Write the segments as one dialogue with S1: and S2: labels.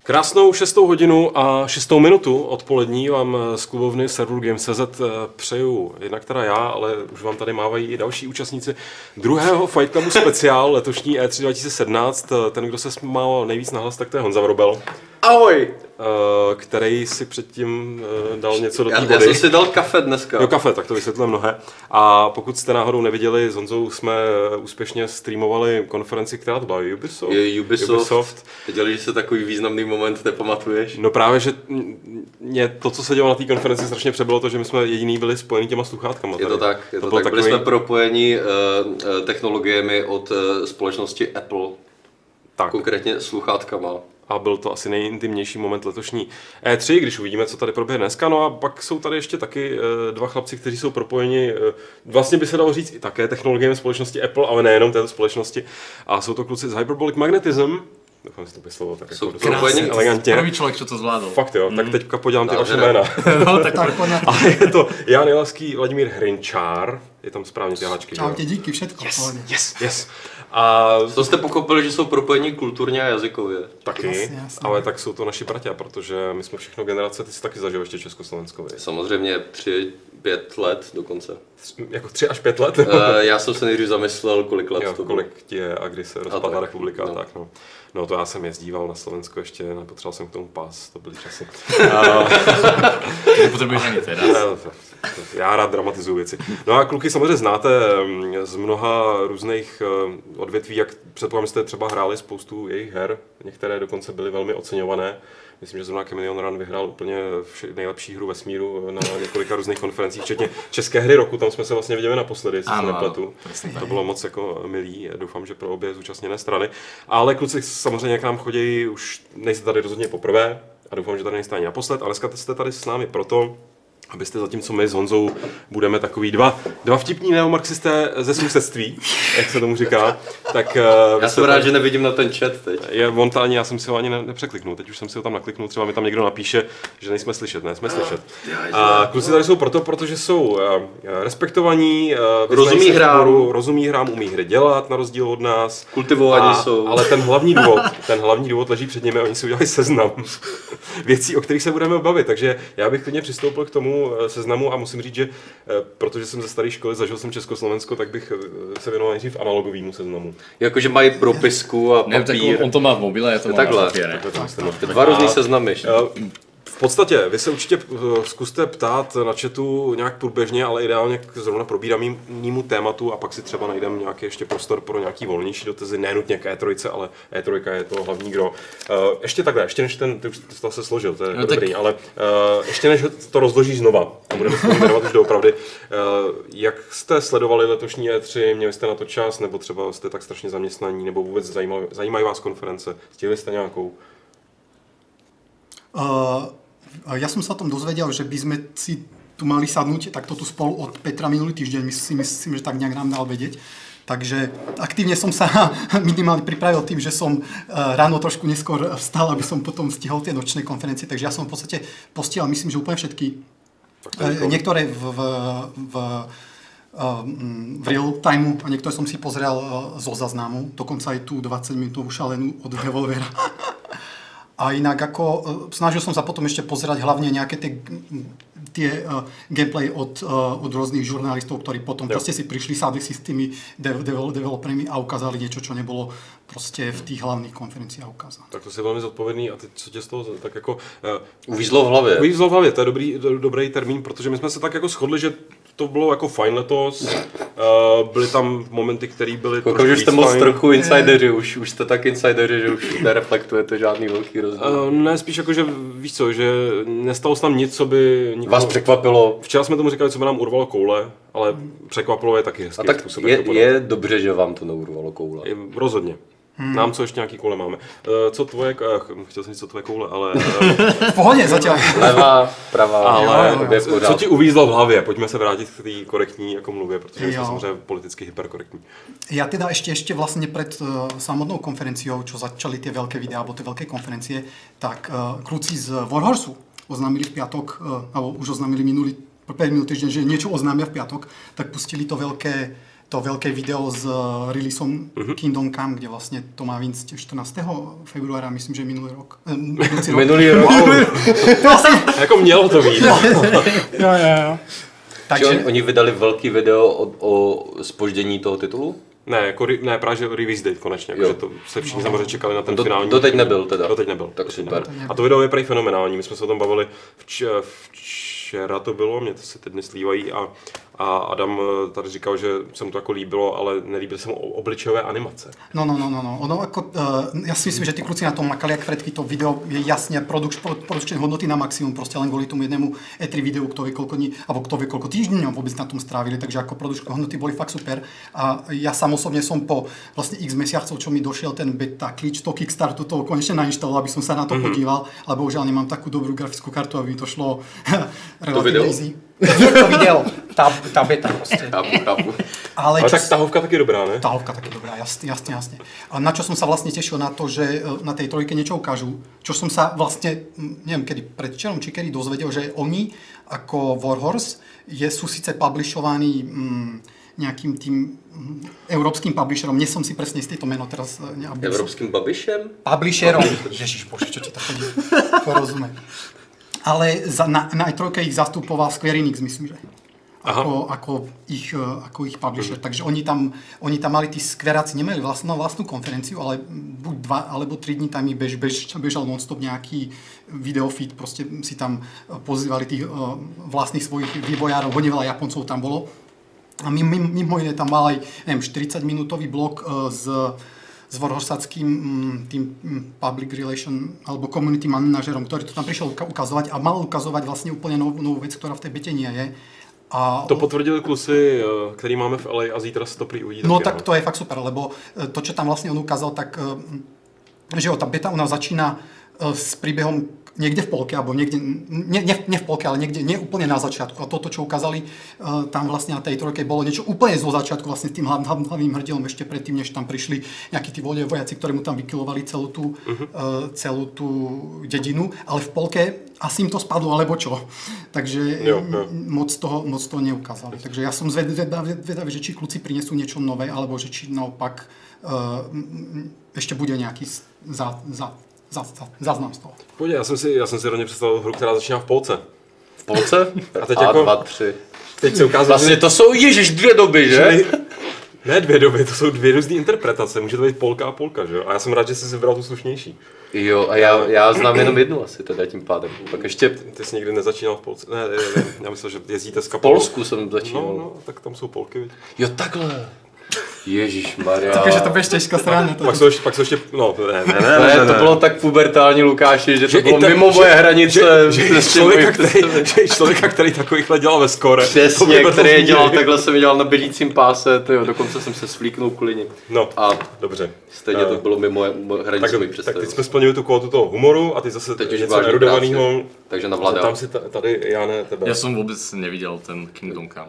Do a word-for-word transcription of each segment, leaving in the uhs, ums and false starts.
S1: Krásnou šestou hodinu a šestou minutu odpolední vám z klubovny serveru Games tečka cé zet přeju jednak teda já, ale už vám tady mávají i další účastníci druhého Fight Clubu speciál letošní E tři dva tisíce sedmnáct. Ten, kdo se smál nejvíc nahlas, tak to je Honza Vrobel.
S2: Ahoj!
S1: Který si předtím dal něco do té
S2: vody. Já jsem si dal kafe dneska.
S1: Jo, kafe, tak to vysvětluje mnohé. A pokud jste náhodou neviděli, s Honzou jsme úspěšně streamovali konferenci, která to byla Ubisoft.
S2: Je Ubisoft. Ubisoft. Dělali, že se takový významný moment nepamatuješ?
S1: No právě, že mě to, co se dělo na té konferenci, strašně přebylo to, že my jsme jediný byli spojení těma sluchátkama.
S2: Je to tak, je to, to tak. Takový... Byli jsme propojeni uh, technologiemi od uh, společnosti Apple, tak. Konkrétně sluchátkama.
S1: A byl to asi nejintimnější moment letošní E tři, když uvidíme, co tady proběhne dneska. No a pak jsou tady ještě taky e, dva chlapci, kteří jsou propojeni, e, vlastně by se dalo říct i také technologiemi společnosti Apple, ale nejenom této společnosti. A jsou to kluci z Hyperbolic Magnetism. Doufám, že to vyslovo tak
S2: jsou
S1: jako
S2: propojeni
S1: elegantně.
S3: První člověk, co to zvládl.
S1: Fakt jo, mm. tak teďka podívám ty
S2: no,
S1: vaše jména.
S3: No, tak tak
S1: A je to Jan Jelaský, Vladimír Hrinčár, je tam správně ty háčky.
S4: Čaute, díky, všetko.
S1: Yes, yes, yes. A
S2: to jste pochopili, že jsou propojení kulturně a jazykově.
S1: Taky, jasně, jasně. Ale tak jsou to naši bratia, protože my jsme všechno generace, ty jsi taky zažil ještě Československo.
S2: Samozřejmě tři, pět let dokonce.
S1: Tři, jako tři až pět let?
S2: uh, já jsem se nejdřív zamyslel, kolik let
S1: jo,
S2: to
S1: kolik ti je a kdy se rozpadla republika
S2: no.
S1: tak no. No to já jsem jezdíval na Slovensko ještě, nepotřeboval jsem k tomu pás, to byly časy.
S3: Nepotřebuješ ani teda.
S1: Já rád dramatizuju věci. No a kluky samozřejmě znáte z mnoha různých odvětví, jak předpokládám, jste třeba hráli spoustu jejich her, některé dokonce byly velmi oceňované. Myslím, že zrovna Chameleon Run vyhrál úplně nejlepší hru vesmíru na několika různých konferencích, včetně české hry roku, tam jsme se vlastně viděli naposledy, jestli se nepletu. To bylo moc jako milý, doufám, že pro obě zúčastněné strany. Ale kluci samozřejmě k nám chodí, už nejste tady rozhodně poprvé a doufám, že tady nejste ani naposled, ale dneska jste tady s námi proto, abyste zatímco my s Honzou budeme takový dva, dva vtipní neomarxisté ze sousedství, jak se tomu říká, tak...
S2: Já jsem rád, že nevidím na ten chat teď.
S1: Je, on to ani, já jsem si ho ani ne, nepřekliknul, teď už jsem si ho tam nakliknul, třeba mi tam někdo napíše, že nejsme slyšet, ne, jsme slyšet. A kluci tady jsou proto, protože jsou respektovaní,
S2: rozumí hrám,
S1: rozumí hrám, umí hry dělat, na rozdíl od nás.
S2: Kultivovaní jsou.
S1: Ale ten hlavní důvod, ten hlavní důvod leží před nimi, oni si udělali seznam věcí, o kterých se budeme bavit, takže já bych klidně přistoupil k tomu seznamu a musím říct, že protože jsem ze staré školy, zažil jsem Československo, tak bych se věnoval nejdřív analogovému seznamu.
S2: Jakože mají propisku a papír.
S3: Ne, tak on, on to má v mobile, já to mám na papíře.
S2: Dva různý seznamy.
S1: V podstatě, vy se určitě zkuste ptát na chatu nějak průběžně, ale ideálně k zrovna probíranému tématu a pak si třeba najdeme nějaký ještě prostor pro nějaký volnější dotazy, ne nutně k E tři, ale E tři je to hlavní gro. Uh, ještě takhle, ještě než ten, ty už to se složil, to je no, dobrý, tak... ale uh, ještě než to rozložíš znova a budeme se jmenovat už doopravdy, uh, jak jste sledovali letošní E tři, měli jste na to čas, nebo třeba jste tak strašně zaměstnaní, nebo vůbec zajímají, zajímají vás konference, stihli jste nějakou?
S4: Uh... Ja som sa o tom dozvedel, že by sme si tu mali sadnúť takto tu spolu od Petra minulý týždeň, si myslím, že tak nejak nám dal vedieť. Takže aktívne som sa minimálne pripravil tým, že som ráno trošku neskôr vstal, aby som potom stihol tie nočné konferencie, takže ja som v podstate postihal, myslím, že úplne všetky. Niektoré v, v, v, v real timeu a niektoré som si pozrel zo záznamu, dokonca aj tú dvadsať minútovú šalenú od Devolvera. A inak ako, snažil som sa potom ešte pozerať hlavne nejaké tie, tie uh, gameplay od, uh, od rôznych žurnalistov, ktorí potom jo. Proste si prišli, sadli si s tými developermi a ukázali niečo, čo nebolo prostě v těch hlavních konferenciích ukázat.
S1: Tak to jsi velmi zodpovědný a teď co tě z toho tak jako...
S2: Uh, uvízlo v hlavě.
S1: Uvízlo v hlavě, to je dobrý, do, dobrý termín, protože my jsme se tak jako shodli, že to bylo jako fajn letos, uh, byly tam momenty, které byly
S2: trošku víc. Už jste moc trochu insideři, už, už jste tak insideři, že už nereflektujete žádný velký rozdíl.
S1: Uh, ne, spíš jako, že víš co, že nestalo se tam nic, co by...
S2: Nikoho... Vás překvapilo.
S1: Včera jsme tomu říkali, co by nám urvalo koule, ale překvapilo je taky hezký.
S2: A tak způsob, je, je dobře, že vám to neurvalo koule.
S1: Je, rozhodně. Hmm. Nám co ještě nějaký koule máme. Uh, co tvoje, uh, chtěl jsem říct, co tvoje koule, ale... Uh,
S4: v pohodě zatím.
S2: Levá, pravá,
S1: ale jo, jo, jo. Co ti uvízlo v hlavě? Pojďme se vrátit k té korektní jako mluvě, protože jsme samozřejmě politicky hyperkorektní.
S4: Já teda ještě, ještě vlastně před uh, samotnou konferenciou, čo začali ty velké videa, alebo ty velké konferencie, tak uh, kluci z Warhorsu oznámili v piatok, uh, alebo už oznámili minulý, první minulý týždeň, že niečo oznámia v piatok, tak pustili to velké to veľké video s uh, releaseom uh-huh. Kingdom Come, kde vlastne to má vyjsť štrnásteho februára, myslím, že minulý rok. Eh,
S2: minulý rok.
S1: Jako mělo to být.
S4: jo, jo, jo.
S2: Takže oni, oni vydali velký video o, o zpoždění toho titulu?
S1: Ne, jako, ne, právě že release date konečně, jako, že to se všichni samozřejmě čekali na ten
S2: do,
S1: finální.
S2: Doteď nebyl teda.
S1: Doteď nebyl.
S2: Tak super.
S1: A to video je prý fenomenální, my jsme se o tom bavili vč, včera to bylo, mě to se ty dny slívají a, a Adam tady říkal, že se mu to jako líbilo, ale nelíbily se mu obličejové animace.
S4: No, no, no, no, no. Ono ako, uh, ja si myslím, že tí kluci na tom makali jak Fredky, to video je jasne produk, produkčné hodnoty na maximum, proste len kvôli tomu jednému E tri videu, kto vie koľko dní, alebo kto vie koľko týždňov vôbec na tom strávili, takže ako produkčné hodnoty boli fakt super. A ja sám osobne som po vlastne x mesiacov, čo mi došiel ten beta klíč do Kickstartu, to konečne nainštaloval, aby som sa na to mm-hmm. podíval, ale bohužiaľ nemám takú dobrú grafickú kartu, aby mi to šlo relatívne easy. To video, tá, tá beta proste.
S2: Chápu, chápu.
S1: Ale, Ale tak tahovka taky dobrá, ne?
S4: Tahovka taky dobrá, jasne, jasne, jasne. A na čo som sa vlastne tešil, na to, že na tej trojke niečo ukážu, čo som sa vlastne, neviem kedy, predvčerom či kedy dozvedel, že oni ako Warhorse je, sú síce publishovaní mm, nejakým tým mm, európskym publisherom, nie som si presne z tejto meno teraz. Ne,
S2: Európskym publishem?
S4: Publisherom. Ježišbože, čo ti to chodí? Porozumiem. Ale za, na, na aj trojke ich zastupoval Square Enix, myslím, že. Ako, ako, ich, ako ich publisher. Mm. Takže oni tam, oni tam mali, tí skveráci nemali vlastnú, vlastnú konferenciu, ale buď dva alebo tri dní tam bež, bež, bežal non-stop nejaký videofeed, proste si tam pozývali tých uh, vlastných svojich vývojárov, hodne veľa Japoncov tam bolo. A mimo, mimo iné tam mal aj, neviem, štyridsaťminútový blog uh, z s Warhorsackým tým public relation alebo community manažerom, ktorý to tam prišiel ukazovať a mal ukazovať vlastne úplne novú, novú vec, ktorá v tej bete nie je. A
S1: to potvrdili kluci, který máme v L A a zítra se to prý uvidí.
S4: No tak to je fakt super, lebo to, čo tam vlastne on ukázal, tak že jo, tá beta u nás začína s príbehom niekde v polke, alebo niekde, nie, nie, nie v polke, ale niekde, nie úplne na začiatku. A toto, čo ukázali uh, tam vlastne na tej trojke, bolo niečo úplne zo začiatku, vlastne s tým hlav, hlavným hrdilom ešte predtým, než tam prišli nejakí tí vojaci, ktorí mu tam vykilovali celú tú, uh-huh. uh, celú tú dedinu, ale v polke asi im to spadlo, alebo čo. Takže jo, jo. Moc, toho, moc toho neukázali. Takže ja som zvedavý, že či kluci prinesú niečo nové, alebo že či naopak uh, ešte bude nejaký za, za záznam z toho.
S1: Pojď, já jsem si, já jsem si rovně představil hru, která začíná v polce.
S2: V polce?
S1: A teď
S2: A,
S1: jako...
S2: dva, tři.
S1: Teď se ukázalo,
S2: vlastně že... to jsou, ježiš, dvě doby, že?
S1: Ne dvě doby, to jsou dvě různé interpretace. Může to být polka a polka, že jo? A já jsem rád, že jsi si vybral tu slušnější.
S2: Jo, a já, já znám jenom jednu asi teda tím pádem. Tak ještě...
S1: Ty jsi nikdy nezačínal v Polce. Ne, ne, ne, já myslel, že jezdíte s kapelou.
S2: V Polsku jsem začínal.
S1: No, no, tak tam jsou Polky, viď?
S2: Jo, takhle. Ježišmarja.
S4: Takže to budeš těžko sranda.
S1: Pak jsou ještě, pak jsou ještě, no, ne, ne, ne,
S2: ne,
S1: ne,
S2: to
S1: ne.
S2: bylo tak pubertální, Lukáši, že to
S1: že
S2: bylo
S1: ten,
S2: mimo moje hranice.
S1: Že, že, člověka, který, že člověka, který takovýchhle dělal ve Score.
S2: Přesně, který je dělal, takhle jsem je dělal na běžícím páse, tyjo, dokonce jsem se svlíknul kvůli nim.
S1: No, a dobře.
S2: Stejně to bylo mimo moje hranice mojich představ.
S1: Tak teď jsme splnili tu kvotu toho humoru a ty zase teď něco erudovaného.
S2: Takže na Vlada.
S1: Tam si tady, Jáne, tebe.
S3: Já jsem vůbec neviděl ten Kingdom Come.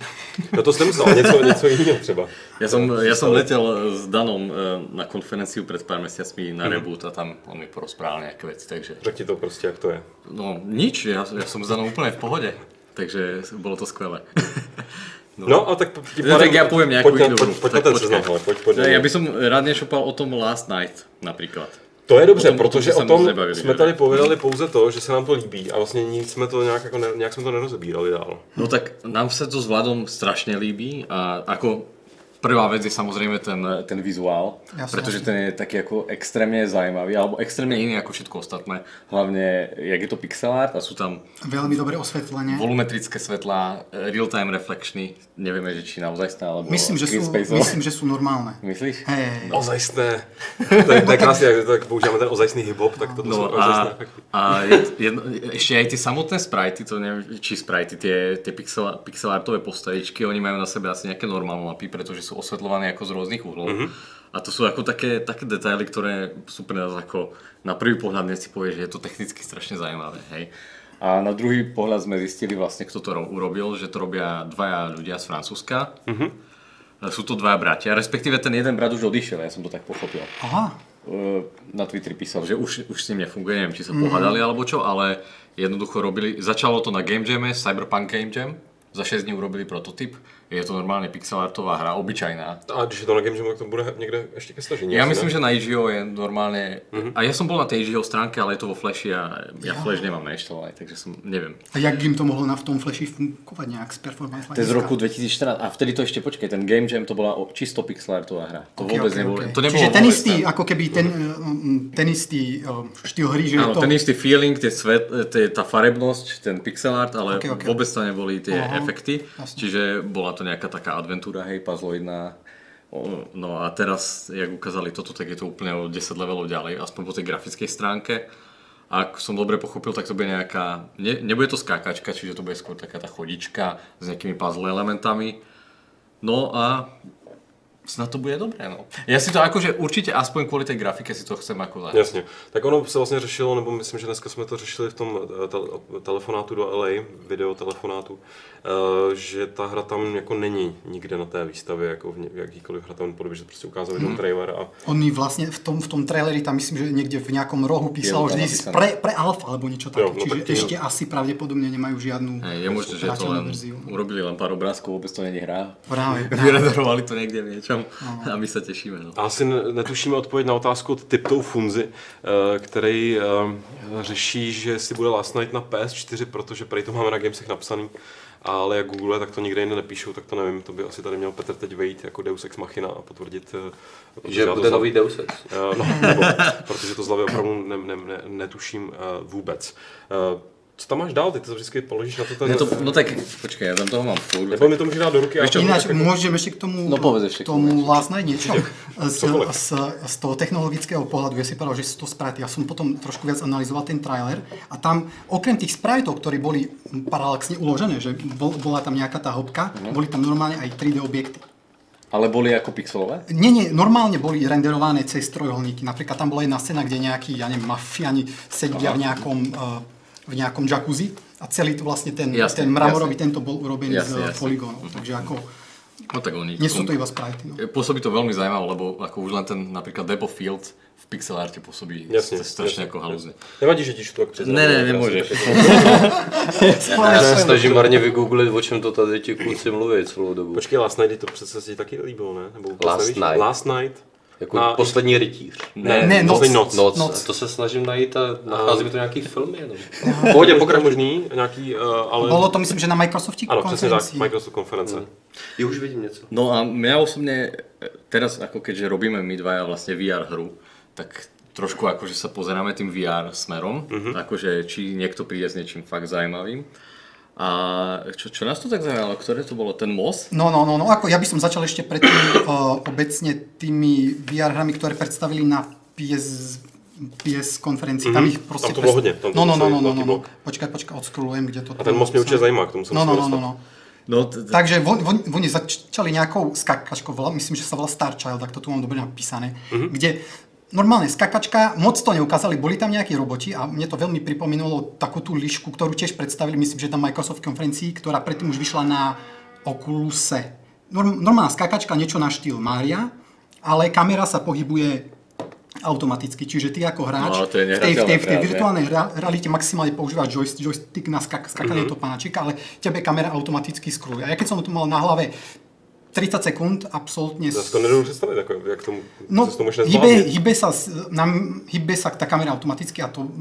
S1: No to jsi nemusel, něco, něco jiného třeba.
S3: Ja som, ja som letel s Danom na konferenciu pred pár mesiacmi na Reboot a tam on mi porozprával nejaké veci, takže...
S1: Řekni to prostě, jak to je.
S3: No nič, ja, ja som s Danom úplne v pohode, takže bolo to skvelé.
S1: No, no a tak...
S3: No, tak ja poviem nejakú
S1: pojď,
S3: inú.
S1: Pojď, pojď na ten seznam, pojď, pojď.
S3: Ja by som rád nešopal o tom Last Night napríklad.
S1: To je dobře,
S3: o tom,
S1: protože o tom, o tom
S3: nebavili,
S1: jsme tady povědali pouze to, že se nám to líbí a vlastně nic jsme to nějak, jako ne, nějak jsme to nerozebírali dál.
S3: No tak nám sa to s Vladom strašne líbí a ako prvá vec je samozrejme ten, ten vizuál, ja pretože ten je taký ako extrémne zaujímavý, alebo extrémne iný ako všetko ostatné. Hlavne, jak je to pixel art a sú tam
S4: veľmi dobré osvetlenie.
S3: Volumetrické svetlá, real-time reflectiony, nevieme, že či naozaj stále, alebo
S4: myslím, že sú, myslím, že sú normálne.
S3: Myslíš?
S4: Hej.
S1: No. Ozajstné. To je, to je krásne, jak tak používáme ten ozajstný hip-hop, tak toto no, sú ozajstné efekty.
S3: A je, jedno, ešte aj tie samotné sprajty, to neviem, či sprajty, tie, tie pixel, pixel artové postavičky, oni majú na sebe asi nejaké normálne mapy, pretože sú osvetľované ako z rôznych uhlov. Mm-hmm. A to sú ako také, také detaily, ktoré sú pre nás ako na prvý pohľad si povie, že je to technicky strašne zaujímavé, hej. A na druhý pohľad sme zistili vlastne, kto to urobil, že to robia dvaja ľudia z Francúzska. Mm-hmm. Sú to dvaja bratia, respektíve ten jeden brat už odišiel, ja som to tak pochopil.
S4: Aha.
S3: Na Twitteri písal, že už, už s ním nefunguje, neviem, či sa mm-hmm. pohádali alebo čo, ale jednoducho robili, začalo to na Game Jamme, Cyberpunk Game Jam. za šesť dní urobili prototyp. Je to normálne pixelartová hra, obyčajná.
S1: A když je to na Game Jamu, tak to bude někde ještě ke stažení.
S3: Ja myslím, ne? že na í gé ó je normálne... Mm-hmm. A ja som bol na tej í gé ó stránke, ale je to vo Flashi a ja, ja Flash nemám nainštalovaný, takže som, neviem.
S4: A jak im to mohlo na v tom Flashi fungovať nejak z performance?
S3: To je z roku dvetisícštrnásť. A vtedy to ešte, počkej, ten Game Jam to bola čisto pixelartová hra. To okay, vôbec okay, nebolo. Okay. To nebolo.
S4: Čiže ten istý, ako keby ten, ten istý štýl hry, že
S3: áno,
S4: je to...
S3: ten istý feeling, tie svet, tie, tá farebnosť, ten pixelart, ale okay, okay. vôbec to neboli tie Aha, efekty. Jasne. Čiže bola to nejaká taká adventúra, hej, puzzloidná. No a teraz, jak ukázali toto, tak je to úplne o desať levelov ďalej, aspoň po tej grafickej stránke. Ak som dobre pochopil, tak to bude nejaká, ne, nebude to skákačka, čiže to bude skôr taká tá chodička s nejakými puzzle elementami. No a snad to bude dobré, no. Já si to jakože určitě aspoň kvůli té grafike si to chcem jako zahrát.
S1: Jasně. Tak ono se vlastně řešilo, nebo myslím, že dneska jsme to řešili v tom te- telefonátu do L A, videotelefonátu, uh, že ta hra tam jako není nikde na té výstavě, jako v jakýkoliv hratelné podobě, že prostě ukázali hmm. ten trailer a...
S4: Oni vlastně v tom, v tom traileri tam myslím, že někde v nějakom rohu písalo, že je pre, pre alfa alebo niečo také, no, čiže tak ešte asi pravděpodobně nemají žiadnu
S3: hey, je možné, že to len verziu. Urobili len pár obrázkov, vůbec to není hra.
S4: Právě.
S3: Vyrenderovali to někde v něčem. No. A my se těšíme. No.
S1: Asi netušíme odpověď na otázku od Tiptoe Funzi, který řeší, že si bude Last Night na P S čtyři, protože prej to máme na Gamesech napsaný, ale jak Google, tak to nikde jinde nepíšou, tak to nevím, to by asi tady měl Petr teď vejít jako Deus Ex Machina a potvrdit,
S2: že bude nový Deus Ex.
S1: No, nebo, protože to z hlavy opravdu ne, ne, ne, netuším vůbec. Co tam máš dál? Ty to vždycky položíš na to ten...
S3: To, no tak počkej, já tam toho mám furt.
S1: Nebo mi to může dát do ruky.
S4: Ináč môžem ešte k tomu,
S3: no, k
S4: tomu Last Night niečo. Z, z, z toho technologického pohľadu, ja si povedal, že sú to sprite. Ja som potom trošku viac analyzoval ten trailer a tam okrem tých spriteov, ktorí boli paralaxne uložené, že bol, bola tam nejaká tá hĺbka, mm. boli tam normálne aj tri dé objekty.
S3: Ale boli ako pixelové?
S4: Nie, nie, normálne boli renderované cez trojuholníky. Napríklad tam bola jedna scéna, kde nejakí, ja neviem, mafiani sedia v nejakom... Uh, v nejakom jacuzzi a celý to vlastne ten, jasne, ten mramorový jasne. Tento bol urobený jasne, z jasne. poligónov. Mm-hmm. Takže ako...
S3: No tak oni...
S4: Nie sú to iba sprite. No.
S3: Pôsobí to veľmi zaujímavé, lebo ako už len ten napríklad Depth of Field v pixel arte pôsobí jasne, strašne jasne. Ako halúzne.
S1: Nevadí, že ti to tak přiznám.
S3: Ne, ne, nemôžeš.
S2: Já se snažím marně vygooglit, o čem to tady ti kluci mluví celou dobu.
S1: Počkej, Last Night, to přece si taky líbilo, ne? Nebo
S2: Last Night.
S1: Last Night.
S2: Jako na... poslední rytíř.
S4: Ne, ne noc.
S1: noc.
S2: noc. noc. To se snažím najít a nachází mi to nějaký filmy jenom.
S1: V pohodě, pokrač možný, nějaký, uh, ale...
S4: Bolo to myslím, že na Microsofti
S1: ano, konferencii. Ano, přesně tak, Microsoft konference. Hmm.
S2: Jo, už vidím něco.
S3: No a mňa osobne, teraz ako keďže robíme my dvaja vlastne vé er hru, tak trošku akože sa pozeráme tým vé er smerom, mm-hmm. akože či niekto príde s niečím fakt zaujímavým. A čo, čo nás to tak zaujalo? Ktoré to bolo? Ten most?
S4: No, no, no, no, ako ja by som začal ešte predtým uh, obecne tými vé er hrami, ktoré predstavili na P S, P S konferencii. Mm-hmm. Tam ich proste...
S1: Tam to bolo hodne.
S4: No, no, no, no, no, no, no. Počkaj, počkaj, odscrollujem, kde to...
S1: A ten most mě určite zajímá, k tomu som
S4: no, no, no, no, no.
S3: No, t- t-
S4: Takže von, von, oni začali nejakou skakačkou, myslím, že sa volá Star Child, tak to tu mám dobre napísané, mm-hmm. kde normálne skakačka, moc to neukázali, boli tam nejakí roboti a mne to veľmi pripomínalo takú tú lišku, ktorú tiež predstavili, myslím, že na Microsoft konferencii, ktorá predtým už vyšla na Oculuse. Norm, normálna skakačka, niečo na štýl Mária, ale kamera sa pohybuje automaticky, čiže ty ako hráč
S3: no,
S4: v tej, v tej, v tej virtuálnej realite maximálne používaš joystick, joystick na skak, skakanie mm-hmm. toho panáčika, ale tebe kamera automaticky scrolluje. A ja keď som to mal na hlave tridsať sekúnd, absolútne...
S1: Ja to nedobu predstaviť, ako, jak tomu,
S4: no,
S1: to môžeš
S4: hýbe, hýbe, sa, nám, hýbe sa tá kamera automaticky a to...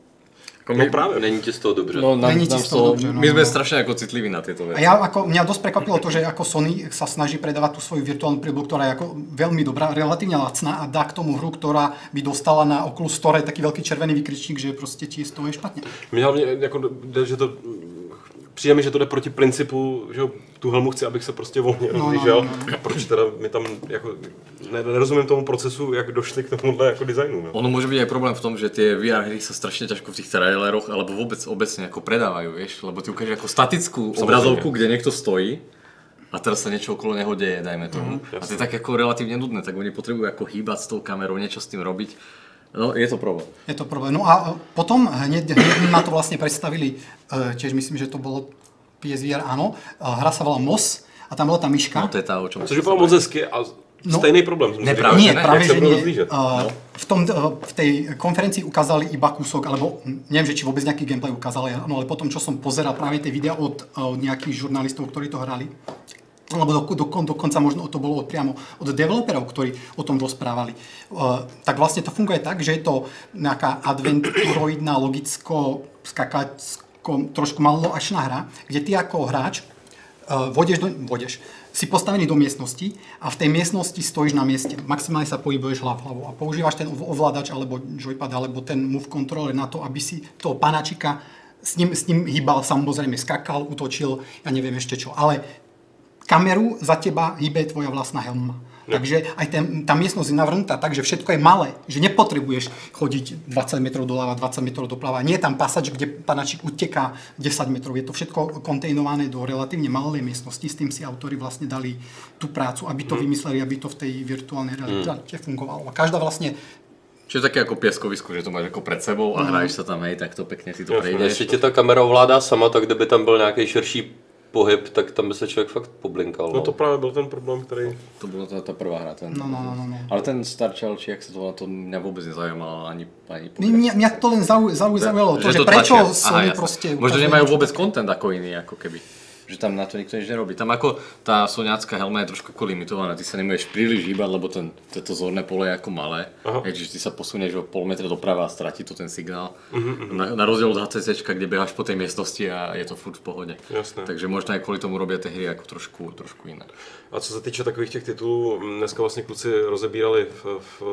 S1: No práve.
S2: Není ti z toho dobře.
S3: No, nám,
S4: Není ti z toho dobře, no.
S3: My sme strašne ako citliví na tieto veci.
S4: A ja, ako, mňa dosť prekvapilo to, že ako Sony sa snaží predávať tú svoju virtuálnu príľbu, ktorá je ako veľmi dobrá, relatívne lacná a dá k tomu hru, ktorá by dostala na Oculus Store taký veľký červený vykričník, že proste ti z toho je špatne.
S1: Mňa hlavne, ako, že to... Přijde mi, že to jde proti principu, že tu helmu chci, abych se prostě volně no, rozlížel. No, no, no. A proč teda mi tam, jako, ne, nerozumím tomu procesu, jak došli k tomuhle jako designu. No.
S3: Ono môže byť aj problém v tom, že tie vé er hry sa strašne ťažko v tých traileroch alebo vôbec obecne ako predávajú, vieš, lebo ty ukážeš ako statickú obrazovku, kde niekto stojí a teraz sa niečo okolo neho deje, dajme tomu. Mm, a to je tak ako relatívne nudné, tak oni potrebujú ako hýbať s tou kamerou, niečo s tým robiť. No, je to problém.
S4: Je to problém. No a potom hneď, hneď na to vlastne predstavili, tiež myslím, že to bolo P S V R, áno. Hra sa volá Moss a tam bola tá myška.
S3: No to je tá, o čom...
S1: Což vypadalo moc hezky a No, stejný problém.
S3: Ne, práve,
S4: nie,
S3: ne?
S4: práve, že nie.
S1: Uh,
S4: no. v, tom, v tej konferencii ukázali iba kúsok, alebo neviem, že či vôbec nejaký gameplay ukázali, no ale potom, čo som pozeral práve tie videa od, od nejakých žurnalistov, ktorí to hrali, alebo do, do, dokonca možno to bolo od, priamo od developerov, ktorí o tom rozprávali, uh, tak vlastne to funguje tak, že je to nejaká adventuroidná, logicko skakacko, trošku maloačná hra, kde ty ako hráč uh, vodeš, do, vodeš si postavený do miestnosti a v tej miestnosti stojíš na mieste. Maximálne sa pohybuješ hlav hlavou a používaš ten ovládač alebo joypad alebo ten move controller na to, aby si toho panáčika s ním, s ním hýbal, samozrejme skakal, útočil, ja neviem ešte čo. Ale kameru za teba hýbe tvoja vlastná helma. No. Takže aj ten, tá miestnosť je navrhnutá tak, že všetko je malé, že nepotrebuješ chodiť dvadsať metrov doľava, dvadsať metrov doprava. Nie je tam pasač, kde panáčik uteká desať metrov. Je to všetko kontejnované do relatívne malej miestnosti. S tým si autori vlastne dali tú prácu, aby to mm. vymysleli, aby to v tej virtuálnej realite mm. fungovalo. A každá vlastne
S3: Čiže také ako pieskovisko, že to máš ako pred sebou a mm. hráš sa tam, hej, tak to pekne si to prejdeš.
S2: Jestli ti ta kamera ovládá sama, tak kdyby tam byl nějaký širší pohyb, tak tam by se člověk fakt poblinkal.
S1: No, no to právě byl ten problém, který...
S3: To byla ta, ta prvá hra. Ten...
S4: No, no, no, no.
S3: Ale ten Star Child, či jak se to volá, to mě vůbec nezajímalo ani, ani
S4: Mňa, mňa to len zau, zau, zaujalo, to, že, že prečo Sony proste...
S3: Možno nemajú vôbec content ako iný, ako keby. Že tam na to nikto nič nerobí. Tam ako tá soňácká helma je trošku ako limitovaná, ty sa nemôžeš príliš hýbať, lebo ten, to zorné pole je ako malé. Čiže ty sa posunieš o pol metra doprava a stratí to ten signál. Uh-huh. Na, na rozdiel od há cé céčka, kde beháš po tej miestnosti a je to furt v pohode.
S1: Jasné.
S3: Takže možná aj kvôli tomu robia tie hry ako trošku, trošku inak.
S1: A co se týče takových těch titulů, dneska vlastně kluci rozebírali v, v,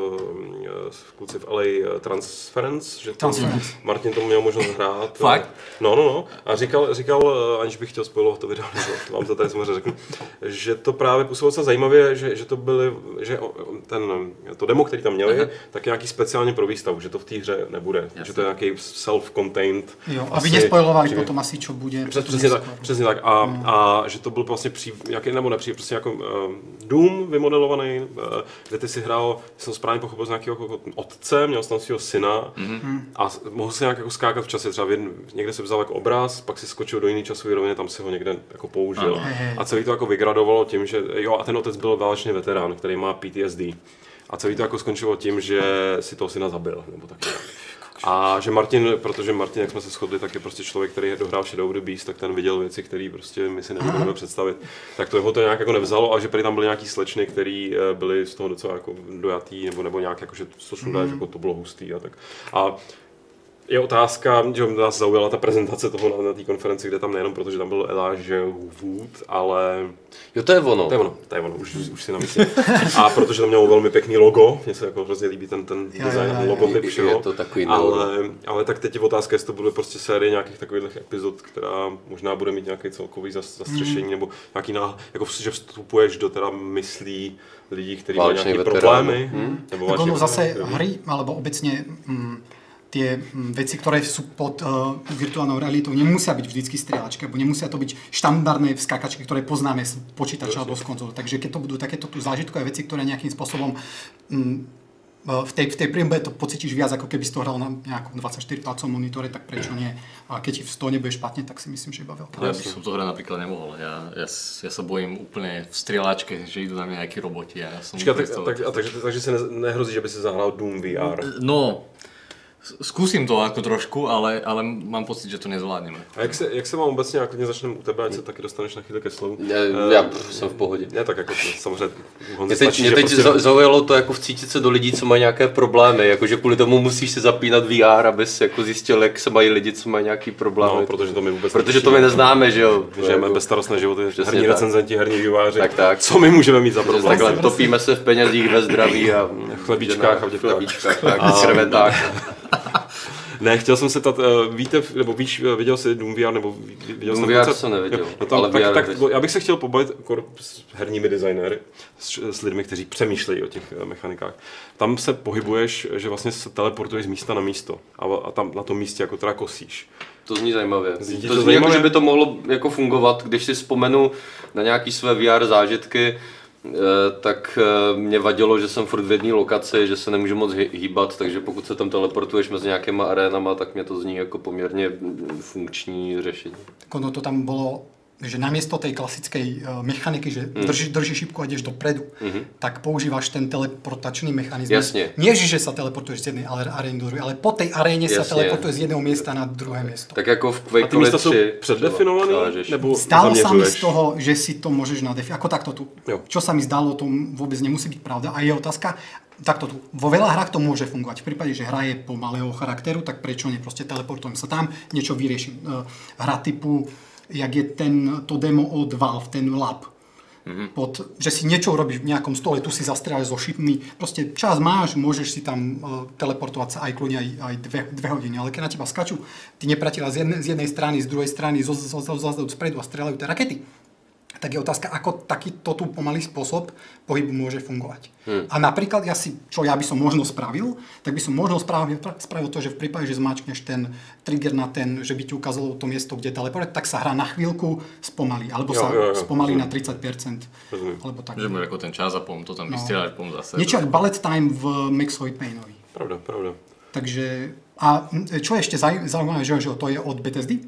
S1: v kluci v el ej Transference, že to Martin tomu měl možnost hrát.
S3: Fakt?
S1: No, no, no. A říkal, říkal aniž bych chtěl spojovat to video, vám to tady samozřejmě řeknu, že to právě působilo se zajímavě, že, že to byly, že ten, to demo, který tam měli, uh-huh. tak je nějaký speciálně pro výstavu, že to v té hře nebude, Jasne. že to je nějaký self-contained.
S4: Jo, aby nespojovali potom asi, čo bude.
S1: Přes, přesně tak, přesně tak. A, uh-huh. a že to byl vlastně pří, nějaký, nebo nepří, prostě jako uh, Doom vymodelovaný, uh, kde ty si hrál, jsem správně pochopil, z nějakého jako otce, měl jsem tam svého syna uh-huh. a mohl si nějak jako skákat v čase, třeba v jedn, někde si vzal jako obraz, pak si skočil do jiný časové roviny, tam si ho někde jako použil. Uh-huh. A celý to jako vygradovalo tím, že jo, a ten otec byl válečný veterán, který má P T S D. A celý to jako skončilo tím, že si toho syna zabil, nebo tak nějak. A že Martin, protože Martin, jak jsme se shodli, tak je prostě člověk, který dohrál Shadow of the Beast, tak ten viděl věci, které prostě my si nemůžeme představit. Tak to jeho to nějak jako nevzalo, a že prý tam byly nějaký slečny, které byly z toho docela jako dojatý, nebo, nebo nějak jako, že to šudáš, mm. jako to bylo hustý a tak. A je otázka, že nás zaujala ta prezentace toho na, na té konferenci, kde tam nejenom protože tam byl Elijah Wood, ale...
S2: Jo, to je ono.
S1: To je ono, to je ono, už, už si namyslím. A protože tam mělo velmi pekný logo, mně se jako hrozně líbí ten, ten design, ten logotyp všeho.
S2: Je to takový
S1: ale, ale tak teď je otázka, jestli to bude prostě série nějakých takových epizod, která možná bude mít nějaký celkový zastřešení, mm. nebo nějaký náhle, jako že vstupuješ do teda myslí lidí, kteří mají nějaké problémy.
S4: Mm. Nebo tak ono zase hry, alebo obecně mm, tie veci, ktoré sú pod uh, virtuálnou realitou, nemusia byť vždycky strieľačky, alebo nemusia to byť štandardné skákačky, ktoré poznáme z počítača alebo z konzole. Takže keď to budú takéto tu zážitkové veci, ktoré nejakým spôsobom um, v tej, v tej príjembe to pocítiš viac, ako keby si to hral na nejakom dvadsaťštyri palcovom monitore, tak prečo nie? A keď ti z toho nebude špatne, tak si myslím, že iba veľká.
S3: Ja by som to hrať napríklad nemohol. Ja, ja, ja sa bojím úplne v strieľačke, že idú na mňa nejakí roboti. A ja som
S1: Počkej, tak, tak, a takže, takže si nehrozí, že by si zahral Doom vé er?
S3: No, skúsim to ako trošku, ale, ale mám pocit, že to nezvládneme.
S1: A jak se, jak se mám obecně, a klidně začneme u tebe, ať se taky dostaneš na chvíli ke slovu.
S2: Já, já uh, jsem v pohodě.
S1: Ne, tak jako samozřejmě.
S2: Mě teď, mě teď prostě... zaujalo to jako vcítit se do lidí, co mají nějaké problémy, jakože kvůli tomu musíš si zapínat vé er, abys jako zjistil, jak se mají lidi, co mají nějaký problémy.
S1: No, protože to my vůbec
S2: Protože to my neznáme, že jo.
S1: Žijeme jako... bezstarostné životy, herní tak. recenzenti, herní vývojáři.
S2: Tak, tak.
S1: Co my můžeme mít za problém?
S2: Takhle topíme se v penězích, ve zdraví a
S1: v chlebíčkách a v
S2: chlebíčkách, tak, v krevetách.
S1: Ne, chtěl jsem se tat, víte, nebo víš, viděl jsi Doom vé er, nebo viděl
S2: Doom vé er jsem neviděl,
S1: no tam, ale tak, tak, já bych se chtěl pobavit s herními designéry, s, s lidmi, kteří přemýšlejí o těch mechanikách. Tam se pohybuješ, že vlastně se teleportuješ z místa na místo a, a tam na tom místě jako teda kosíš.
S2: To zní zajímavě. Zní to, to zní jako, že by to mohlo jako fungovat, když si vzpomenu na nějaký své vé er zážitky, tak mě vadilo, že jsem furt v jedné lokaci, že se nemůžu moc hýbat, takže pokud se tam teleportuješ mezi nějakýma arénama, tak mě to zní jako poměrně funkční řešení.
S4: Tak ono to tam bylo že namiesto tej klasickej uh, mechaniky, že mm. držíš, držíš šipku a ideš dopredu, mm-hmm. tak používaš ten teleportačný mechanizmus.
S2: Jasne.
S4: Nie, že sa teleportuješ z jednej arény do druhej, ale po tej aréne Jasne. sa teleportuješ z jedného miesta na druhé miesto.
S2: Tak ako v Quake
S1: A ty místa sú předdefinované? Nebo
S4: zdalo sa mi z toho, že si to môžeš nadefinovať. Ako takto tu.
S1: Jo.
S4: Čo sa mi zdalo, to vôbec nemusí byť pravda. A je otázka, takto tu. Vo veľa hrách to môže fungovať. V prípade, že hra je pomalého charakteru, tak prečo nie? Proste teleportujem sa tam, niečo vyriešim. Hra typu, jak je ten, to demo od Valve, ten lab. Mm-hmm. Pod, že si niečo robíš v nejakom stole, tu si zastrieľaš so šipmi. Proste čas máš, môžeš si tam uh, teleportovať sa aj kľudne aj, aj dve, dve hodiny. Ale keď na teba skačú tí nepriatelia z jednej, z jednej strany, z druhej strany, zo, zo, zo, zo, zo spredu a strieľajú tie rakety, tak je otázka, ako takýto tu pomalý spôsob pohybu môže fungovať. Hmm. A napríklad, ja si, čo ja by som možno spravil, tak by som možno spravil, spravil to, že v prípade, že zmáčkneš ten trigger na ten, že by ti ukázalo to miesto, kde je teleport, tak sa hra na chvíľku spomalí, alebo
S1: jo,
S4: sa
S1: jo, jo.
S4: spomalí na tridsať percent. Alebo tak.
S3: Že môže ako ten čas a pom to tam vystrieľať, pom zase.
S4: Niečo ako bullet time v Maxoid Painovi.
S1: Pravda, pravda.
S4: Takže, a čo je ešte zaujímavé, že to je od Bethesdy,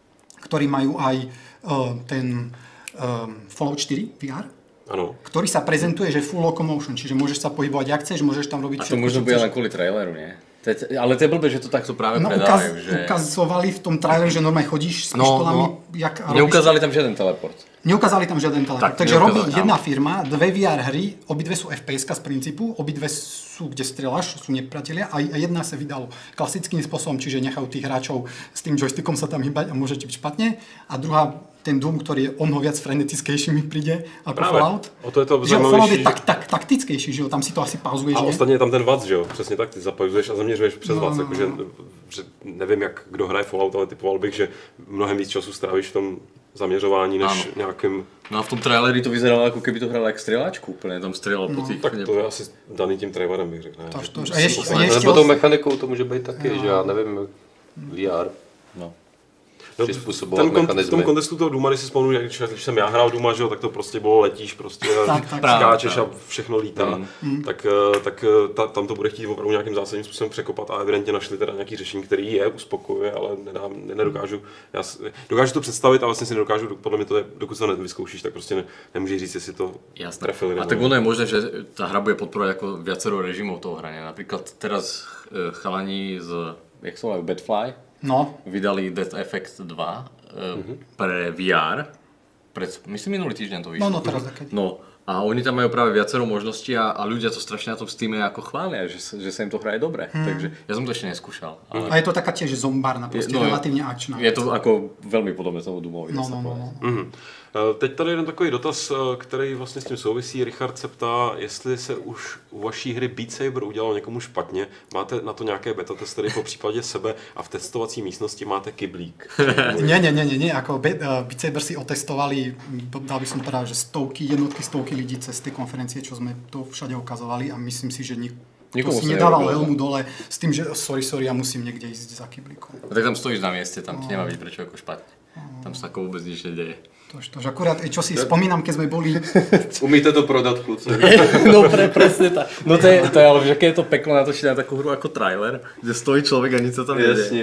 S4: ktorí majú aj uh, ten Um, Fallout štyri vé er,
S1: ano.
S4: Ktorý sa prezentuje, že full locomotion, čiže môžeš sa pohybovať jak chceš, môžeš tam robiť
S3: všetko. A to možno bude len kvôli traileru, nie? Ale to je blbé, že to takto práve
S4: no,
S3: predávajú.
S4: Ukaz,
S3: že...
S4: ukazovali v tom traileri, že normálne chodíš s
S3: no,
S4: pištolami.
S3: No,
S4: jak
S3: neukázali tam žiaden teleport.
S4: Neukázali tam žiaden teleport.
S3: Tak,
S4: Takže robí jedna firma, dve vé er hry, obidve sú ef pé eska z princípu, obidve sú, kde strieľaš, sú nepriatelia a jedna sa vydalo klasickým spôsobom, čiže nechajú tých hráčov s tým joystickom sa tam hýbať a môžete byť špatne. A druhá, ten Doom, ktorý je o mnoho viac frenetickejší mi príde ako
S1: Práve.
S4: Fallout.
S1: O to je to
S4: že Fallout je tak, tak, taktickejší, že jo, tam si to asi pauzuješ.
S1: A ostatně je tam ten vac, že jo, přesně tak, ty zapauzuješ a zaměřuješ přes no, vac, jakože, že nevím, jak kdo hraje Fallout, ale typoval bych, že mnohem víc času strávíš v tom zaměřování, než ano. nějakým...
S3: No a v tom traileri to vyzeralo, jako keby to hrál jak střeláčku, úplně tam střelal no. po těch...
S1: Tak to je asi daný tím trailerem, bych řekl.
S4: To, to, a ještě, a
S2: ještě... Nebo tou mechanikou to může být taky, no. že já nevím, vé er. No.
S1: No, ten kont- v tom kontextu toho Duma, když si vzpomenu, když, když jsem já hrál Duma, že jo, tak to prostě bylo letíš prostě
S4: tak, tak,
S1: skáčeš
S3: tak.
S1: a všechno lítá, mm. tak, tak ta, tam to bude chtít opravdu nějakým zásadním způsobem překopat a evidentně našli teda nějaký řešení, který je uspokojuje, ale nedám, nedokážu, já dokážu to představit a vlastně si nedokážu, podle mě to je, dokud to nevyzkoušíš, tak prostě ne, nemůžeš říct, jestli to
S3: Jasné.
S1: trefili.
S3: A tak ono je možné, že ta hra bude podporovať ako viacero režimov toho hrania. Napríklad teraz chalani z, jak sa volajú, Batfly,
S4: no.
S3: vydali Death Effect dva mm-hmm. pre vé er. Pred, myslím, minulý týždeň to vyšlo.
S4: No, no, teraz takedy.
S3: No, a oni tam majú práve viacero možností a, a ľudia to strašne na tom Steame ako chvália, že, že sa im to hraje dobre. Hmm. Takže ja som to ešte neskúšal. Ale...
S4: A je to taká tiež zombárna, proste no, relatívne akčná.
S3: Je to ako veľmi podobné tomu Doomovi.
S4: No, no, no, no.
S1: Mm-hmm. Teď tady jeden takový dotaz, který vlastně s tím souvisí. Richard se ptá, jestli se už u vaší hry Beat Saber udělalo někomu špatně. Máte na to nějaké beta testery po případě sebe a v testovací místnosti máte kyblík.
S4: Nie, nie, nie, nie, nie. Ako Beat Saber si otestovali, dal by som povedal, že stovky, jednotky, stovky ľudí cez tie konferencie, čo sme to všade ukazovali a myslím si, že nik- to si nedával helmu dole s tým, že sorry, sorry, ja musím niekde ísť za kyblíkom.
S3: A tak tam stojíš na mieste, tam ti nemá byť prečo ako špatne. Tam sa ako vôbec nič nedeje.
S4: Tož, tož akurát, čo si spomínam, keď sme boli...
S2: Umíte to prodat, kluci.
S3: No pre, presne tak. No to je, to je ale, že keď je to peklo natočiť na takú hru ako trailer, kde stojí človek a nic sa tam nedeje.
S2: Jasne.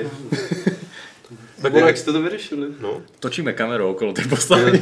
S2: Tak jak ste to vyriešili?
S1: No.
S3: Točíme kamerou okolo tej postavy.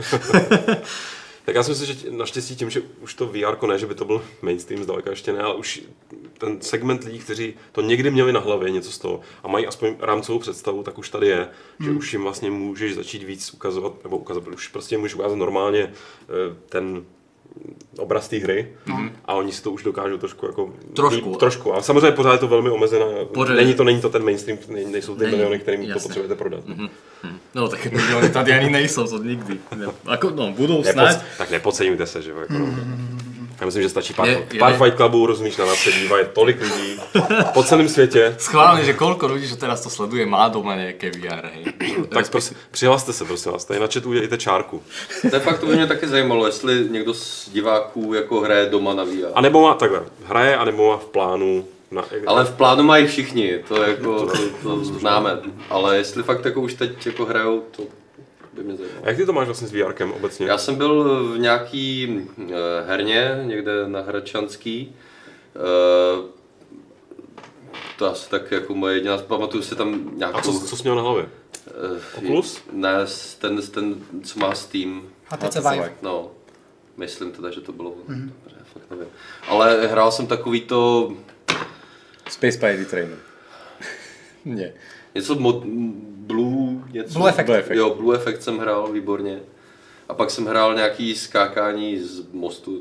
S1: Tak já si myslím, že naštěstí tím, že už to vé er, ne, že by to byl mainstream, zdaleka ještě ne, ale už ten segment lidí, kteří to někdy měli na hlavě, něco z toho a mají aspoň rámcovou představu, tak už tady je, hmm. že už jim vlastně můžeš začít víc ukazovat, nebo ukazovat, už prostě můžeš ukázat normálně ten obraz té hry mm. a oni si to už dokážou trošku jako...
S3: Trošku.
S1: Mít, trošku, ale samozřejmě pořád je to velmi omezené. Není to, není to ten mainstream, nejsou ty miliony, kterým jasne. To potřebujete prodat. Mm-hmm. No
S3: tak miliony tady ani nejsou, to nikdy. Ako, no, budou snad.
S1: Tak nepodceňujte se, že jo. Jako, mm. Já myslím, že stačí pár, je, je, pár Fight Clubů, rozumíš, na nás se dívá, je tolik lidí po celém světě.
S3: Schválně, že koľko lidí, že teraz to sleduje, má doma nějaké vé er, hej.
S1: Tak prosím, přihlaste se, prosím vás, tady na chatu udělejte čárku.
S2: To je fakt, to by mě taky zajímalo, jestli někdo z diváků jako hraje doma na vé er.
S1: A nebo má, takhle, hraje a nebo má v plánu. Na,
S2: ale v plánu mají všichni, to, jako, to, to známe, ale jestli fakt jako už teď jako hrajou, to...
S1: A jak ty to máš vlastně s vé erkem obecně?
S2: Já jsem byl v nějaký uh, herně, někde na Hradčanský. Uh, to asi tak jako moje jediná, pamatuju si tam nějakou...
S1: A co, co jsi měl na hlavě?
S2: Uh,
S1: Oculus?
S2: Ne, ten, ten, co má Steam.
S4: H T C Vive.
S2: No, myslím teda, že to bylo, mm-hmm. fakt nevím. Ale hrál jsem takový to...
S3: Space Pirate Trainer. Ne.
S2: Něco mod, Blue, něco...
S4: Blue Effect.
S3: Blue Effect.
S2: Jo, Blue Effect jsem hrál výborně. A pak jsem hrál nějaký skákání z mostu.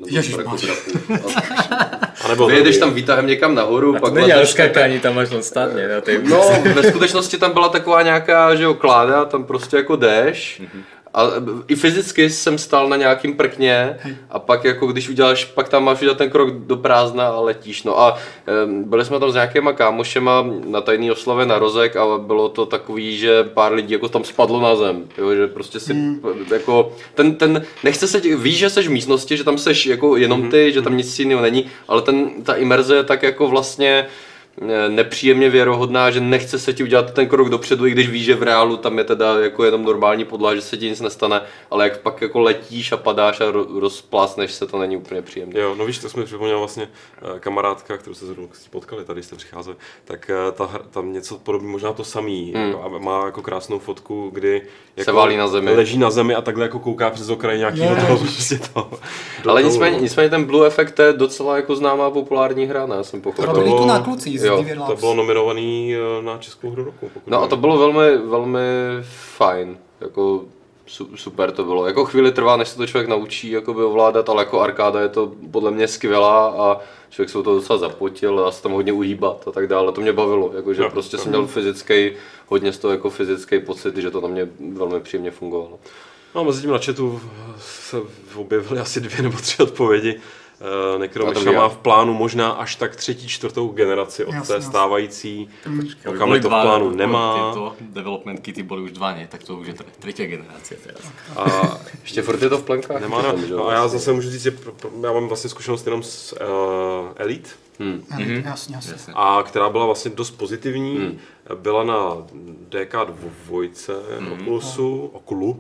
S2: Nebo vyjedeš tam výtahem někam nahoru,
S3: a
S2: pak
S3: to není ale skákání, tam máš len stát, ne? Na tej...
S2: No, ve skutečnosti tam byla taková nějaká, že jo, kláda, tam prostě jako jdeš. Mm-hmm. A i fyzicky jsem stál na nějakým prkně a pak jako když uděláš, pak tam máš udělat ten krok do prázdna a letíš. No a e, byli jsme tam s nějakýma kámošema na tajný oslavě na Rozek a bylo to takový, že pár lidí jako tam spadlo na zem, jo, že prostě si mm. jako ten, ten, nechce se, víš, že seš v místnosti, že tam seš jako jenom ty, mm. že tam nic jiného není, ale ten, ta imerze je tak jako vlastně nepříjemně věrohodná, že nechce se ti udělat ten krok dopředu, i když víš, že v reálu tam je teda jako jenom normální podlaha, že se ti nic nestane, ale jak pak jako letíš a padáš a rozplásneš se, to není úplně příjemné.
S1: Jo, no víš, to jsme připomněl vlastně kamarádka, kterou se zrovna potkali, tady jste přicházeli, tak ta, tam něco podobného, možná to samý, hmm. jako, a má jako krásnou fotku, kdy jako
S2: se válí na zemi.
S1: Leží na zemi a takhle jako kouká přes okraj nějakého yeah. toho, prostě to.
S2: Ale nicméně, nicméně ten Blue Effect je docela jako známá populární hra, ne? Jsem pochopil.
S4: To bylo tu na kluci z
S1: Jo, to bylo nominovaný na Českou hru roku.
S2: No a to bylo velmi, velmi fajn, jako super to bylo. Jako chvíli trvá, než se to člověk naučí jakoby ovládat, ale jako arkáda je to podle mě skvělá a člověk se to docela zapotil a se tam hodně uhýbat a tak dále. To mě bavilo, jakože no, prostě no. jsem měl fyzický, hodně z toho jako fyzický pocit, že to na mě velmi příjemně fungovalo.
S1: No a mezi tím na chatu se objevily asi dvě nebo tři odpovědi. Uh, Necromisha má v plánu možná až tak třetí, čtvrtou generaci od jasně, té stávající. Okami to v plánu nemá.
S3: Tyto development kity byly už dva, ne? Tak to už je třetí generace teraz.
S2: A ještě furt je to v plenkách?
S1: Nemá, ne. No a já zase můžu říct, že já mám vlastně zkušenost jenom s uh, Elite.
S2: Hmm.
S4: Mm-hmm. Jasně, jasně.
S1: A která byla vlastně dost pozitivní. Hmm. Byla na D K dva hmm. Oculusu, Oculu.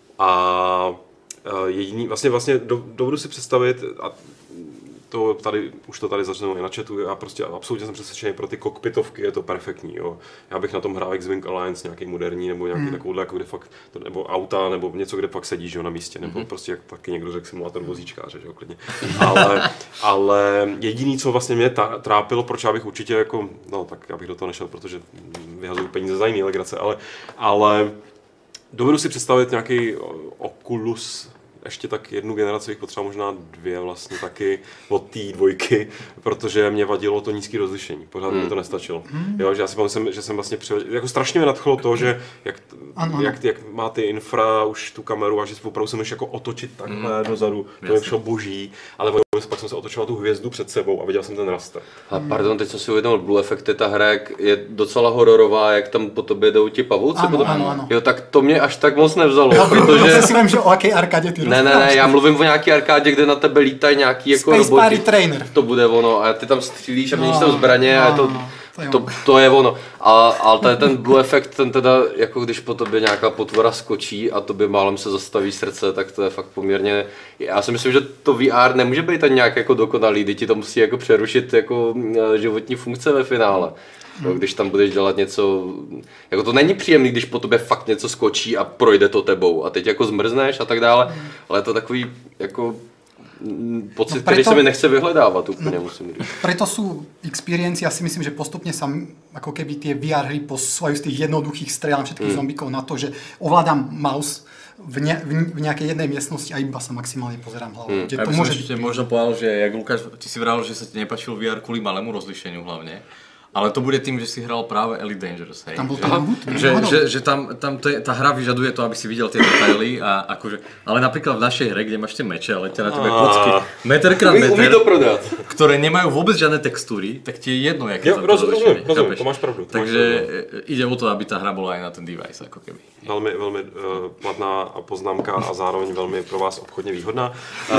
S1: A jediný, vlastně, vlastně do, dovedu si představit, a to tady, už to tady začnu i na chatu, já prostě absolutně jsem přesvědčený, pro ty kokpitovky je to perfektní, jo. Já bych na tom hrál X-Wing Alliance, nějaký moderní, nebo nějaký mm. takovouhle, jako kde fakt, nebo auta, nebo něco, kde fakt sedíš, jo, na místě, nebo mm-hmm. prostě, jak taky někdo řekl, simulátor vozíčkáře, že jo, klidně. Ale, ale jediný, co vlastně mě trápilo, proč já bych určitě jako, no tak já bych do toho nešel, protože vyhazuju peníze za jiný legrace, ale, ale dovedu si představit nějaký Oculus, ještě tak jednu generaci bych potřeboval, možná dvě vlastně taky od té dvojky, protože mě vadilo to nízké rozlišení, pořád mi to nestačilo. Jo, že já si pamatuju, že jsem vlastně přived... jako strašně mě nadchlo to, že jak, jak, jak má ty infra už tu kameru a že opravdu se můžeš jako otočit takhle mm. dozadu, to mi šlo boží, ale pak jsem se otočoval tu hvězdu před sebou a viděl jsem ten raster.
S2: A pardon, teď jsem si uvědomil, Blue Effect je ta hra, jak je docela hororová, jak tam po tobě jdou ti pavouci.
S4: Ano,
S2: potom...
S4: ano, ano.
S2: Jo, tak to mě až tak moc nevzalo,
S4: no,
S2: protože...
S4: Já si vím, že o jaké arkádě ty
S2: Ne, ne, ne, já mluvím o nějaký arkádě, kde na tebe lítají nějaký jako
S4: roboti.
S2: Space
S4: Pirate Trainer.
S2: To bude ono a ty tam střílíš a měníš
S4: no,
S2: tam zbraně no, a je to...
S4: No.
S2: To, to je ono. A, ale tady ten Blue Effect, ten teda, jako když po tobě nějaká potvora skočí a tobě málem se zastaví srdce, tak to je fakt poměrně... Já si myslím, že to V R nemůže být tak nějak jako dokonalý, kdy ti to musí jako přerušit jako životní funkce ve finále. Hmm. Když tam budeš dělat něco... Jako to není příjemný, když po tobě fakt něco skočí a projde to tebou a teď jako zmrzneš a tak dále, hmm. ale je to takový jako... pocit, no preto, který se mi nechce vyhledávat úplně, no, musím říct.
S4: Preto sú experience, ja si myslím, že postupne sa ako keby tie V R hry posúvajú z tých jednoduchých strieľam všetkých mm. zombíkov na to, že ovládam mouse v, ne, v nejakej jednej miestnosti a iba sa maximálne pozerám hlavou.
S3: Mm. Ja by som ešte možno povedal, že jak Lukáš, ty si vral, že sa ti nepáčil V R kvôli malému rozlišeniu hlavne. Ale to bude tým, že si hral práve Elite Dangerous, hej.
S4: Tam bol
S3: že,
S4: tam
S3: že, že, že tam, tam to je, tá hra vyžaduje to, aby si videl tie detaily a akože, ale napríklad v našej hre, kde máš tie meče, ale tie na tebe kocky, meter krát meter, ktoré nemajú vôbec žiadne textúry, tak ti je jedno, jaké
S1: jo,
S3: tam
S1: roz,
S3: to rozlišenie.
S1: Rozumiem, to máš pravdu. To
S3: Takže
S1: máš
S3: pravdu. Ide o to, aby tá hra bola aj na ten device, ako keby.
S1: Velmi, velmi uh, platná poznámka a zároveň velmi pro vás obchodně výhodná.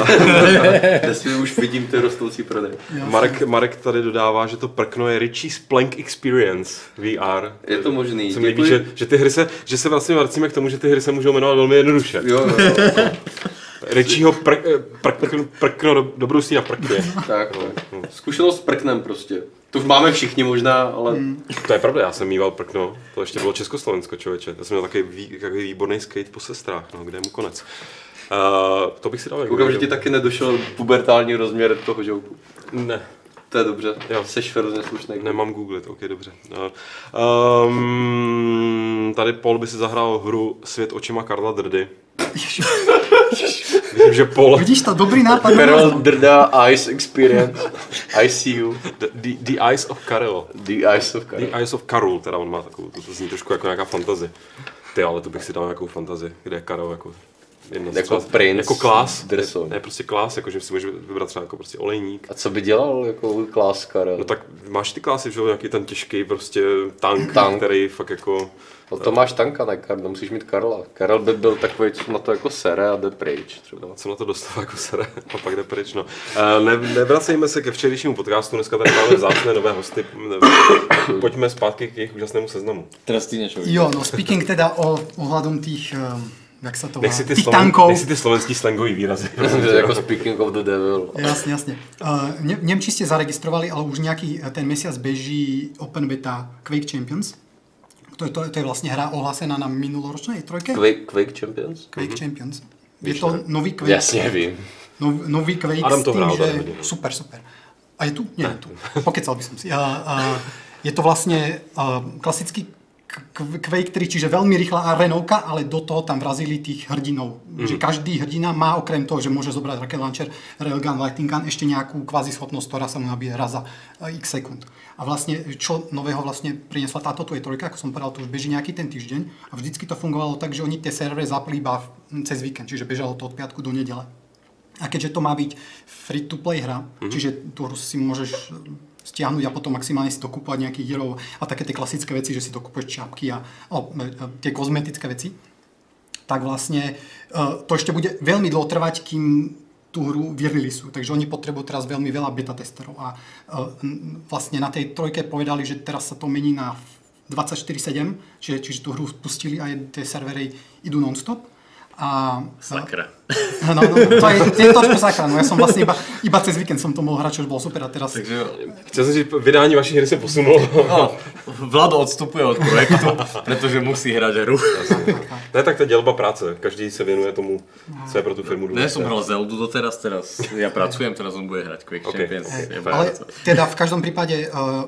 S2: Dnes už vidím ty rostoucí prodej.
S1: Marek, Marek tady dodává, že to prkno je Richie's Plank Experience V R.
S2: Je to možný.
S1: Se mi líbí, že, že ty hry se, že se vlastně vracíme k tomu, že ty hry se můžou jmenovat velmi jednoduše.
S2: Jo, jo, jo.
S1: Richieho prk, prk, prk, prkno do, do brousí na prkně.
S2: Tak, no. Zkušenost s prknem prostě. To už máme všichni možná, ale... Hmm.
S1: To je pravda, já jsem mýval prkno, to ještě bylo Československo, člověče. Já jsem měl takový, vý, takový výborný skate po sestrách, no, kde je mu konec. Uh, to bych si dal.
S2: Koukám, že ti taky nedošel pubertální rozměr toho žouku.
S1: Ne.
S2: To je dobře, jo. Seš hrozně slušný.
S1: Nemám googlit, ok, dobře. Um, tady Paul by si zahrál hru Svět očima Karla Drdy. Vidím, že Paul...
S4: Vidíš to, dobrý nápad.
S2: Karel Drda Ice Experience. I see you.
S1: The, the, the Eyes of Karel.
S2: The Eyes of Karel.
S1: The Eyes of Karel, teda on má takovou, to, to zní trošku jako nějaká fantazie. Ty, ale to bych si dal nějakou fantazii, kde je Karel jako...
S2: Jako princ,
S1: jako Klás,
S2: ne,
S1: ne, prostě Klás, jako, že si můžeš vybrat třeba jako prostě olejník.
S2: A co by dělal jako Klás Karel?
S1: No tak máš ty Klásy, že nějaký ten těžký prostě tank,
S2: tank.
S1: který fakt jako...
S2: No to máš tanka, ne Karla, musíš mít Karla. Karel by byl takový, co na to jako sere a jde pryč třeba.
S1: Co na to dostává jako sere a pak jde pryč, no. Ne, nevracejme se ke včerejšímu podcastu, dneska tady máme vzácné nové hosty. Pojďme zpátky k jejich úžasnému seznamu.
S3: Teraz ty něco.
S4: Jo, no speaking teda o ohľadom tých... Um... jak sa to má,
S1: ty
S4: tých
S1: sloven,
S4: tankov.
S1: Nech si ty slovenský slangový výrazy.
S2: Jako speaking of the devil.
S4: Jasne, jasne. Uh, ne, neviem, či ste zaregistrovali, ale už nejaký ten mesiac beží Open Beta Quake Champions. To je, to, to je vlastne hra ohlásená na minuloročnej trojke.
S2: Quake, Quake Champions?
S4: Quake
S1: mm-hmm.
S4: Champions. Je to nový Quake.
S2: Jasne, vím.
S4: Nov, nový Quake
S1: Adam to
S4: s tým,
S1: hral,
S4: že...
S1: hodinu.
S4: Super, super. A je tu? Nie, je tu. Pokecal by som si. Uh, uh, je to vlastne uh, klasický Quake tri, čiže veľmi rýchla arenovka, ale do toho tam vrazili tých hrdinov. Mm. Že každý hrdina má okrem toho, že môže zobrať rocket launcher, railgun, lightning gun, ešte nejakú kvázi schopnosť, ktorá sa mu nabije raz za x sekúnd. A vlastne, čo nového vlastne priniesla táto tu je trojka, ako som povedal, to už beží nejaký ten týždeň a vždycky to fungovalo tak, že oni tie servery zapli iba cez víkend, čiže bežalo to od piatku do nedele. A keďže to má byť free-to-play hra, mm. čiže tú hru si môžeš stiahnuť a potom maximálne si dokúpovať nejakých hierov a také tie klasické veci, že si dokúpuješ čapky a, a, a tie kozmetické veci, tak vlastne uh, to ešte bude veľmi dlho trvať, kým tú hru vyreleasujú. Takže oni potrebujú teraz veľmi veľa beta testerov a uh, vlastne na tej trojke povedali, že teraz sa to mení na dvadsaťštyri sedem, čiže, čiže tú hru spustili a tie servery idú non-stop. A,
S3: sakra.
S4: No, no, to je, to je trošku sakra, no ja som vlastne iba, iba cez víkend som to mohol hrať, čo už bolo super a teraz...
S3: Takže...
S1: Chtěl jsem říct, vydání vaší hry se posunulo.
S3: No, Vlado odstupuje od projektu, protože musí hrať hru.
S1: Ne, tak to je dělba práce, každý se věnuje tomu, co je pro tu firmu důležité.
S3: Ne, som hral Zeldu doteraz, teraz ja pracujem, teraz on bude hrať Quake
S1: okay,
S3: Champions.
S1: Okay,
S4: ale teda v každom prípade... Uh,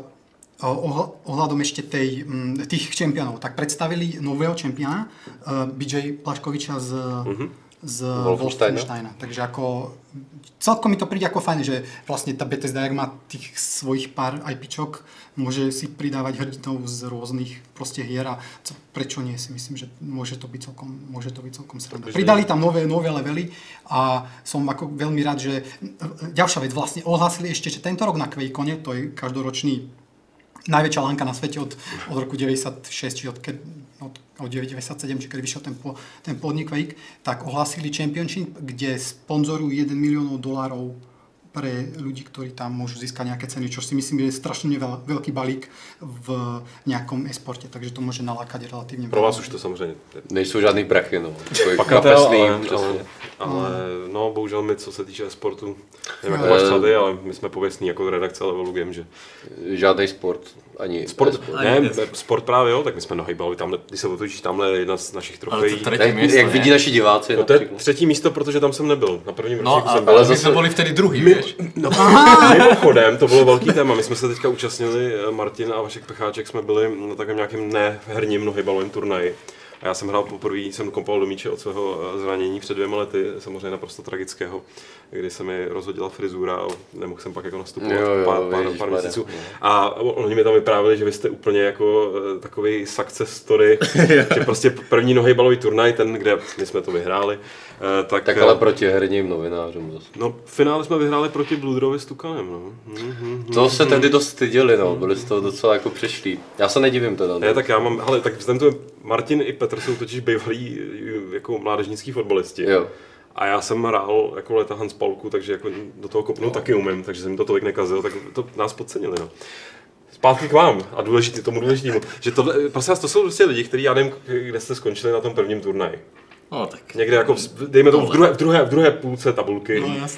S4: ohľadom ešte tej, tých čempionov, tak predstavili nového čempiona uh, bé jé Blažkoviča z, uh-huh. z Wolfensteina. Wolfensteina. Takže ako celkom mi to príde ako fajn, že vlastne tá Bethesda, jak má tých svojich pár IPčok, môže si pridávať hrdinov z rôznych proste hier a co, prečo nie, si myslím, že môže to byť celkom, môže to byť celkom sranda. Pridali tam nové, nové levely a som ako veľmi rád, že ďalšia vec, vlastne ohlásili ešte, že tento rok na QuakeCone, to je každoročný najväčšia lánka na svete od, od roku deväťdesiatšesť, či od, od, od deväťdesiatsedem, či keď vyšiel ten, po, ten pôvodný Quake, tak ohlásili Championship, kde sponzorujú jeden milión dolárov pre ľudí, ktorí tam môžu získať nejaké ceny, čo si myslím, že je strašne veľ, veľký balík v nejakom e-sporte, takže to môže nalákať relatívne.
S1: Pro vás už to samozřejmě.
S2: Nejsou žádný prachy, no.
S1: Pakatel, ale, ale, ale no, bohužel my, co se týče e-sportu, nevím, jak máš tady, ale my jsme pověstní jako redakce Levelu Game, že...
S2: Žádný sport, ani
S1: sport. Ne, ne, sport právě jo, tak my jsme nohybali tamhle, když se otočíš, tamhle je jedna z našich trofejí.
S2: Jak, místo, jak vidí naši diváci.
S1: No to je třetí místo, protože tam jsem nebyl, na prvním
S3: no,
S1: ročníku jsem
S3: byl. Ale zase byli vtedy druhý,
S1: my, no, mimochodem, to bylo velký téma, my jsme se teďka účastnili, Martin a Vašek Pecháček, jsme byli na takovém nějakém neherním nohybalovém turnaji. A já jsem hrál poprvé, jsem kopal do míče od svého zranění před dvěma lety, samozřejmě naprosto tragického, kdy se mi rozhodila frizura a nemohl jsem pak jako nastupovat jo, jo, pár, pár, pár měsíců. A oni mi tam vyprávěli, že vy jste úplně jako takový success story, že prostě první nohybalový turnaj, ten, kde my jsme to vyhráli. Tak,
S2: tak ale proti herním novinářům zase.
S1: No v finále jsme vyhráli proti Bludrovi s Tukanem, no. Mm-hmm.
S2: To se tehdy dost styděli, no, byli z toho docela jako přešlí. Já se nedivím teda.
S1: Ne, tak já mám, hele, tak vzhledem to Martin i Petr jsou totiž bývalí jako mládežnický fotbalisti.
S2: Jo.
S1: A já jsem hrál jako leta Hans Paulku, takže jako do toho kopnout no. taky umím, takže jsem to tolik nekazil, tak to nás podcenili, no. Zpátky k vám a důležitý, tomu důležitému, že tohle, prosím vás, to jsou prostě lidi, kteří já nevím, kde jste skončili na tom prvním turnaji.
S3: No, tak.
S1: Někde jako, dejme tomu v druhé, v druhé, v druhé půlce tabulky.
S4: No, jasně.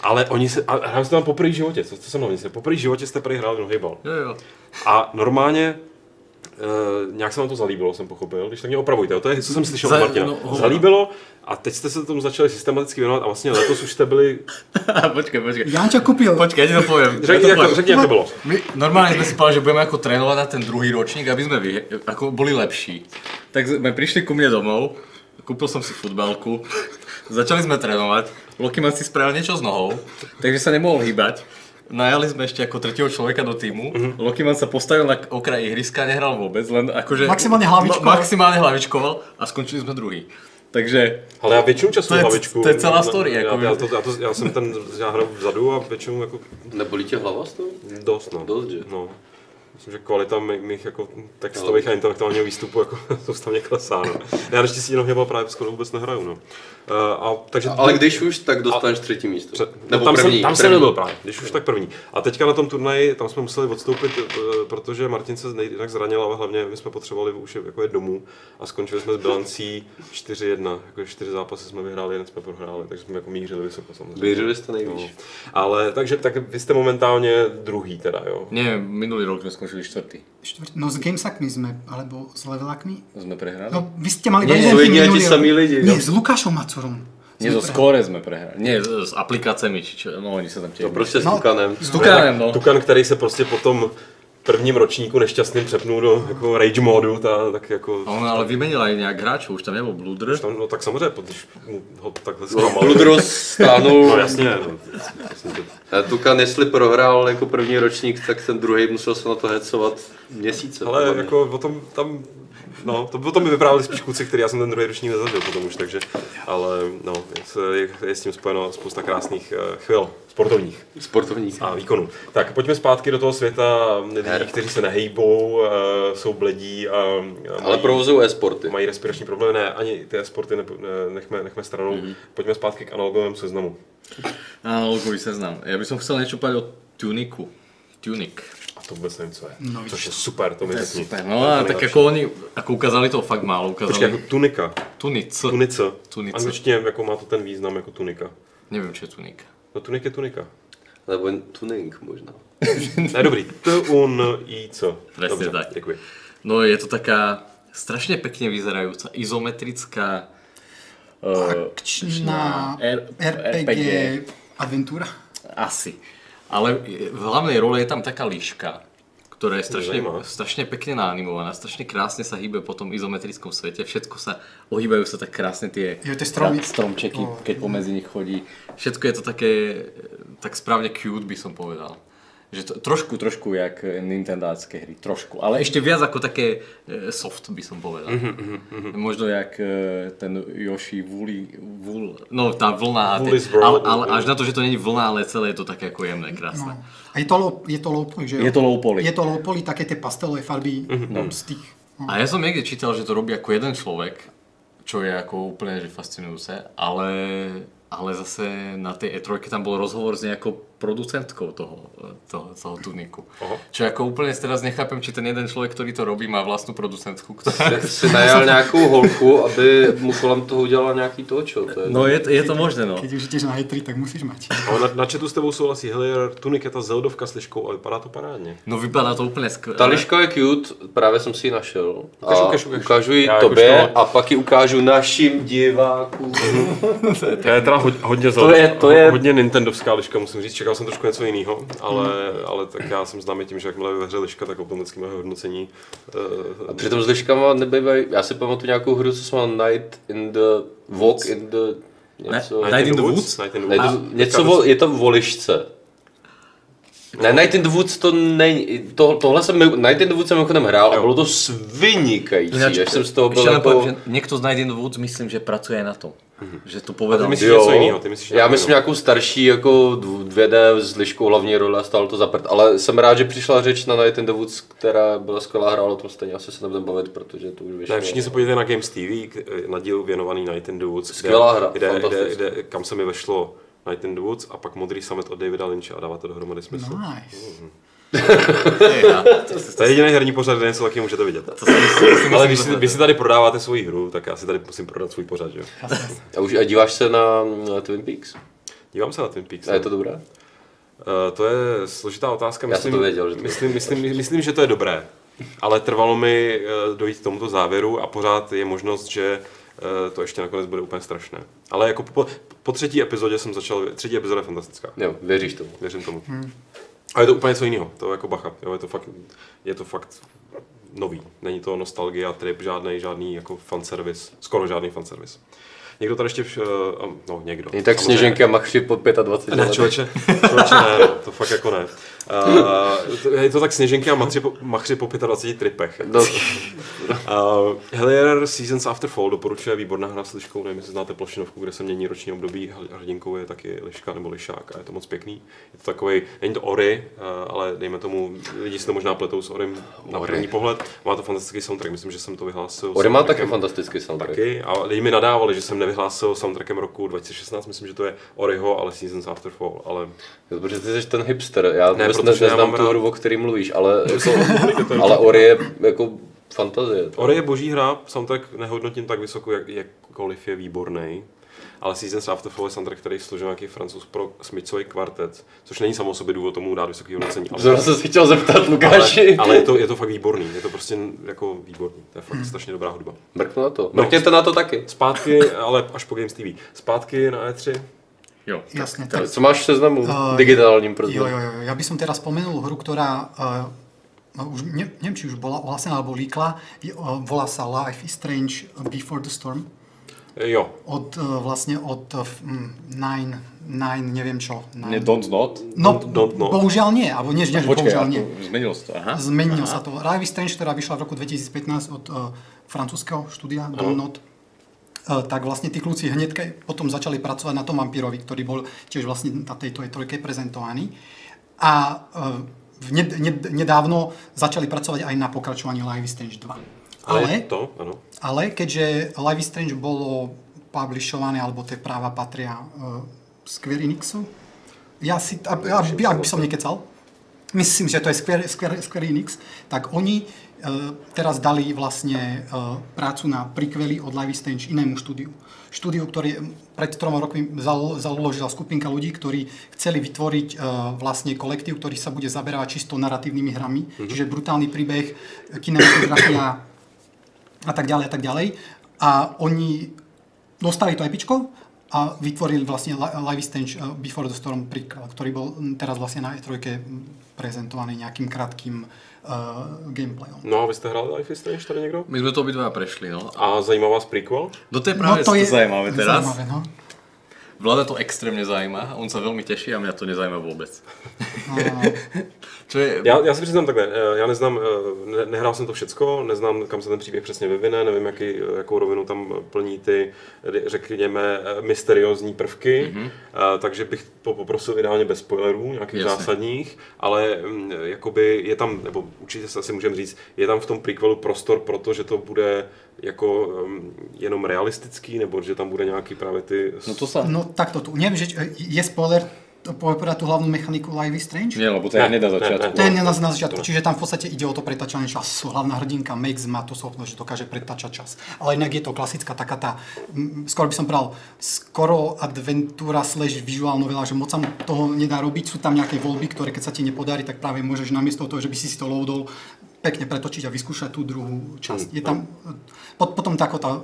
S1: Ale oni se, a hráli jste tam poprvé v životě, co, co se mnou, se poprvé v životě jste prý hráli nohejbal.
S3: Jo, jo.
S1: A normálně, Uh, nějak se vám to zalíbilo, jsem pochopil, když tak mě opravujte, to je, co jsem slyšel
S3: Za,
S1: od Martina.
S3: no,
S1: Zalíbilo a teď jste se tomu začali systematicky věnovat a vlastně letos už jste byli...
S3: počkej, počkej.
S4: Janča kúpil.
S3: Počkej, ja ti to poviem.
S1: Řekni,
S3: ja to
S1: jak, to, řekni jak to bylo.
S3: My normálne sme si povedali, že budeme ako trénovať na ten druhý ročník, aby sme vy, ako boli lepší. Tak sme prišli ku mne domov, kúpil som si futbalku, začali sme trénovať, Lokiman si spravil niečo s nohou, takže sa nemohol hýbať. Najali sme ešte ako tretieho človeka do týmu. Mm-hmm. Lokiman sa postavil na okraj ihriska, nehral vôbec, len akože...
S4: Maximálne hlavičkoval.
S3: Ma- maximálne hlavičkoval a skončili sme druhý. Takže...
S1: Ale já většinu času
S3: to je,
S1: hlavičku.
S3: To je celá story.
S1: Já,
S3: jako,
S1: já, to, já, to, já jsem ten, já hraju vzadu a většinou jako...
S2: Nebolí tě hlava z toho?
S1: Dost, no.
S2: Dost, že?
S1: No. Myslím, že kvalita mých, mých jako textových a intelektuálního výstupu jako soustavně klesá. No. Já naštěstí nohybal právě skoro vůbec nehraju. No. Uh, a, takže
S2: ale když už, tak dostaneš třetí místo.
S1: Před,
S2: Nebo
S1: tam
S2: první.
S1: Jsem, tam
S2: první.
S1: jsem nebyl právě, když už tak první. A teďka na tom turnaji, tam jsme museli odstoupit, protože Martin se jinak zranil, ale hlavně my jsme potřebovali už jako jet domů a skončili jsme s bilancí čtyři jedna. Jako čtyři zápasy jsme vyhráli, jeden jsme prohráli, takže jsme jako mířili vysoko samozřejmě.
S2: Mířili jste nejvíc.
S1: No. Ale takže tak vy jste momentálně druhý teda, jo?
S3: Nie, minulý rok sme skončili štvrtý.
S4: No s Gamesakmi sme, alebo s levelakmi.
S3: Sme prehrali?
S4: No vy ste mali
S3: Nie,
S4: eventy
S2: sú jedni a
S4: minulý
S2: tí
S4: rok.
S2: samí lidi,
S4: Nie,
S2: no.
S4: s Lukášom Macurom.
S3: Nie, zo skóre sme prehrali. Nie, s aplikáciami, či čo, no oni sa tam tiež...
S2: To prostě s
S4: No.
S2: Tukanem.
S3: S Tukanem, no.
S1: Tukan, který se prostě potom prvním ročníku nešťastným přepnul do jako rage modu, ta, tak jako...
S3: On ale vymenil aj nejak hráčov, už tam nebol Bludr.
S1: Tam, no tak samozřejmě, když mu ho takhle
S2: No,
S1: zklamal.
S2: Ludros stáhnul.
S1: No jasně, no.
S2: A Tukan, jestli prohrál jako první ročník, tak ten druhý musel se na to hecovat měsíce.
S1: Ale jako o tom tam, no, to potom mi vyprávěli spíš kluci, který já jsem ten druhý ročník nezažil potom už, takže, ale no, je, je s tím spojeno spousta krásných uh, chvil, sportovních.
S2: Sportovník.
S1: A výkonu. Tak pojďme zpátky do toho světa lidí, kteří se nehejbou, uh, jsou bledí a, a
S2: Ale
S1: mají,
S2: provozují e-sporty.
S1: mají respirační problémy. Ne, ani ty sporty ne, ne, nechme, nechme stranou. Mm-hmm. Pojďme zpátky k analogovému seznamu.
S3: Analogový seznam. Ja by som chcel niečo povedať o Tuniku. Tunik.
S1: A to vůbec nevím, co je.
S4: No,
S1: Což je super, to mi
S3: To je
S1: řekni.
S3: super. No a tak ako oni, ako ukázali to fakt málo,
S1: Počkej,
S3: ukázali
S1: jako tunika.
S3: Tunic.
S1: Tunice.
S3: Tunice.
S1: Angličtině jako má to ten význam jako tunika.
S3: Neviem, čo je tunik.
S1: No tunik je tunika.
S2: Nebo tuning možná.
S1: Ne, dobrý. T-U-N-I-C.
S3: Presne
S1: Dobře,
S3: tak.
S1: děkuji.
S3: No je to taká strašne pekne vyzerajúca, izometrická uh,
S4: Akčná
S3: R-
S4: er pé gé adventúra.
S3: Asi. Ale v hlavnej role je tam taká líška, ktorá je strašne,
S1: Zajímavé.
S3: strašne pekne naanimovaná, strašne krásne sa hýbe po tom izometrickom svete, všetko sa, ohýbajú sa tak krásne tie
S4: Jo, tie stromy.
S3: stromčeky,
S4: Oh.
S3: keď pomedzi nich chodí. Všetko je to také, tak správne cute by som povedal. Že to, trošku, trošku jak nintendácké hry, trošku, ale ešte viac ako také e, soft by som povedal. Mm-hmm, Možno jak e, ten Yoshi Woolly, Wool, no tá vlna,
S1: Woolly's
S3: tie, ale,
S1: World,
S3: ale
S1: mm.
S3: až na to, že to není vlna, ale celé je to také ako jemné, krásne.
S4: No. A je to low, je to low poly, že jo?
S3: Je to low poly.
S4: Je to low poly, také tie pastelové farby
S1: Mhm.
S4: z tých. No.
S3: A ja som niekde čítal, že to robí ako jeden človek, čo je ako úplne že fascinujúce, ale, ale zase na tej E tri tam bol rozhovor s nejakou producentkou toho, toho, toho Tuniku.
S1: Aha.
S3: Čo ako úplne teraz nechápem, či ten jeden človek, ktorý to robí, má vlastnú producentku, ktorá...
S2: Si najal nějakou holku, aby mu kolem toho udělala nějaký točo. To je...
S3: No je, je to možné, no.
S4: Keď už ideš na E tri, tak musíš mať.
S1: Ale na, na chatu s tebou souhlasí Hillier, tunik je ta Zeldovka s liškou a vypadá to parádně.
S3: No vypadá to úplne skvěle.
S2: Ta liška je cute, právě jsem si ji našel.
S1: Ukaž,
S2: A
S1: ukaž, ukaž.
S2: ukážu ji
S1: Já
S2: tobě
S1: jakožto-
S2: a pak ji ukážu našim divákům.
S1: To je teda hodně, hodně,
S3: To je- to je-
S1: hodně nintendovská liška, musím říct. Čekal jsem trošku něco jiného, ale, ale tak já jsem známý tím, že jakmile ve hře liška, tak automaticky moje hodnocení.
S2: A
S1: Uh,
S2: přitom s liškama nebývají, já si pamatuju nějakou hru, co se má Night in the Walk in the... Něco,
S3: Ne, Night in the Woods?
S1: Night in the
S2: Ne,
S1: Woods.
S2: to, něco vo, je to o lišce. Ne, Night in the Woods to není, to, tohle jsem, Night in the Woods jsem mimochodem hrál a
S1: Jo.
S2: bylo to vynikající, až jsem z toho byl
S3: ešte len
S2: jako...
S3: poviem, že niekto z Night in the Woods myslím, že pracuje na tom. Že to povedal.
S1: A ty myslíš něco jiného, ty myslíš
S2: já
S1: nějakou
S2: myslím
S1: jinou.
S2: nějakou starší jako dvě dé s liškou hlavní role a stálo to za prd, ale jsem rád, že přišla řeč na Night in the Woods, která byla skvělá hra, ale o tom stejně asi se nebudeme bavit, protože to už vyšlo.
S1: Ne, všichni se podívejte na Games T V, k- na díl věnovaný Night in the Woods. kde-
S2: Skvělá hra,
S1: kde, kde,
S2: fantastická.
S1: kde, kam se mi vešlo Night in the Woods a pak Modrý samet od Davida Lynche a dává to dohromady smysl.
S4: Nice.
S1: To je jediný herní pořad, kde něco taky můžete vidět.
S3: To si myslím, to si
S1: Ale vy
S3: myslím,
S1: si,
S3: že-
S1: vy si tady prodáváte svoji hru, tak já si tady musím prodat svůj pořad, jo?
S2: A už a díváš se na, na Twin Peaks?
S1: Dívám se na Twin Peaks.
S2: A je to dobré?
S1: Uh, to je složitá otázka.
S2: Myslím, Já jsem to věděl, že to
S1: myslím, myslím, myslím, myslím, že to je dobré. Ale trvalo mi uh, dojít k tomuto závěru a pořád je možnost, že uh, to ještě nakonec bude úplně strašné. Ale jako po, po třetí epizodě jsem začal, třetí epizoda je fantastická.
S2: Jo, věříš tomu.
S1: Věřím tomu. Hmm. A je to úplně něco jiného, to jako bacha, jo, je to fakt, je to fakt nový. Není to nostalgia, trip, žádný, žádný jako fanservice, skoro žádný fanservice. Někdo tady ještě, vš, no někdo.
S2: Je tak samozřejmě... Sněženky a machři po dvacet pět
S1: Ne, člověče, člověče ne, no, to fakt jako ne. Uh, je to tak Sněženky a machři po, machři po dvacet pěti tripech. No. uh, Hellier Seasons After Fall doporučuje, výborná hra s liškou, nevím, jestli znáte plošinovku, kde se mění roční období, hrdinkou je taky liška nebo lišák a je to moc pěkný. Je to takový, není to Ori, uh, ale dejme tomu, lidi si to možná pletou s Orim na
S2: Ori.
S1: první pohled. Má to fantastický soundtrack, myslím, že jsem to vyhlásil.
S2: Ori má taky fantastický soundtrack.
S1: Taky, a lidi mi nadávali, že jsem nevyhlásil soundtrackem roku dva tisíce šestnáct, myslím, že to je Oriho, ale Seasons After Fall, ale...
S2: Protože ty jsi ten hipster, já
S1: ne,
S2: vůbec neznám tu hru, o který mluvíš, ale, jako, ale Ori je jako fantazie.
S1: Ori je boží hra, soundtrack nehodnotím tak vysoko, jak, jakkoliv je výborný. Ale Seasons After Fall je soundtrack, který složil nějaký Francouz pro Smithsový kvartet, což není samo o sobě důvod tomu dát vysoký hodnocení.
S2: Zrovna jsem si chtěl zeptat, Lukáši.
S1: Ale, ale je, to, je to fakt výborný, je to prostě jako výborný, to je fakt hmm. strašně dobrá hudba.
S2: Mrknu na to, mrkněte no, na to taky.
S1: Zpátky, ale až po Games T V. Zpátky na E tři.
S3: Jo.
S4: Jasne.
S2: Tak, co máš v seznamu uh, digitálním prosím?
S4: Jo, jo, jo. Ja by som teraz spomenul hru, ktorá uh, už ne, neviem, či už bola ohlásená alebo líkla. Uh, volá sa Life is Strange Before the Storm.
S1: Jo.
S4: Od uh, vlastne od uh, Nine, Nine, neviem čo. Nine.
S3: Ne, don't not?
S4: No,
S1: don't, don't not.
S4: bohužiaľ nie, alebo nie, nie,
S3: Počkej,
S4: bohužiaľ nie.
S3: Zmenilo sa to, aha.
S4: Zmenilo
S3: aha.
S4: sa to. Life is Strange, ktorá vyšla v roku dvetisícpätnásť od uh, francúzskeho štúdia Don't Not. Uh, tak vlastne tí kľúci hneď potom začali pracovať na tom vampírovi, ktorý bol tiež vlastne na tejto trojke prezentovaný. A uh, ned, ned, nedávno začali pracovať aj na pokračovaní Life is Strange dva.
S1: Ale,
S4: ale,
S1: to, áno.
S4: ale keďže Life is Strange bolo publishované, alebo tie práva patria uh, Square Enixu, ja si, ak, ak, ak by som nekecal, myslím, že to je Square, Square, Square Enix, tak oni Uh, teraz dali vlastne uh, prácu na prequely od Life is Strange inému štúdiu. Štúdiu, ktorý pred troma rokmi zal, založila skupinka ľudí, ktorí chceli vytvoriť uh, vlastne kolektív, ktorý sa bude zaberávať čisto naratívnymi hrami, mm-hmm. čiže brutálny príbeh, kinematografia a tak ďalej a tak ďalej. A oni dostali to epičko a vytvorili vlastne Life is Strange uh, Before the Storm prequel, ktorý bol teraz vlastne na E tri prezentovaný nejakým krátkým Uh, gameplayom.
S1: No a vy jste hráli Life is Strange tady někdo?
S3: My jsme to obidva prešli, no.
S1: A zajímá vás prequel?
S3: No to je právě no to je zajímavé teraz.
S4: Zajímavé, no.
S3: Vlada to extrémně zajímá, on se velmi těší a mě to nezajímá vůbec.
S4: No.
S3: Čo je...
S1: já, já si přiznám takhle, já neznám, ne, nehrál jsem to všecko, neznám, kam se ten příběh přesně vyvine, nevím, jaký, jakou rovinu tam plní ty, řekněme, mysteriózní prvky, mm-hmm. takže bych to poprosil ideálně bez spoilerů, nějakých Jasně. zásadních, ale jakoby je tam, nebo určitě se asi můžeme říct, je tam v tom prequelu prostor, protože to bude jako um, jenom realistický, nebo že tam bude nějaký právě ty...
S3: No to sa...
S4: No takto tu, neviem, že je spoiler povedať tú hlavnú mechaniku Life is Strange?
S3: Nie, lebo to je hneď na začiatku.
S4: To je hneď na začiatku, čiže tam v podstate ide o to pretačanie času. Hlavná hrdinka Max má tú schopnosť, že dokáže pretačať čas. Ale inak je to klasická taká tá, skoro by som povedal, skoro adventúra slash visual novela, že moc sa toho nedá robiť. Sú tam nejaké voľby, ktoré keď sa ti nepodarí, tak práve môžeš namiesto toho, že by si si to loadol, pekne pretočiť a vyskúšať tú druhú časť. Je tam, potom tako tá,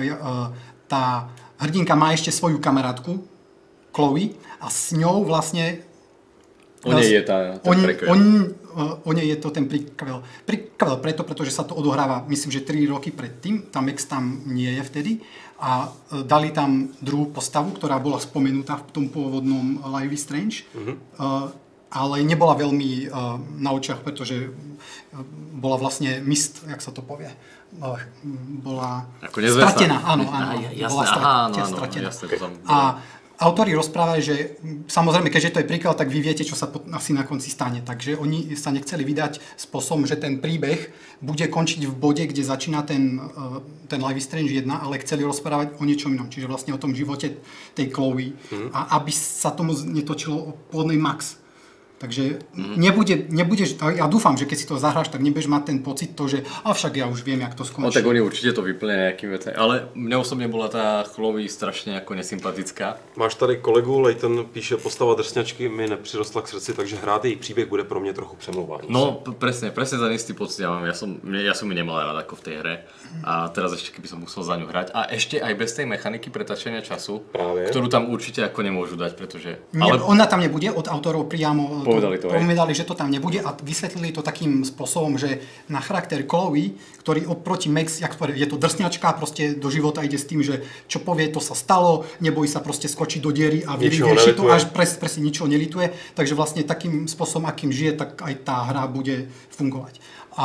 S4: tá hrdinka má ešte svoju kamarátku, Chloe, a s ňou vlastne...
S3: O nej je tá, ten prequel.
S4: On, o nej je to ten prequel. Prequel preto, pretože sa to odohráva, myslím, že tri roky predtým. Tá Max tam nie je vtedy. A dali tam druhú postavu, ktorá bola spomenutá v tom pôvodnom Life is Strange. Mm-hmm. Uh, ale nebola veľmi uh, na očiach, pretože bola vlastne mist, jak sa to povie. Uh, bola stratená. Áno, áno.
S3: Jasné,
S4: bola
S3: stra- aha, áno, áno,
S4: stratená.
S3: jasné, to tam...
S4: A autori rozprávajú, že samozrejme, keďže to je prequel, tak vy viete, čo sa asi na konci stane. Takže oni sa nechceli vydať spôsobom, že ten príbeh bude končiť v bode, kde začína ten, ten Life is Strange jeden, ale chceli rozprávať o niečom inom. Čiže vlastne o tom živote tej Chloe. Mm. A aby sa tomu netočilo o pôvodnej Max. Takže mm. nebude, nebudeš, ja dúfam, že keď si to zahráš, tak nebudeš mať ten pocit to, že avšak ja už viem, jak to skončí.
S3: No tak oni určite to vyplnia nejakým vecem, ale mne osobne bola tá Chloe strašne ako nesympatická.
S1: Máš tady kolegu, Leighton píše, postava drsňačky mi nepřirostla k srdci, takže hrát její příběh bude pro mě trochu přemlouvání.
S3: No p- presne, presne ten istý pocit ja mám, ja som, ja som ju nemal rád ako v tej hre a teraz ešte keby som musel za ňu hrať a ešte aj bez tej mechaniky pretačenia času,
S1: Práve.
S3: ktorú tam určite ako nemôžu dať, pretože...
S4: Nie, ale... Ona tam nebude od autorov priamo.
S3: Povedali to,
S4: povedali, že to tam nebude a vysvetlili to takým spôsobom, že na charakter Chloe, ktorý oproti Max, jak povedal, je to drsňačka, proste do života ide s tým, že čo povie, to sa stalo, nebojí sa proste skočiť do diery a vyrieši to, až pres, presne ničoho nelituje. Takže vlastne takým spôsobom, akým žije, tak aj tá hra bude fungovať.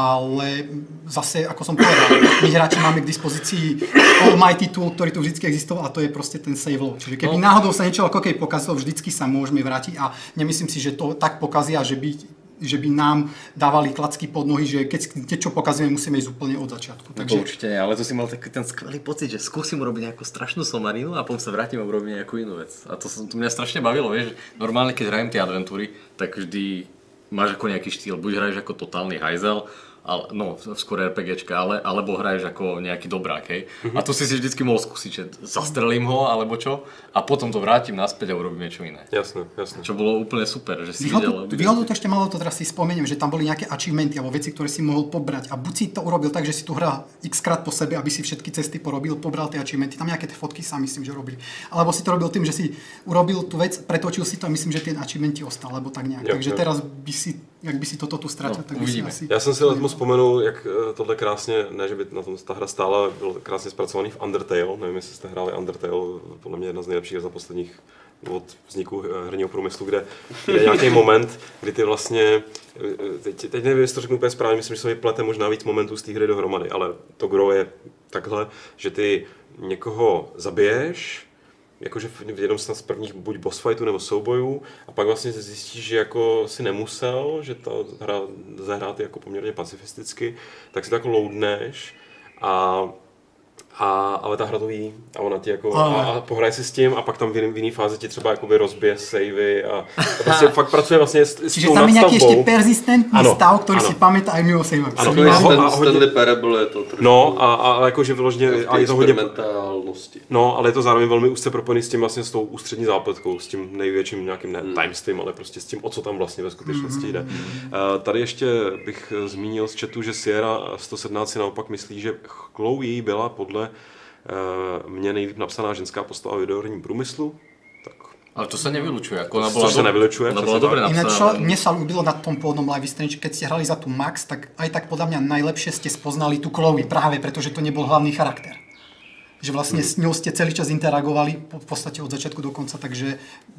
S4: Ale zase, ako som povedal, my hráči máme k dispozícii almighty tool, ktorý tu vždycky existoval a to je proste ten save low. Čiže keby no. náhodou sa niečo ako keď pokazilo, vždycky sa môžeme vrátiť a nemyslím si, že to tak pokazia, že by, že by nám dávali klacky pod nohy, že keď niečo pokazujeme, musíme ísť úplne od začiatku.
S3: Takže... No určite nie, ale to si mal taký ten skvelý pocit, že skúsim urobiť nejakú strašnú somarinu a potom sa vrátim a urobím nejakú inú vec. A to, to mňa strašne bavilo, vieš, normálne keď hrajem tie adventúry, tak vždy máš ako nejaký štýl, buď hraješ ako totálny hajzel, ale, no skôr RPGčka, ale, alebo hraješ ako nejaký dobrák, hej. Mm-hmm. A tu si si vždycky mohol skúsiť, že zastrelím ho, alebo čo, a potom to vrátim naspäť a urobím niečo iné.
S1: Jasné, jasné.
S3: Čo bolo úplne super, že si
S4: Výhodu,
S3: videl...
S4: Výhodu to ešte malo, to teraz si spomeniem, že tam boli nejaké achievementy alebo veci, ktoré si mohol pobrať. A buď si to urobil tak, že si tu hral x krát po sebe, aby si všetky cesty porobil, pobral tie achievementy. Tam nejaké tie fotky sa myslím, že robili. Alebo si to robil tým, že si urobil tú vec, pretočil si to a myslím, že tie achievementy ostal, alebo tak nejak. Jo, Takže jo. Teraz by si, jak by si toto tu ztratil, no, tak by si asi...
S1: Já jsem si letmo vzpomenul, jak tohle krásně, ne, že by na tom ta hra stála, byl krásně zpracovaný v Undertale. Nevím, jestli jste hráli Undertale, podle mě jedna z nejlepších za posledních od vzniku herního průmyslu, kde je nějaký moment, kdy ty vlastně, teď, teď nevím, jestli to řeknu úplně správně, myslím, že se mi plete možná víc momentů z té hry dohromady, ale to gro je takhle, že ty někoho zabiješ, jakože v jednom z prvních buď boss fightů nebo soubojů a pak vlastně zjistíš, že jako si nemusel, že ta hra zahrát je jako poměrně pacifisticky, tak si to jako loadneš a A, ale ta hra to ví a ona ti jako a, a pohraje si s tím a pak tam v jiné fázi ti třeba jakoby rozbije savey a, a prostě fakt pracuje vlastně s, s
S4: Čiže tam je nějaký ještě persistentní ano, stav, který ano. si pamätá aj mimo save.
S2: Ano, to je ten Stanley Parable je to trošku.
S1: No a, a jakože vyloženě a je to hodně No, ale je to zároveň velmi úzce propojený s tím vlastně s tou ústřední zápletkou, s tím největším nějakým ne hmm. timestem, ale prostě s tím, o co tam vlastně ve skutečnosti jde. Hmm. Uh, tady ještě bych zmínil z chatu, že Sierra sto sedmnáct si naopak myslí, že Chloe byla podle uh, mě nejlíp napsaná ženská postava v videoherním průmyslu. Tak.
S3: Ale to sa nevylučuje, ako ona bola,
S1: to sa nevylučuje,
S3: ona bola dobre napsaná.
S4: Ináč, čo mne sa ľúbilo na tom pôvodnom live streame, keď ste hrali za tú Max, tak aj tak podľa mňa najlepšie ste spoznali tú Chloe, práve pretože to nebol hlavný charakter. Že vlastne hmm. s ňou ste celý čas interagovali v podstate od začiatku do konca, takže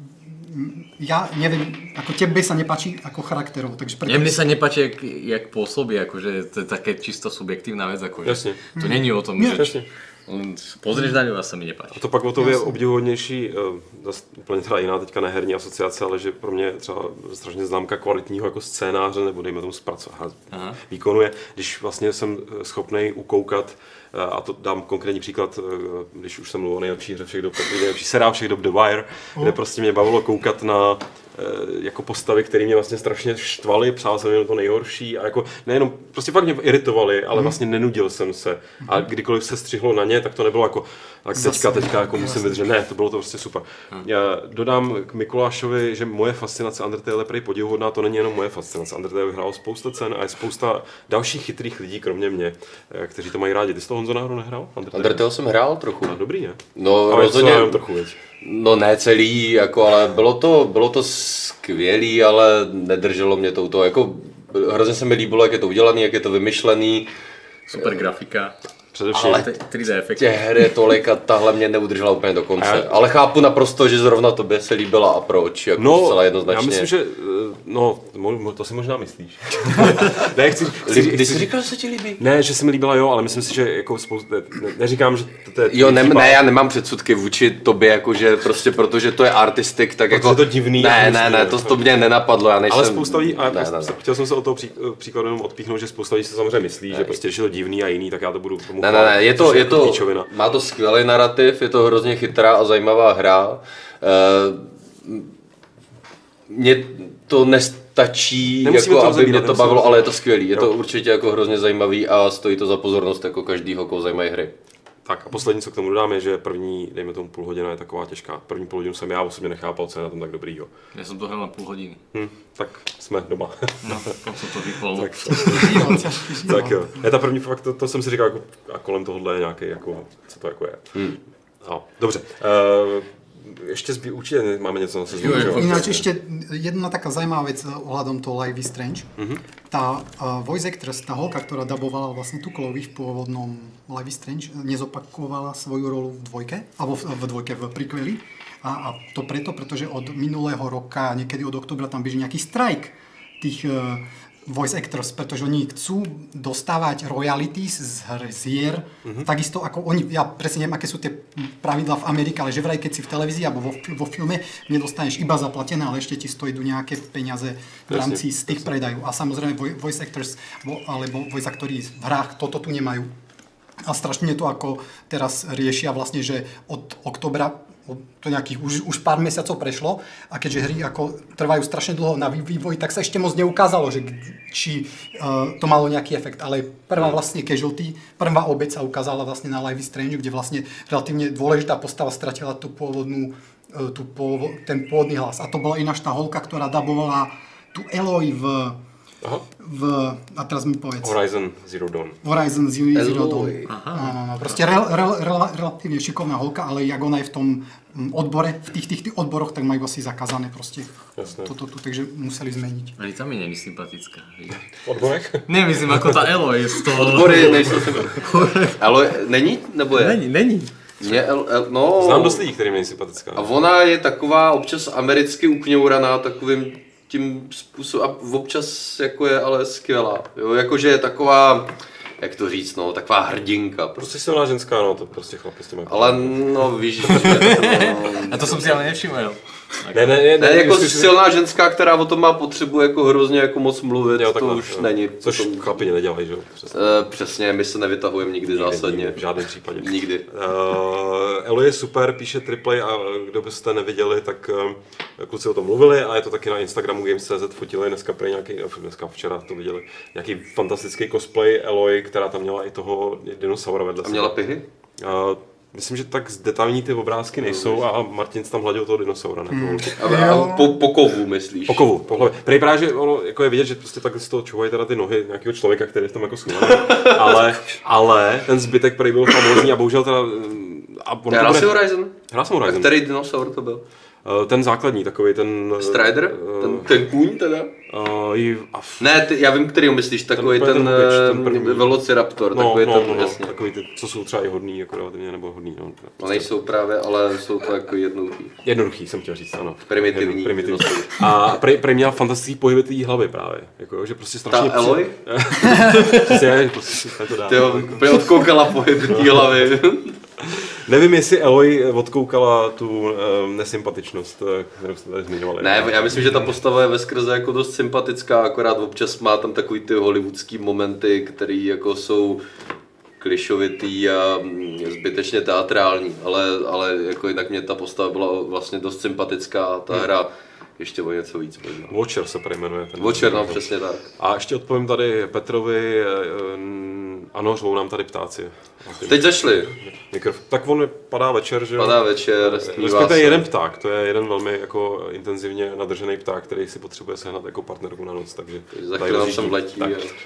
S4: ja neviem, ako tebe sa nepáči ako charakterov. Takže preto...
S3: Mne sa nepáči, jak, jak pôsobí, akože to je také čisto subjektívna vec, akože
S1: Jasne.
S3: To hmm. není o tom,
S1: Nie,
S3: že... Pozrieš na ňu a sa mi nepáči.
S1: A to pak o to je obdivuhodnější, zase úplně teda jiná teďka neherní asociace, ale že pro mě třeba strašně známka kvalitního jako scénáře nebo dejme tomu zpracovat výkonu je, když vlastně jsem schopnej ukoukat, a to dám konkrétní příklad, když už jsem mluvil o nejlepší hře všech dob, nejlepší seriál všech dob The Wire, kde prostě mě bavilo koukat na jako postavy, které mě vlastně strašně štvaly, přál jsem jim to nejhorší a jako nejenom, prostě fakt mě iritovali, ale vlastně nenudil jsem se a kdykoliv se střihlo na ně, tak to nebylo jako tak teďka, teďka jako musím vydržet, ne, to bylo to prostě super. Já dodám k Mikulášovi, že moje fascinace Undertale je prej podivuhodná, to není jenom moje fascinace, Undertale vyhrálo spousta cen a je spousta dalších chytrých lidí, kromě mě, kteří to mají rádi. Ty jsi to, Honzo, náhodou nehrál?
S2: Undertale, Undertale jsem hrál trochu.
S1: A dobrý, ne?
S2: No
S1: ale
S2: rozhodně,
S1: trochu, věc.
S2: No ne celý, jako, ale bylo to, bylo to skvělý, ale nedrželo mě touto, jako hrozně se mi líbilo, jak je to udělaný, jak je to vymyšlený.
S3: Super grafika.
S1: Především.
S2: Ale
S3: tři dé efekty.
S2: Těch her je tolik a tahle mě neudržela úplně do konce. Já... Ale chápu naprosto, že zrovna tobě se líbila a proč, jako
S1: no,
S2: zcela jednoznačně.
S1: Já myslím, že, no, to si možná myslíš. ne, chci, chci,
S2: Líb, Když jsi říkal, že se ti líbí?
S1: Ne, že se mi líbila, jo, ale myslím si, že jako spoustu, ne, neříkám, že to, to je...
S2: Jo, ne, ne, já nemám předsudky vůči tobě, jakože prostě protože to je artistik, tak jako...
S1: je to divný.
S2: Ne, ne, ne, to, to mě nenapadlo, já nejsem...
S1: Ale spousta lidí, a
S2: ne, ne, ne.
S1: chtěl jsem se od toho pří, příkladu jenom odpíchnout, že spousta lidí se samozřejmě myslí, ne. že prostě, že je to divný a jiný, tak já to budu tomu
S2: Ne, ne, ne, je to, je to,
S1: píčovina.
S2: Má to skvělý narrativ, je to hrozně chytrá a zajímavá hra. Mě to nes, stačí, jako, to aby mě to bavilo, ale je to skvělý. Je jo. to určitě jako hrozně zajímavý a stojí to za pozornost jako každýho, koho zajímají hry.
S1: Tak a poslední, co k tomu dodám, je, že první, dejme tomu půl hodina je taková těžká. První půl hodinu jsem já osobně nechápal, co je na tom tak dobrýho.
S3: Já jsem to hrál na půl hodiny.
S1: Hm, tak jsme doma.
S3: No, tam se to vypalo.
S1: tak, tak jo. Je ta první fakt, to, to jsem si říkal, jako, a kolem tohohle je nějaký, jako, co to jako je. Hm. No, dobře. Uh, Ešte zby, určite máme něco na seznamu.
S4: Ináč ešte jedna taká zaujímavá vec ohľadom toho Life is Strange. Mm-hmm. Tá uh, voice actress, tá holka, ktorá dabovala vlastne tú Chloe v pôvodnom Life is Strange, nezopakovala svoju rolu v dvojke, alebo v, v dvojke, v prequeli. A, a to preto, pretože od minulého roka, niekedy od oktobra, tam beží nejaký strajk tých uh, voice actors, pretože oni chcú dostávať royalties z hier, mm-hmm. takisto ako oni, ja presne neviem, aké sú tie pravidlá v Amerike, ale že vraj, keď si v televízii alebo vo, vo filme, nedostaneš iba zaplatené, ale ešte ti stojí nejaké peniaze v rámci z tých predajov. A samozrejme voice actors alebo voice actori v hrách toto tu nemajú. A strašne to ako teraz riešia vlastne, že od oktobra to nejakých už, už pár mesiacov prešlo a keďže hry ako trvajú strašne dlho na vývoj, tak sa ešte moc neukázalo, že či uh, to malo nejaký efekt, ale prvá vlastne casualty, prvá obeť sa ukázala vlastne na Life is Strange, kde vlastne relatívne dôležitá postava stratila tú pôvodnú, uh, tú pôvod, ten pôvodný hlas a to bola ináč tá holka, ktorá dabovala tú Eloy v Aha. v, a teraz mi povedz.
S1: Horizon Zero Dawn.
S4: Horizon Zero, Zero Dawn. Aha. No, no, no. Proste re, re, re, relatívne šikovná holka, ale jak ona je v tom odbore, v tých, tých, tých odboroch, tak majú asi zakázané proste toto tu, takže museli zmeniť.
S3: Ani tam je není sympatická.
S1: V odborech?
S3: Nemyslím, ako tá Eloy z toho...
S2: Odbory nejsou Eloy není? Nebo je?
S3: Není, není.
S2: Mě, el, el, no,
S1: znám dost lidí, kterým není sympatická.
S2: A ona je taková občas americky ukňouraná takovým tím způsobem a občas jako je ale skvělá, jo, jakože je taková, jak to říct, no, taková hrdinka.
S1: Prostě, prostě silná ženská, no, to prostě chlapi s těma.
S2: Ale no, víš, že... No,
S3: a to jsem si ale nevšiml.
S2: Ne, ne, ne, ne, jako silná ženská, která o tom má potřebu jako hrozně jako moc mluvit, jo, to už jo. Není.
S1: Což
S2: potom...
S1: chlapi nedělají, že jo?
S2: Přesně. Uh, přesně, my se nevytahujeme nikdy, nikdy zásadně.
S1: Nikdy, v žádném případě.
S2: Nikdy.
S1: Uh, Eloy je super, píše Triplay a kdo byste neviděli, tak uh, kluci o tom mluvili a je to taky na Instagramu Games tečka cé zet, fotili dneska prý nějaký, dneska včera to viděli, nějaký fantastický cosplay Eloy, která tam měla i toho dinosaura vedle.
S2: A měla pihy?
S1: Uh, Myslím, že tak detailní ty obrázky nejsou a Martin tam hladil toho dinosaura. Hmm.
S2: A, a po, po kovu, myslíš?
S1: Po kovu, po hlavě. Prej právě, že ono, jako je vidět, že prostě tak z toho čuvají teda ty nohy nějakého člověka, který je tam jako schovaný. ale, ale ten zbytek prej byl famózní a bohužel teda...
S2: Hrál jsi Horizon?
S1: Hrál jsem Horizon.
S2: A který dinosaur to byl?
S1: Ten základní, takový ten...
S2: Strider? Uh, ten, ten kůň teda?
S1: Uh, i,
S2: af... Ne, ty, já vím, který myslíš, takový ten, ten, ten, ten Velociraptor,
S1: no,
S2: takový
S1: no,
S2: ten,
S1: no, no,
S2: jasně.
S1: Takový ty, co jsou třeba i hodný, jako relativně, nebo hodný, no.
S2: No nejsou právě, ale jsou to jako jednoduchý.
S1: Jednoduchý, jsem chtěl říct, ano.
S2: Primitivní.
S1: Primitivní. A prej, prej měla fantastický pohyby té hlavy právě, jako, že prostě strašně...
S2: Ta Eloy?
S1: Přesně, prostě to dá.
S2: Ty jo, úplně odkoukala pohyby té hlavy.
S1: Nevím, jestli Eloy odkoukala tu um, nesympatičnost, kterou jste tady zmiňovali.
S2: Ne, já myslím, že ta postava je veskrze jako dost sympatická, akorát občas má tam takový ty hollywoodský momenty, které jako jsou klišovitý a zbytečně teatrální, ale, ale jako jinak mě ta postava byla vlastně dost sympatická a ta hmm. hra ještě o něco víc možná.
S1: Watcher se pojmenuje.
S2: Watcher, no přesně tak.
S1: A ještě odpovím tady Petrovi, ano, řvou nám tady ptáci.
S2: Teď zašli.
S1: Tak on padá večer, že jo?
S2: Padá večer,
S1: snívá se. Je jeden pták, to je jeden velmi jako intenzivně nadržený pták, který si potřebuje sehnat jako partnerku na noc, takže...
S2: Za chvíli jsem vletí.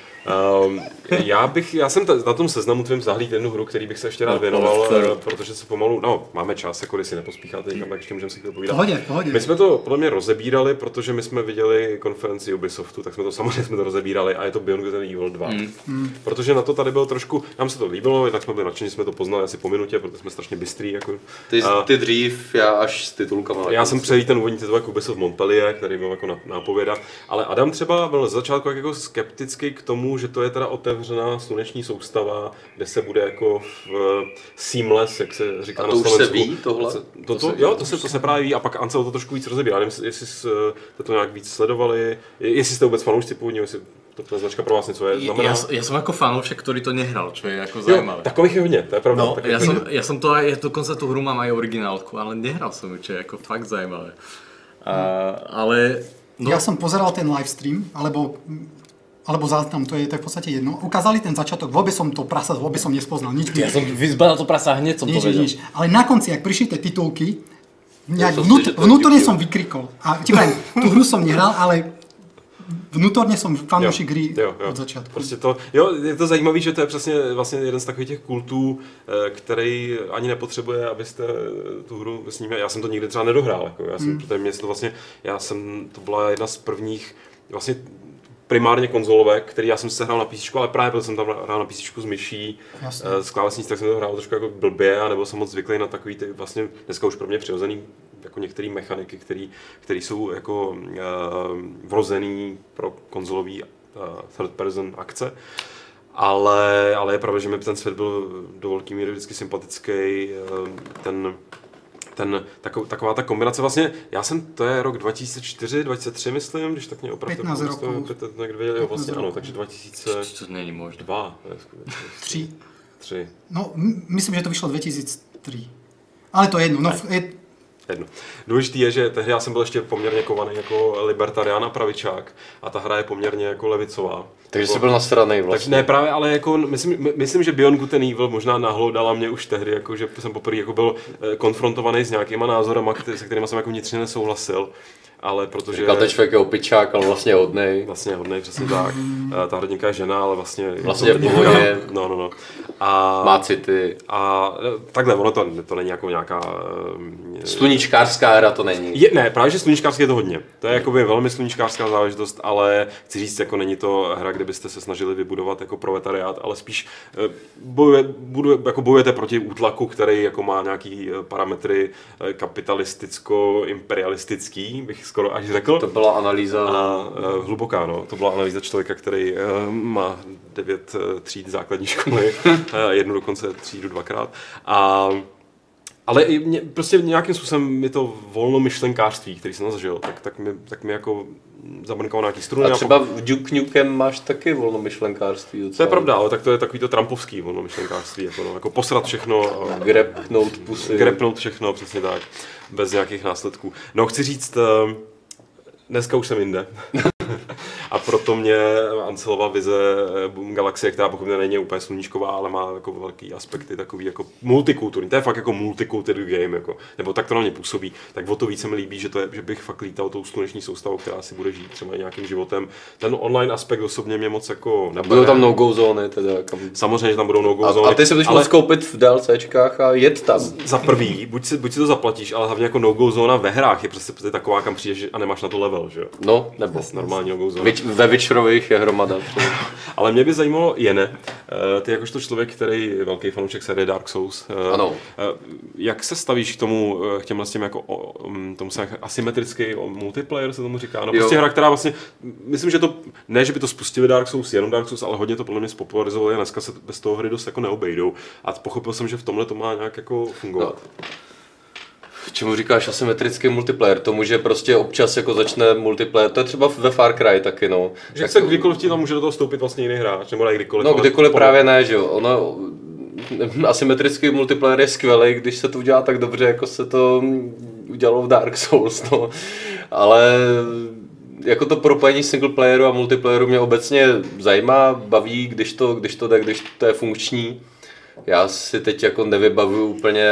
S1: Um, já bych, já jsem t- na tom seznamu tvým zahlíd jednu hru, který bych se ještě rád no, věnoval, no, protože se pomalu, no máme čas, jako když si nepospícháte někam, tak ještě můžeme si chvíli povídat.
S4: Pohodě, pohodě.
S1: My jsme to podle mě rozebírali, protože my jsme viděli konferenci Ubisoftu, tak jsme to samozřejmě jsme to rozebírali a je to Beyond Good and Evil dva. Mm. Protože na to tady bylo trošku, nám se to líbilo, tak jsme byli nadšení, jsme to poznali asi po minutě, protože jsme strašně bystrý. Jako,
S2: ty, a, ty dřív, já až s titulkama.
S1: Já jsem přelý ten úvodní titulek Ubisoft Montpellier, který byl jako nápověda, ale Adam třeba byl z začátku jako skeptický k tomu, že to je teda otevřená sluneční soustava, kde se bude jako v seamless, jak se říká
S2: na
S1: Slovensku.
S2: A to už se ví tohle?
S1: To, to, to, jo, to se, to se právě ví a pak Ancel to trošku víc rozebírá. Nevím, jestli jste to nějak víc sledovali, jestli jste vůbec fanoušci původně, jestli to značka pro vás něco je, znamená?
S3: Ja, ja som ako fanúšek, ktorý to nehral, čo je ako zaujímavé.
S1: Takových je hodně, to je pravda.
S3: No, ja som, ja som to aj, ja dokonca tú hru mám aj originálku, ale nehral som ju, čo je ako fakt zaujímavé. A, ale
S4: No. Ja som pozeral ten livestream, alebo, alebo záznam, to je, to je v podstate jedno. Ukázali ten začiatok, vôbec som to prasa, vôbec som nespoznal. Nič,
S3: ja som vyzbadal to prasa, hneď som
S4: nič,
S3: to vedel.
S4: Nič. Ale na konci, ak prišli tie titulky, nejak vnút, vnútorne som vykrikol. A ti pravím, tú hru som nehral, ale vnútorně jsem fanoušek hry od začátku.
S1: Prostě to, jo, je to zajímavé, že to je přesně vlastně jeden z takových těch kultů, který ani nepotřebuje, abyste tu hru s ním, já jsem to nikdy třeba nedohrál, jako já jsem, hmm. protože mě to vlastně, já jsem, to byla jedna z prvních vlastně primárně konzolovek, který já jsem se hrál na P C, ale právě protože jsem tam hrál na P C s myší, Jasně. s klávesnicí, tak jsem to hrál trošku jako blbě, nebo jsem moc zvyklý na takový ty vlastně dneska už pro mě přirozený jako některé mechaniky, které jsou jako uh, vrozený pro konzolový uh, third person akce. Ale, ale je pravda, že mi ten svět byl do velké míry vždycky sympatický. Uh, ten, ten, tako, taková ta kombinace vlastně, já jsem, to je rok dva tisíce čtyři, dva tisíce tři myslím, když tak mě opravdu
S4: patnáct roků.
S1: Jo, vlastně ano, takže dva tisíce dva.
S3: To není možné.
S4: tři.
S1: tři.
S4: No, myslím, že to vyšlo dva tisíce tři. Ale to je jedno. No, je...
S1: Jedno. Důležitý je, že tehdy já jsem byl ještě poměrně kovaný jako libertarián a pravičák a ta hra je poměrně jako levicová.
S2: Takže jsi byl nasranej vlastně.
S1: Tak ne právě, ale jako myslím, myslím, že Beyond Good and Evil možná nahlodala mě už tehdy, jako, že jsem poprvé jako byl konfrontovaný s nějakýma názorama, který, se kterými jsem jako vnitřně nesouhlasil. Ale protože...
S2: Říkal, ten člověk je opičák, ale vlastně hodnej.
S1: Vlastně hodnej, přesně tak. Ta hrdinka je žena, ale vlastně...
S2: Vlastně v pohodě.
S1: No, no, no. A,
S2: má city.
S1: A takhle, ono to, to není jako nějaká...
S2: Sluníčkářská hra to není.
S1: Je, ne, právě že sluníčkářské je to hodně. To je jakoby velmi sluníčkářská záležitost, ale chci říct, jako není to hra, kde byste se snažili vybudovat jako proletariát, ale spíš bojuje, buduje, jako bojujete proti útlaku, který jako má nějaký parametry kapitalisticko-imperialistický, bych skoro až řekl.
S2: To byla analýza...
S1: A, uh, hluboká, no. To byla analýza člověka, který uh, má devět uh, tříd základní školy, uh, jednu dokonce třídu dvakrát. A ale i mě, prostě nějakým způsobem mi to volnomyšlenkářství, který jsem zažil, tak, tak, mi, tak mi jako zabrnkalo nějaký struny.
S2: A třeba v Duke Nukem máš taky volnomyšlenkářství docela.
S1: To je pravda, ale tak to je takový to trumpovský volnomyšlenkářství, jako, no, jako posrat všechno.
S2: Grepnout pusy.
S1: Grepnout všechno, přesně tak, bez nějakých následků. No chci říct, dneska už jsem jinde. A proto mě Ancelova vize galaxie, která pochopně není úplně sluníčková, ale má jako velký aspekty takový jako multikulturní. To je fakt jako multikulturní game, jako, nebo tak to na mě působí. Tak o to více mi líbí, že, to je, že bych fakt lítal tou sluneční soustavou, která si bude žít třeba nějakým životem. Ten online aspekt osobně mě moc jako nebere.
S2: Budou tam no-go zóny teda. Kam...
S1: Samozřejmě, že tam budou no-go zóny.
S2: A ty se budeš ale... moct koupit v DLCčkách a jet tam.
S1: Za prvý, buď si, buď si to zaplatíš, ale hlavně jako no-go zóna ve hrách je prostě taková, kam přijdeš a nemáš na to level, že jo?
S2: No, nebo
S1: normální no-go zóna.
S2: Ve Witcherových je hromada.
S1: Ale mě by zajímalo, Jene, ty jakožto člověk, který je velký fanoušek série Dark Souls,
S2: ano.
S1: Jak se stavíš k tomu, k těmhle s tím jako tomu se asymetrický multiplayer se tomu říká, no prostě jo. Hra, která vlastně, myslím, že to, ne, že by to spustili Dark Souls, jenom Dark Souls, ale hodně to podle mě spopularizovali a dneska se bez toho hry dost jako neobejdou a pochopil jsem, že v tomhle to má nějak jako fungovat. No.
S2: Čemu říkáš asymetrický multiplayer? Tomu, že prostě občas jako začne multiplayer, to je třeba ve Far Cry taky, no.
S1: Že tak se kdykoliv ti tam může do toho vstoupit vlastně jiný hráč, nebo ne kdykoliv.
S2: No kdykoliv právě ne, že jo. Ono, asymetrický multiplayer je skvělý, když se to udělá tak dobře, jako se to udělalo v Dark Souls, no. Ale jako to propojení single playeru a multiplayeru mě obecně zajímá, baví, když to, když to jde, když to je funkční. Já si teď jako nevybavuju úplně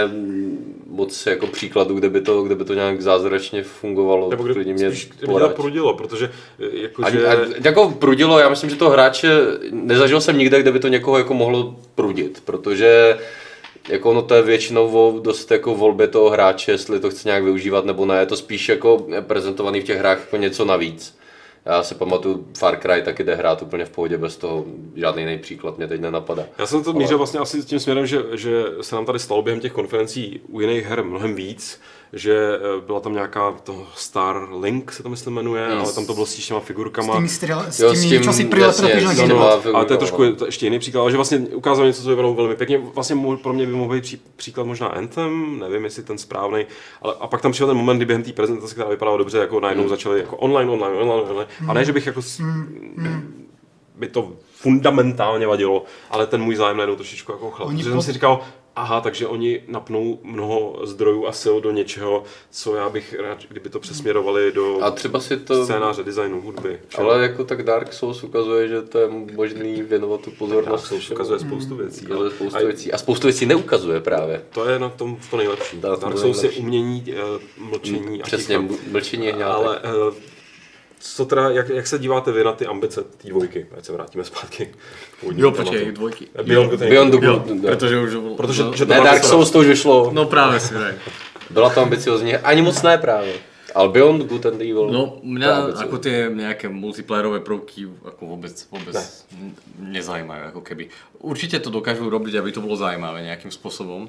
S2: moc jako příkladů, kde by to, kde by to nějak zázračně fungovalo.
S1: Nebo kde
S2: mě
S1: spíš to prudilo, protože jako,
S2: a,
S1: že...
S2: a, jako prudilo, já myslím, že to hráče, nezažil jsem nikde, kde by to někoho jako mohlo prudit, protože jako no to je většinou o dost jako volbě toho hráče, jestli to chce nějak využívat nebo ne, je to spíš jako prezentovaný v těch hrách jako něco navíc. Já si pamatuju, Far Cry taky jde hrát úplně v pohodě, bez toho žádný jiný příklad mě teď nenapadá.
S1: Já jsem to ale... mířil vlastně asi tím směrem, že, že se nám tady stalo během těch konferencí u jiných her mnohem víc, že byla tam nějaká to Star Link se to myslím jmenuje, mm. ale tam to bylo s těma figurkama.
S4: S těmi, střel, s těmi, s těmi čo si přilepil
S1: no, no, ale to je trošku to ještě jiný příklad, ale že vlastně ukázal něco, co vypadalo velmi pěkně. Vlastně pro mě by mohl být pří, příklad možná Anthem, nevím jestli ten správný, ale a pak tam přišel ten moment, kdy během té prezentace, která vypadala dobře, jako najednou mm. začali jako online, online, online, online. Mm. A ne, že bych jako mm. by to fundamentálně vadilo, ale ten můj zájem najednou trošičku jako chlap. Protože jsem si říkal, aha, takže oni napnou mnoho zdrojů a sil do něčeho, co já bych rád, kdyby to přesměrovali do
S2: a třeba si to...
S1: scénáře, designu, hudby. Všeho.
S2: Ale jako tak Dark Souls ukazuje, že to je možný věnovat tu pozornost.
S1: Dark ukazuje spoustu věcí.
S2: Ukazuje spoustu a, věcí. A spoustu věcí neukazuje právě.
S1: To je na tom to nejlepší.
S2: Dark,
S1: Dark Souls je umění, uh, mlčení.
S2: Přesně,
S1: a
S2: mlčení je
S1: ale uh, co teda, jak, jak se díváte vy na ty ambice té dvojky? Ať se vrátíme zpátky.
S3: Jo, počkej, dvojky.
S1: Beyond Good and
S2: Beyond the
S3: Good, protože už bylo...
S1: Protože
S3: no,
S1: že to
S2: ne, Dark Souls to už vyšlo.
S3: No právě si tak.
S2: Byla to ambiciozní, ani moc ne právě. Ale Beyond Good and Evil...
S3: No, mňa ako tie nejaké multiplayerové prvky ako vôbec, vôbec ne. nezajímajú, ako keby. Určite to dokážu robiť, aby to bolo zaujímavé nejakým spôsobom.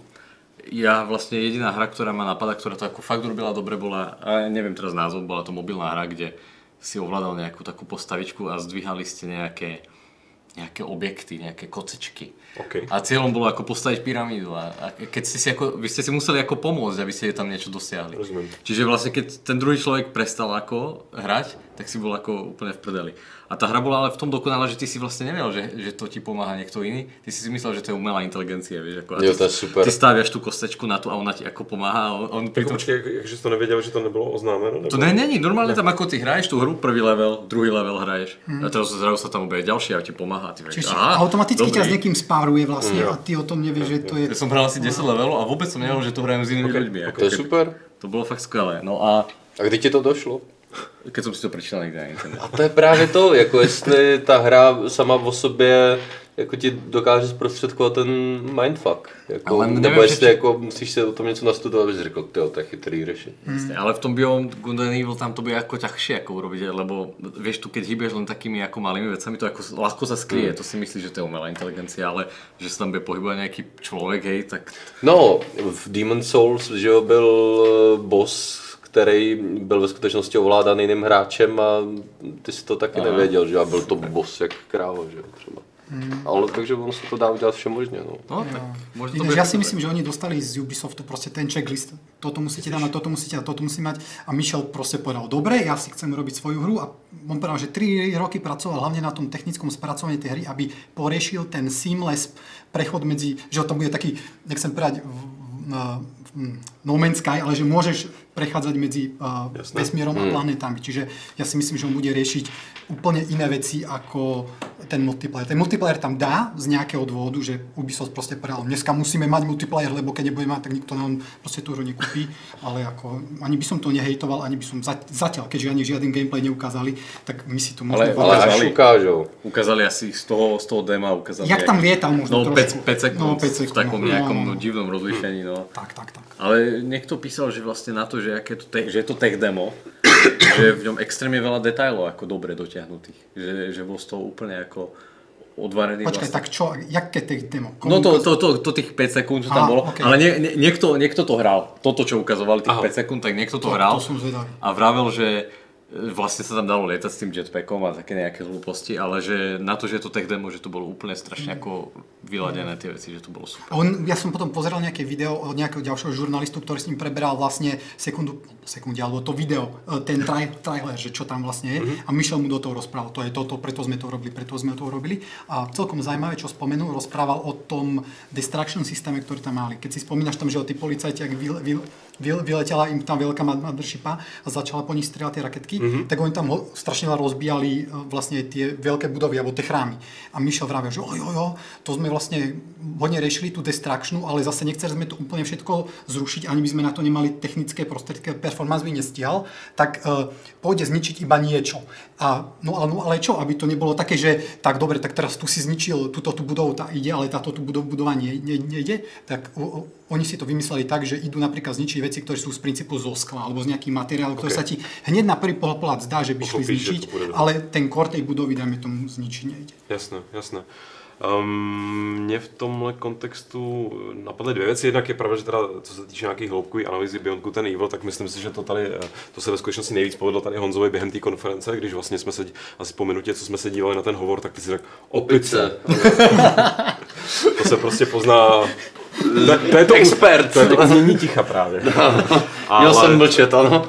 S3: Ja vlastne jediná hra, ktorá ma napadá, ktorá to ako fakt urobila dobre, bola, a neviem teraz názov, bola to mobilná hra, kde si ovládal nejakú takú postavičku a zdvíhali ste nejaké, nejaké objekty, nejaké kocečky.
S1: Okay.
S3: A cieľom bolo ako postaviť pyramídu a, a keď ste si ako, vy ste si museli ako pomôcť, aby ste tam niečo dosiahli.
S1: Rozumiem.
S3: Čiže vlastne keď ten druhý človek prestal ako hrať, tak si bol ako úplne v prdeli. A tá hra bola ale v tom dokonale, že ty si vlastne nevedel, že, že to ti pomáha niekto iný. Ty si si myslel, že to je umelá inteligencia, vieš. Ako,
S2: jo, to je super.
S3: Ty staviaš tú kostečku na to a ona ti ako pomáha a on, on
S1: pri tom... Počkej, jakže to nevěděl, že to nebylo oznámeno? Nebo...
S3: To ne, není, normálne ne. Tam ako ty hraješ tú hru, prvý level, druhý level hraješ. Hmm. A teraz zrazu sa tam objaví ďalší a ti pomáha. Ty
S4: čiže aha, automaticky ťa s niekým spáruje vlastne hmm. a ty o tom nevieš, že to je...
S3: Ja som hral asi desať levelov a vôbec som nevedel, že to hrajem s inými okay. ľuďmi. Ako
S2: to je
S3: keby.
S2: Super.
S3: To bolo fakt skvelé. No a...
S2: A kdy ti to došlo?
S3: Keď som si to prečítal někde na internetu.
S2: A to je právě to, jako jestli ta hra sama o sobě jako ti dokáže zprostředkovat ten mindfuck. Jako,
S3: ale
S2: nebo jestli jako musíš se o tom něco nastudovat, abys řekl, tyjo, to je chytrý řešení.
S3: Hmm. Ale v tom Beyond Good and Evil tam to bude jako ťažšie jako urobiť, lebo vieš tu keď hýbeš len takými jako malými vecami, to jako ľahko sa skryje, hmm. to si myslíš, že to je umelá inteligencia, ale že sa tam bude pohybovať nejaký človek, hej, tak...
S2: No, v Demon Souls, že jo, byl boss, který byl ve skutečnosti ovládaný jiným hráčem a ty si to taky Aha. nevěděl, že a byl to boss jak kráva, že jo, třeba. Hmm. Ale takže ono se to dá udělat všemožně, no.
S3: No tak
S4: možno to ja si myslím, že oni dostali z Ubisoftu proste ten checklist. Toto musíte dať, toto musíte dať, toto musí mať. A Michel proste povedal, dobre, ja si chcem robiť svoju hru a on povedal, že tri roky pracoval hlavne na tom technickom spracovaní tej hry, aby poriešil ten seamless prechod medzi, že to bude taký, nechcem povedať, No Man's Sky, ale že môžeš prechádzať medzi uh, vesmírom a planetami. Čiže ja si myslím, že on bude riešiť úplne iné veci ako ten multiplayer. Ten multiplayer tam dá z nejakého dôvodu, že Ubisoft proste povedal, dneska musíme mať multiplayer, lebo keď nebudeme mať, tak nikto nám proste tú hru nekúpi. Ale ako, ani by som to nehejtoval, ani by som zatiaľ, keďže ani žiaden gameplay neukázali, tak my si to môžeme...
S2: Ale, ale až ukážou.
S3: Ukázali asi z toho, z toho dema, ukázali...
S4: Jak tam lietal možno
S3: no,
S4: trošku.
S3: päť sekúnd,
S4: no, päť sekúnd,
S3: v takom
S4: no,
S3: nejakom
S4: no, no.
S3: divnom rozlíšení, no.
S4: Tak, tak, tak.
S3: Ale niekto písal, že vlastne na to, že, aké to te, že je to tech demo, že je v ňom extrémne veľa detailov ako dobre dotiahnutých. Že, že bol z toho úplne ako odvarený.
S4: Počkaj,
S3: vlastne.
S4: Tak čo, jaké tech demo?
S3: Komu no to, to, to, to tých päť sekúnd, čo tam Aha, bolo, okay. Ale nie, nie, niekto, niekto to hral. Toto, čo ukazovali, tých Aha. päť sekúnd, tak niekto to, to hral.
S4: To som zvedavý.
S3: A vravel, že vlastne sa tam dalo lietať s tým jetpackom a také nejaké hlúposti, ale že na to, že je to tech demo, že to bolo úplne strašne ako vyladené tie veci, že to bolo super.
S4: On, ja som potom pozeral nejaké video od nejakého ďalšieho žurnalistu, ktorý s ním preberal vlastne sekundu, sekunde, alebo to video, ten traj, trailer, že čo tam vlastne je. Mm-hmm. A Michel mu do toho rozprával, to je toto, preto sme to robili, preto sme to robili. A celkom zaujímavé, čo spomenul, rozprával o tom distraction systéme, ktorý tam mali. Keď si spomínaš tam, že o tí policajti, ak vy, vy, vyletela im tam veľká motheršipa a začala po nich strieľať tie raketky, mm-hmm. tak oni tam ho, strašne rozbíjali vlastne tie veľké budovy alebo tie chrámy. A Michel vravel, že ojo, ojo, to sme vlastne hodne riešili tú distractionu, ale zase nechceli sme to úplne všetko zrušiť, ani by sme na to nemali technické prostriedky, performance by nestíhal, tak uh, pôjde zničiť iba niečo. A, no, ale, no ale čo, aby to nebolo také, že tak dobre, tak teraz tu si zničil túto tú budovu, tá ide, ale táto tú budovu budova nie, nie, nejde, tak o, o, oni si to vymysleli tak, že idú napríklad zničiť veci, ktoré sú z princípu zo skla alebo z nejakých materiálov, ktoré okay. sa ti hneď na prvý pohľad zdá, že by šli zničiť, ale ten core tej budovy, dajme tomu, zničiť nejde.
S1: Jasné, jasné. Um, mě v tomhle kontextu napadly dvě věci. Jednak je pravda, že teda, co se týče nějakých hloubkových analýzy Beyond Good and Evil, tak myslím si, že to tady, to se ve skutečnosti nejvíc povedlo tady Honzovi během té konference, když vlastně jsme se, asi po minutě, co jsme se dívali na ten hovor, tak ty si řekl, opice. To se prostě pozná. To, to je to
S2: expert.
S1: To je to umění ticha právě.
S2: Ale... Měl jsem mlčet, ano.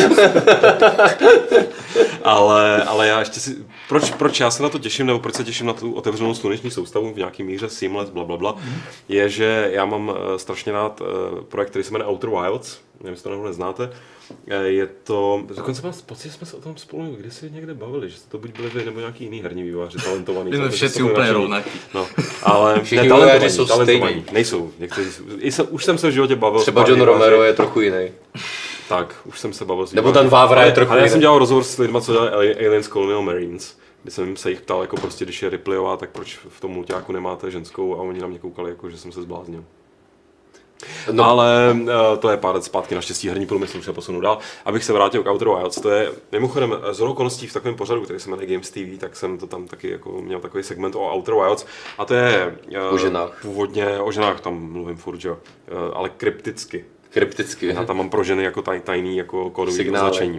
S1: ale, ale já ještě si... Proč, proč já se na to těším, nebo proč se těším na tu otevřenou sluneční soustavu v nějaký míře, Seamless, blablabla, mm. je, že já mám uh, strašně rád uh, projekt, který se jmenuje Outer Wilds, nevím, jestli to náhodou neznáte. Je to, dokonce mám pocit, že jsme se o tom spolu kdysi někde bavili, že to buď byli vy nebo nějaký jiný herní vývojáři, talentovaný.
S3: My jsme všichni úplně rovnaký.
S1: No, ale
S2: všichni vývojáři jsou stejní.
S1: Nejsou, někteří jsou. Jsem, už jsem se v životě bavil.
S2: Třeba John Romero je trochu jiný.
S1: Tak, už jsem se bavil s
S2: Nebo Dan Vávra je trochu
S1: ale
S2: jiný.
S1: já jsem dělal rozhovor s lidmi, co dělali Aliens Colonial Marines, kdy jsem se jich ptal, jako prostě, když je Ripleyová, tak proč v tom mulťáku nemáte ženskou, a oni na mě koukali, jako, že jsem se zbláznil. No. Ale uh, to je pár let zpátky, naštěstí herní průmysl už se posunul dál. Abych se vrátil k Outer Wilds, to je mimochodem z okolností v takovém pořadu, který se jmenuje Games T V, tak jsem to tam taky jako měl takový segment o Outer Wilds, a to je uh,
S2: o ženách.
S1: Původně o ženách, tam mluvím furt, že? Uh, ale krypticky.
S2: Krypticky.
S1: Já tam mám pro ženy jako taj, tajný jako kódový označení.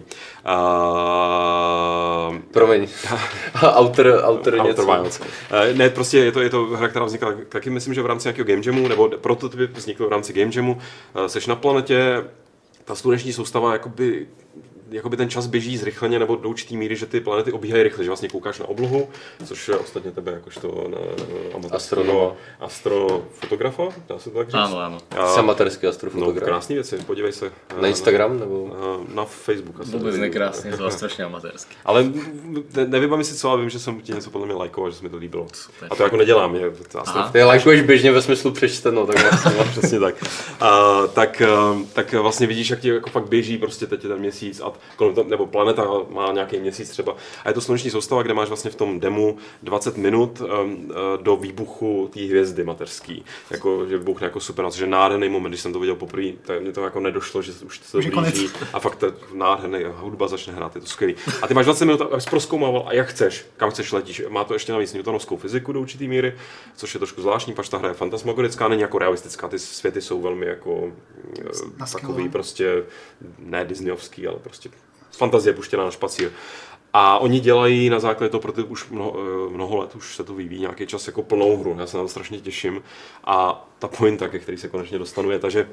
S1: Uh,
S2: Promiň. Outer, outer,
S1: outer Wilds. Uh, ne, prostě je to, je to hra, která vznikla taky, myslím, že v rámci nějakého Game Jamu, nebo prototyp vznikl v rámci Game Jamu. Uh, seš na planetě, ta sluneční soustava jakoby jakoby ten čas běží zrychleně nebo do určitý míry, že ty planety obíhají rychle, že vlastně koukáš na oblohu, což je ostatně tebe jakožto
S2: astronoma,
S1: astrofotografa, dá se to tak říct?
S3: Ano, ano.
S2: Jsi amatérský astrofotograf.
S1: No, krásný věci, podívej se.
S2: Na Instagram nebo?
S1: Na Facebook. Asi
S3: vůbec nekrásně, to vás strašně amatérský.
S1: Ale ne, nevím si co, ale vím, že jsem ti něco podle mě lajkoval, že se mi to líbilo. Super. A to jako nedělám. Je,
S2: Ty lajkuješ běžně ve smyslu přečteno, tak vlastně.
S1: Přesně tak. A, tak. Tak vlastně vidíš, jak ti jako fakt běží prostě teď ten měsíc a kolem toho, nebo planeta má nějaký měsíc třeba. A je to sluneční soustava, kde máš vlastně v tom demu dvacet minut um, do výbuchu té hvězdy mateřský. Jako, že vybuchne jako super, že nádherný moment, když jsem to viděl poprvé, tak mě to jako nedošlo, že už se to blíží a fakt nádherný, hudba začne hrát, je to skvělý. A ty máš dvacet minut, abys prozkoumával, a jak chceš, kam chceš letíš. Má to ještě navíc newtonovskou fyziku do určitý míry, což je trošku zvláštní, pač ta hra je fantasmagorická, není jako realistická, ty světy jsou velmi jako takový prostě ne disneyovský, ale prostě fantazie puštěná na špacír. A oni dělají na základě toho, protože už mnoho, mnoho let už se to vyvíjí nějaký čas jako plnou hru. Já se na to strašně těším. A ta pointa, ke který se konečně dostanu, je ta, že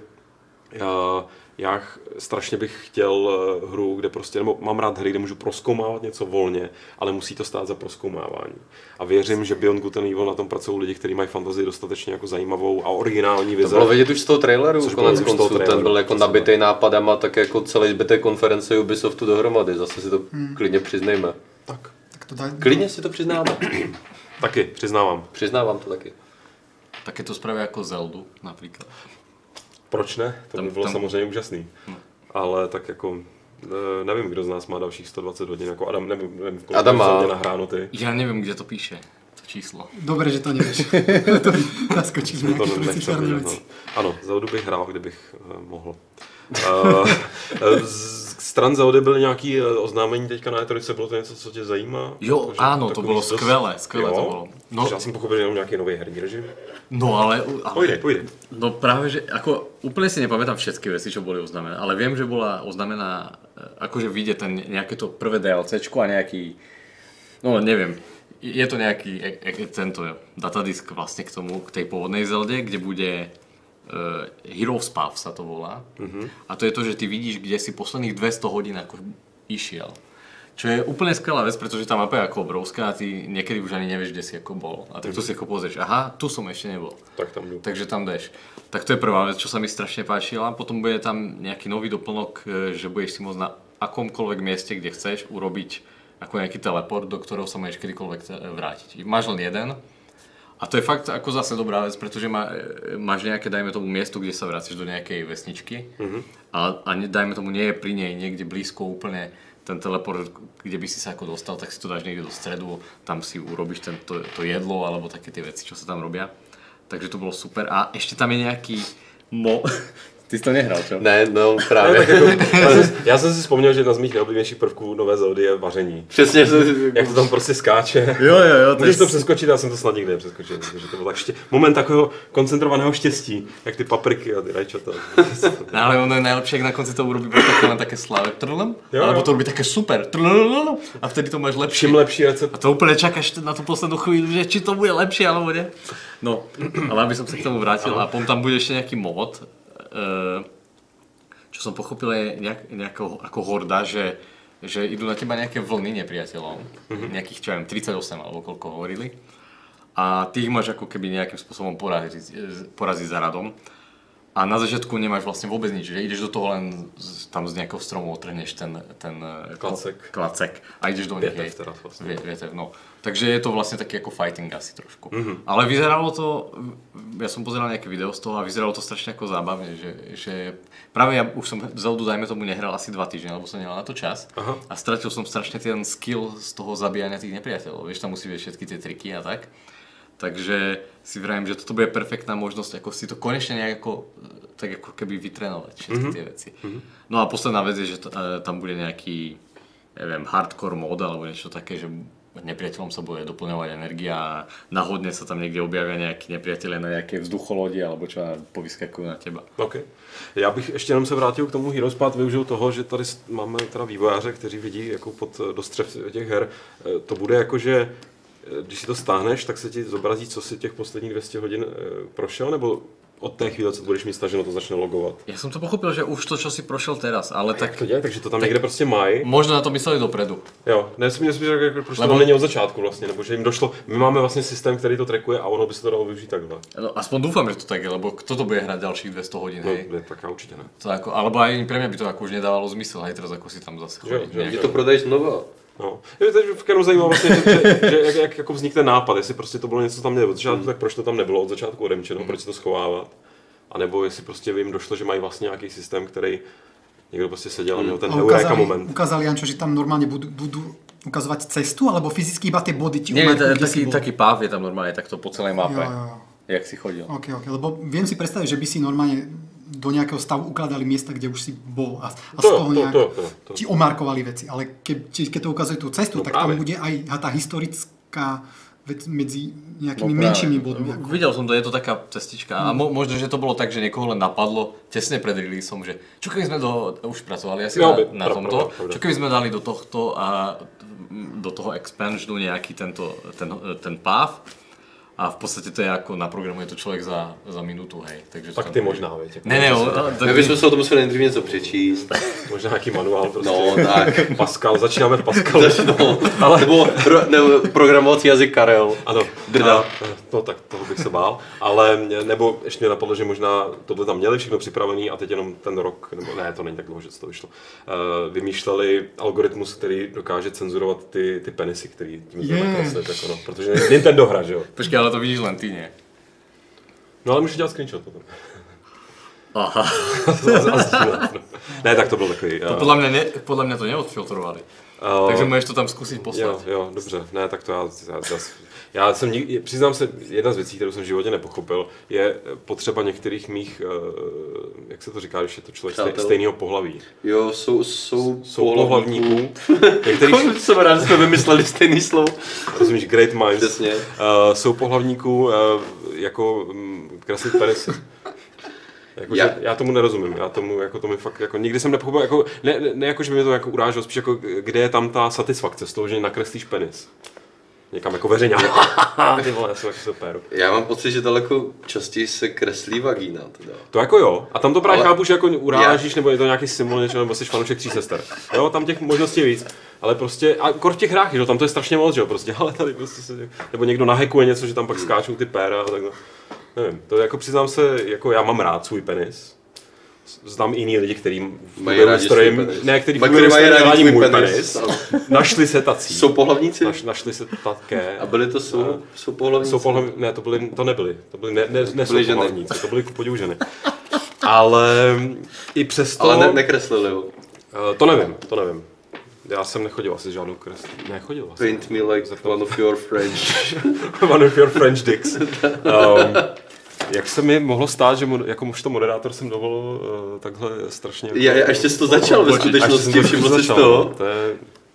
S1: já, já strašně bych chtěl hru, kde prostě, nebo mám rád hry, kde můžu prozkoumávat něco volně, ale musí to stát za prozkoumávání. A věřím, že Beyond Good and Evil na tom pracují lidi, kteří mají fantazii dostatečně jako zajímavou a originální vize.
S2: To bylo vidět už z toho traileru, konec konců, ten byl jako nabitej nápadama, tak jako celý zbytek konference Ubisoftu dohromady, zase si to hmm. klidně přiznejme.
S1: Tak.
S4: tak to daj...
S2: Klidně si to přiznáme.
S1: Taky, přiznávám.
S2: Přiznávám to taky.
S3: Taky to spraví jako Zeldu například.
S1: Proč ne? To tam, by bylo tam... samozřejmě úžasný. Hmm. Ale tak jako, nevím, kdo z nás má dalších sto dvacet hodin, jako Adam, nevím, nevím kolik
S2: Adam má
S1: nahráno ty.
S3: Já nevím, kde to píše, to číslo.
S4: Dobre, že to nevíš. To naskočíš nějaký trojciferné věci.
S1: Ano, Zeldu bych hrál, kdybych uh, mohl. Uh, z stran Zeldy byly nějaký oznámení teďka na E tři, bylo to něco, co tě zajímá?
S3: Jo, že ano, to bylo dost... skvělé, skvělé jo? to bylo.
S1: No, já jsem pochopil, že jenom nějaký nový herní režim.
S3: No ale, ale...
S1: Pojde, pojde.
S3: No právě, že ako úplne si nepamätám všetky veci, čo boli oznámené, ale viem, že bola oznámená, akože vyjde ten nejaké to prvé DLCčko a nejaký, no neviem, je to nejaký e, e, tento datadisk vlastne k tomu, k tej pôvodnej Zelde, kde bude uh, Heroes Path sa to volá. Mm-hmm. A to je to, že ty vidíš, kde si posledných dvesto hodín ako išiel. Čo je úplne skvelá vec, pretože tá mapa je ako obrovská a ty niekedy už ani nevieš, kde si ako bol. A tak tu si ako pozrieš, aha, tu som ešte nebol.
S1: Tak tam jdu.
S3: Takže tam jdeš. Tak to je prvá vec, čo sa mi strašne páčila. Potom bude tam nejaký nový doplnok, že budeš si môcť na akomkoľvek mieste, kde chceš, urobiť ako nejaký teleport, do ktorého sa môžeš kedykoľvek vrátiť. Máš len jeden. A to je fakt ako zase dobrá vec, pretože má, máš nejaké, dajme tomu, miesto, kde sa vráciš do nejakej vesničky. Mm-hmm. A, a dajme tomu, nie je pri nej niekde blízko úplne ten teleport, kde by si sa ako dostal, tak si to dáš niekde do stredu, tam si urobíš ten, to, to jedlo alebo také tie veci, čo sa tam robia. Takže to bolo super. A ešte tam je nejaký mo... Ty jsi to nehrál, čo?
S2: Ne, no právě.
S1: Ne, jako, já jsem si vzpomněl, že jedna z mých nejoblíbenějších prvků nové Zeldy je vaření.
S2: Přesně.
S1: Jak to tam prostě skáče.
S3: Jo, jo, jo.
S1: Můžeš to přeskočit, já jsem to snad nikdy nepřeskočil. Takže to byl tak ště... moment takového koncentrovaného štěstí, jak ty papriky a ty rajčata.
S3: No, ale ono je najlepšie, jak na konci to urobí také len také slávek trlem, alebo to urobí také super trlem, a vtedy to máš lepší.
S1: Čím lepší recept.
S3: A to úplně čakáš na tu poslednú chvíľu, že či to bude lepšie alebo ne. No, ale aby som sa k tomu vrátil, a potom tam bude ešte nejaký mod, uh, čo som pochopil je nejak, nejako ako horda, že, že idú na teba nejaké vlny nepriateľov, mm-hmm. nejakých, čo viem, tridsaťosem alebo koľko hovorili. A ty ich máš ako keby nejakým spôsobom poraziť, poraziť za radom. A na začiatku nemáš vlastne vôbec nič, že ideš do toho len z, tam z nejakého stromu otrhneš ten, ten
S1: klacek.
S3: klacek a ideš do nich.
S1: Vietev teraz vlastne.
S3: Vietev, no. Takže je to vlastne taký ako fighting asi trošku.
S1: Mm-hmm.
S3: Ale vyzeralo to, ja som pozeral nejaké video z toho a vyzeralo to strašne ako zábavne, že, že práve ja už som Zeldu, dajme tomu, nehral asi dva týždne, lebo som nemal na to čas. Aha. A stratil som strašne ten skill z toho zabíjania tých nepriateľov, vieš, tam musí vedieť všetky tie triky a tak. Takže si vravím, že toto bude perfektná možnosť, ako si to konečne nejako, tak ako keby vytrénovať všetky mm-hmm. tie veci. Mm-hmm. No a posledná vec je, že t- tam bude nejaký, neviem, hardcore mod alebo niečo také, že nepriateľom sa bude doplňovať energia a náhodne sa tam niekde objavia nejakí nepriatelé na nejaké vzducholodi alebo čo povyskakujú na teba.
S1: OK. Já bych ještě jenom se vrátil k tomu Heroes Path, využil toho, že tady máme teda vývojáře, kteří vidí jako pod dostřev těch her. To bude jako, že když si to stáhneš, tak se ti zobrazí, co si těch posledních dvě stě hodin e, prošel, nebo od té chvíle, co budeš mít staženo, to začne logovat?
S3: Ja som to pochopil, že už to, čo si prošel teraz, ale tak...
S1: Jak to děje? Takže to tam tak někde prostě mají.
S3: Možno na to mysleli dopredu.
S1: Jo, nesmí, nesmí, že proč to tam není od začátku vlastně, nebo že jim došlo, my máme vlastně systém, který to trackuje a ono by se to dalo využít takhle.
S3: No, aspoň dúfam, že to tak je, lebo kto to bude hrať ďalších dvesto hodín, hej?
S1: No, tak ja určite ne.
S3: To ako, alebo aj pre mňa by to ako už nedávalo zmysel, hej, teraz ako si tam zase chodí.
S2: Že to prodají znova.
S1: No, je to v Keru zajímavé vlastně, že, že, že jak, jak jako vznikne nápad, jestli prostě to bylo něco, co tam mělo od začátku, tak proč to tam nebylo od začátku odemčeno, mm. proč se to schovávat. A nebo jestli prostě jim došlo, že mají vlastně nějaký systém, který někdo prostě seděl a měl ten eureka moment.
S4: Ukázali, Jančo, že tam normálně budú, budú ukazovať cestu, alebo fyzicky iba tie body ti
S3: umarkujú, kde taký, si bol? Taký páv je tam normálne takto po celej mape,
S4: jo, jo, jo.
S3: Jak si chodil.
S4: Ok, ok, lebo viem si predstaviť, že by si normálne do nejakého stavu ukladali miesta, kde už si bol a, a z toho nejak to, to, to, to. ti omarkovali veci, ale ke, keď to ukazuje tú cestu, no tak práve. Tam bude aj tá historická vec medzi nejakými no, menšími bodmi. Ako.
S3: Videl som to, je to taká cestička hmm. a mo- možno, že to bolo tak, že niekoho len napadlo tesne pred releaseom, že čo keby sme do, už pracovali asi no, na, na pra, tomto, pra, pra, čo keby sme dali do tohto a do toho expansionu nejaký tento, ten, ten path. A v podstate to je ako naprogramuje to člověk za, za minutu, hej. Takže
S1: tak ty možná, viete.
S3: Ne, ne, o,
S2: tak my bychom se o tom museli nejdřív něco přečíst.
S1: Možná nějaký manuál prostě.
S2: No, tak.
S1: Pascal, začínáme v Pascalu.
S2: No, ale... Nebo pro, ne, programovací jazyk Karel.
S1: Ano, drda. No tak toho bych se bál. Ale nebo ještě mě napadlo, že možná tohle tam měli všechno připravený a teď jenom ten rok, nebo ne, to není tak dlouho, že to vyšlo. Uh, vymýšleli algoritmus, který dokáže cenzurovat ty, ty penisy, který tím yes. nakreslit, jako no, protože Nintendo hra, že jo.
S3: Počkej, ale to vidíš len ty, nie?
S1: No ale můžeš dělat screenshot potom.
S3: Aha.
S1: Ne, tak to byl takový...
S3: To podle mě, ne, podle mě to neodfiltrovali. Uh, Takže můžeš to tam zkusit poslat.
S1: Jo, jo, dobře. Ne, tak to já... já, já Já jsem, přiznám se, jedna z věcí, kterou jsem v životě nepochopil, je potřeba některých mých, jak se to říká, když je to člověk Přátel. stejného pohlaví.
S2: Jo, jsou, jsou,
S1: jsou pohlavníků.
S2: Některých... Jsem rád, že jsme vymysleli stejný slovo.
S1: Rozumíš, great minds.
S2: Přesně.
S1: Uh, jsou pohlavníků uh, jako um, kreslit penisy. Jako, já. já tomu nerozumím, já tomu, jako to mi fakt, jako nikdy jsem nepochopil, jako, ne, ne, ne jako, že by mě to jako uráželo, spíš jako, kde je tam ta satisfakce z toho, že nakreslíš penis. Někam jako veřejně. Ty vole, já jsem jako super.
S2: Já mám pocit, že daleko častěji se kreslí vagína. Teda.
S1: To jako jo. A tam to právě chápu, že jako urážíš, já... nebo je to nějaký symbol něčeho, nebo jsi fanoušek tří sester. Jo, tam těch možností víc. Ale prostě, a kor v těch hrách, že tam to je strašně moc, že jo, prostě, ale tady prostě se, nebo někdo nahekuje něco, že tam pak skáčou ty péra a tak no. Nevím, to jako přiznám se, jako já mám rád svůj penis. Znám jiný lidi, kteří
S2: mají rádi svůj penis.
S1: Ne, kteří mají rádi můj penis. Našli se tací.
S2: Jsou pohlavníci?
S1: Naš, našli se také.
S2: A byli to jsou, a, jsou pohlavníci?
S1: Jsou pohlavníci, ne, to, byli, to nebyli. To byli ne, ne, ne byli jsou pohlavníci, to byli kupodivu ženy. Ale i přesto...
S2: Ale ne, nekreslili, jo?
S1: Uh, to nevím, to nevím. Já jsem nechodil asi žádnou kreslu. Nechodil asi.
S2: Paint me like one of your French.
S1: One of your French dicks. Um, Jak se mi mohlo stát, že mod, jako už to moderátor jsem dovolil uh, takhle strašně... Jako,
S2: já, já ještě jsi to začal ve skutečnosti, všiml jsi toho?
S1: To je,